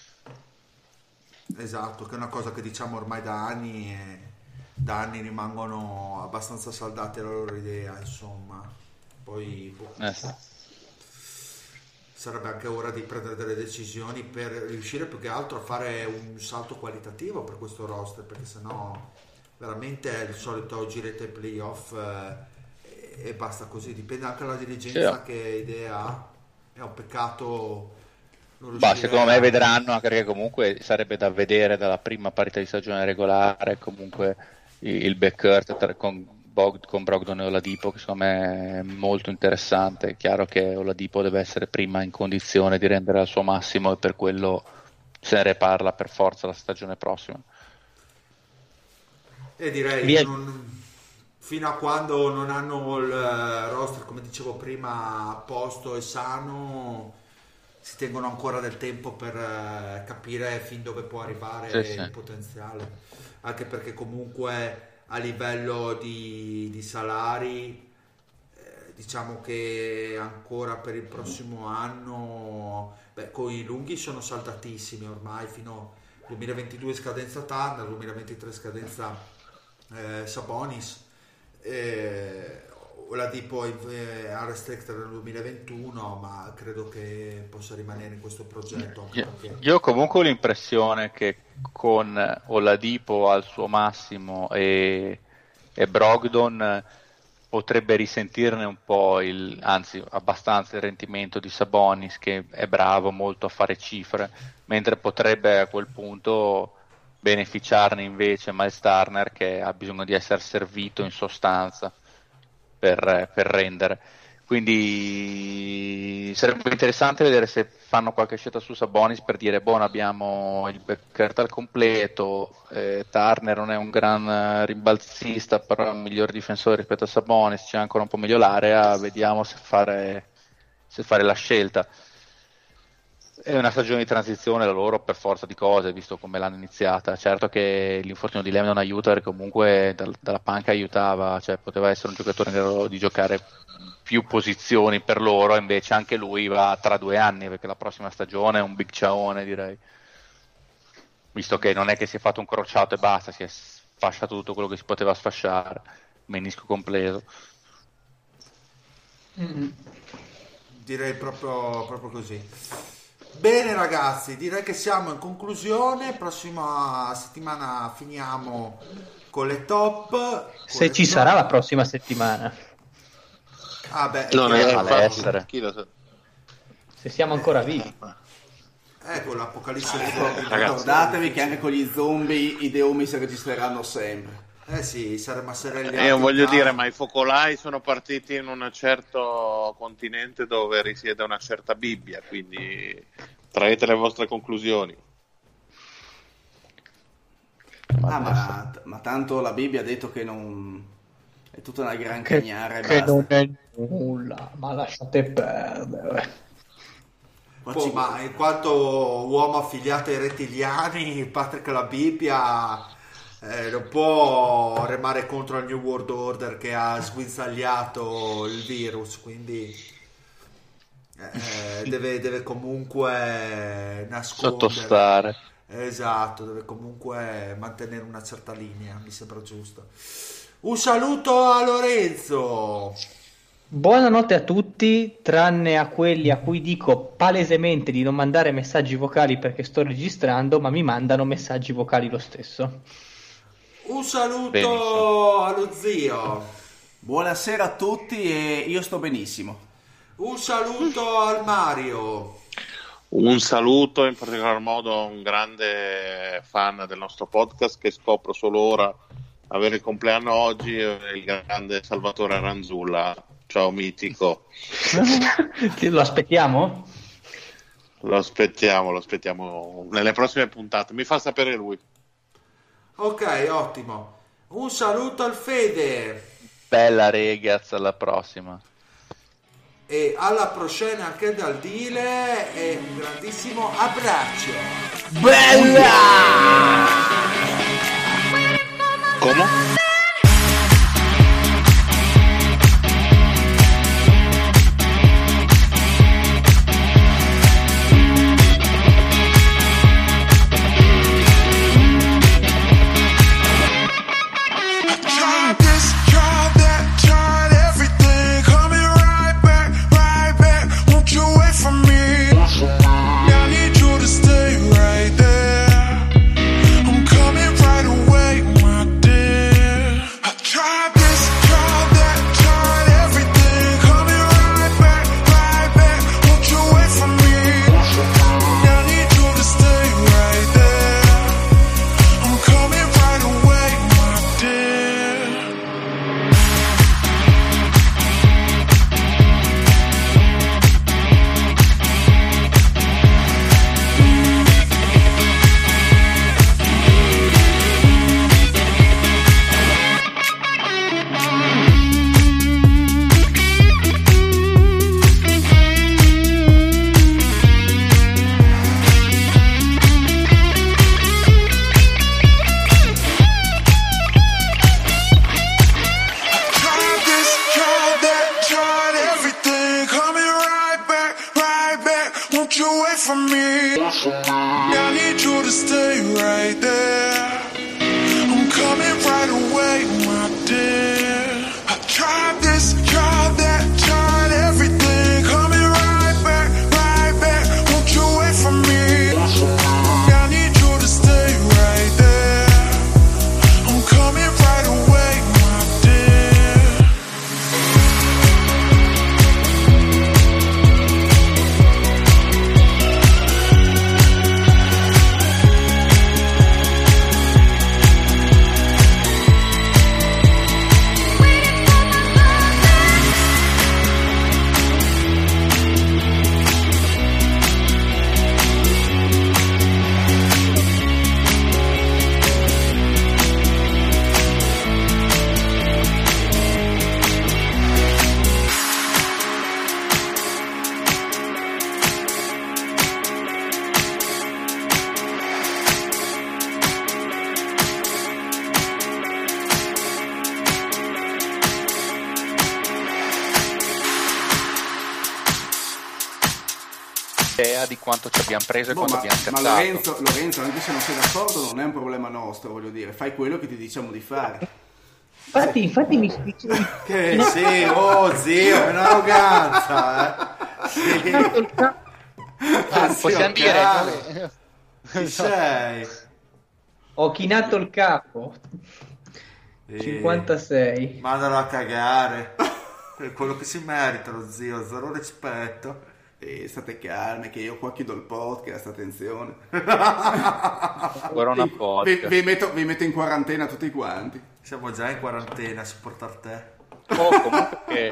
Esatto, che è una cosa che diciamo ormai da anni e da anni rimangono abbastanza saldati alla loro idea, insomma. Poi boh, eh sì. sarebbe anche ora di prendere delle decisioni per riuscire più che altro a fare un salto qualitativo per questo roster, perché sennò veramente è il solito girete playoff eh, e basta così. Dipende anche dalla dirigenza sì. che idea ha. È un peccato. Bah, secondo me vedranno, anche perché comunque sarebbe da vedere dalla prima partita di stagione regolare comunque il backcourt con, Bog, con Brogdon e Oladipo, che secondo me è molto interessante. È chiaro che Oladipo deve essere prima in condizione di rendere al suo massimo e per quello se ne parla per forza la stagione prossima. E direi che non, fino a quando non hanno il roster, come dicevo prima, a posto e sano, si tengono ancora del tempo per uh, capire fin dove può arrivare sì, il sì. potenziale, anche perché comunque a livello di, di salari eh, diciamo che ancora per il prossimo anno beh, con i lunghi sono saltatissimi ormai, fino al duemilaventidue scadenza Turner, duemilaventitré scadenza eh, Sabonis, eh, Oladipo è unrestricted nel duemilaventuno, ma credo che possa rimanere in questo progetto. Anche io, perché... io comunque ho l'impressione che con Oladipo al suo massimo e, e Brogdon potrebbe risentirne un po', il, anzi abbastanza il rendimento di Sabonis, che è bravo molto a fare cifre, mentre potrebbe a quel punto beneficiarne invece Miles Turner, che ha bisogno di essere servito in sostanza Per, per rendere. Quindi sarebbe interessante vedere se fanno qualche scelta su Sabonis per dire buono, abbiamo il backcourt al completo, eh, Turner non è un gran rimbalzista però è un miglior difensore rispetto a Sabonis, c'è ancora un po' meglio l'area, vediamo se fare, se fare la scelta. È una stagione di transizione la loro per forza di cose, visto come l'hanno iniziata. Certo che l'infortunio di Lem non aiuta, perché comunque dal, dalla panca aiutava, cioè poteva essere un giocatore in grado di giocare più posizioni per loro, invece anche lui va tra due anni, perché la prossima stagione è un big ciaone, direi. Visto che non è che si è fatto un crociato e basta, si è sfasciato tutto quello che si poteva sfasciare, menisco completo. Mm-hmm. Direi proprio, proprio così. Bene ragazzi, direi che siamo in conclusione. Prossima settimana finiamo con le top. Con Se le ci top. sarà la prossima settimana. Ah beh, non è essere. Se siamo ancora vivi. Ecco l'apocalisse. Ricordatevi che anche con gli zombie i deumi si registreranno sempre. Eh sì, saremo asserragliati. E io voglio dire, ma i focolai sono partiti in un certo continente dove risiede una certa Bibbia, quindi traete le vostre conclusioni. Ah, ma, ma tanto la Bibbia ha detto che non è tutta una gran che, cagnara e che basta. non è nulla, ma lasciate perdere. Poi, ma in quanto uomo affiliato ai rettiliani, Patrick la Bibbia eh, non può remare contro il New World Order che ha sguinzagliato il virus, quindi eh, deve, deve comunque nascondere, sottostare. Esatto, deve comunque mantenere una certa linea, mi sembra giusto. Un saluto a Lorenzo. Buonanotte a tutti, tranne a quelli a cui dico palesemente di non mandare messaggi vocali perché sto registrando, ma mi mandano messaggi vocali lo stesso. Un saluto Benissimo. allo zio. Buonasera a tutti e io sto benissimo. Un saluto al Mario. Un saluto in particolar modo a un grande fan del nostro podcast che scopro solo ora avere il compleanno oggi, il grande Salvatore Aranzulla. Ciao mitico. Lo aspettiamo? Lo aspettiamo, lo aspettiamo nelle prossime puntate. Mi fa sapere lui. Ok, ottimo. Un saluto al Fede. bella Regaz, alla prossima. E alla prossima anche dal Dile e un grandissimo abbraccio. Bella! Come? Di quanto ci abbiamo preso e boh, quanto ma, abbiamo ma scazzato. Lorenzo, Lorenzo, anche se non sei d'accordo non è un problema nostro, voglio dire, fai quello che ti diciamo di fare. Infatti, infatti mi spiace. Che sì, oh zio, è un'arroganza, eh. Sì. Ah, possiamo dire Cane. Chi sei? Ho chinato il capo. Sì. cinquantasei. Mandalo a cagare. È quello che si merita lo zio, zero rispetto. E state calmi che io qua chiudo il podcast, attenzione. Ora una vi, podcast. vi, metto, vi metto in quarantena tutti quanti. Siamo già in quarantena a supportare te. Oh, comunque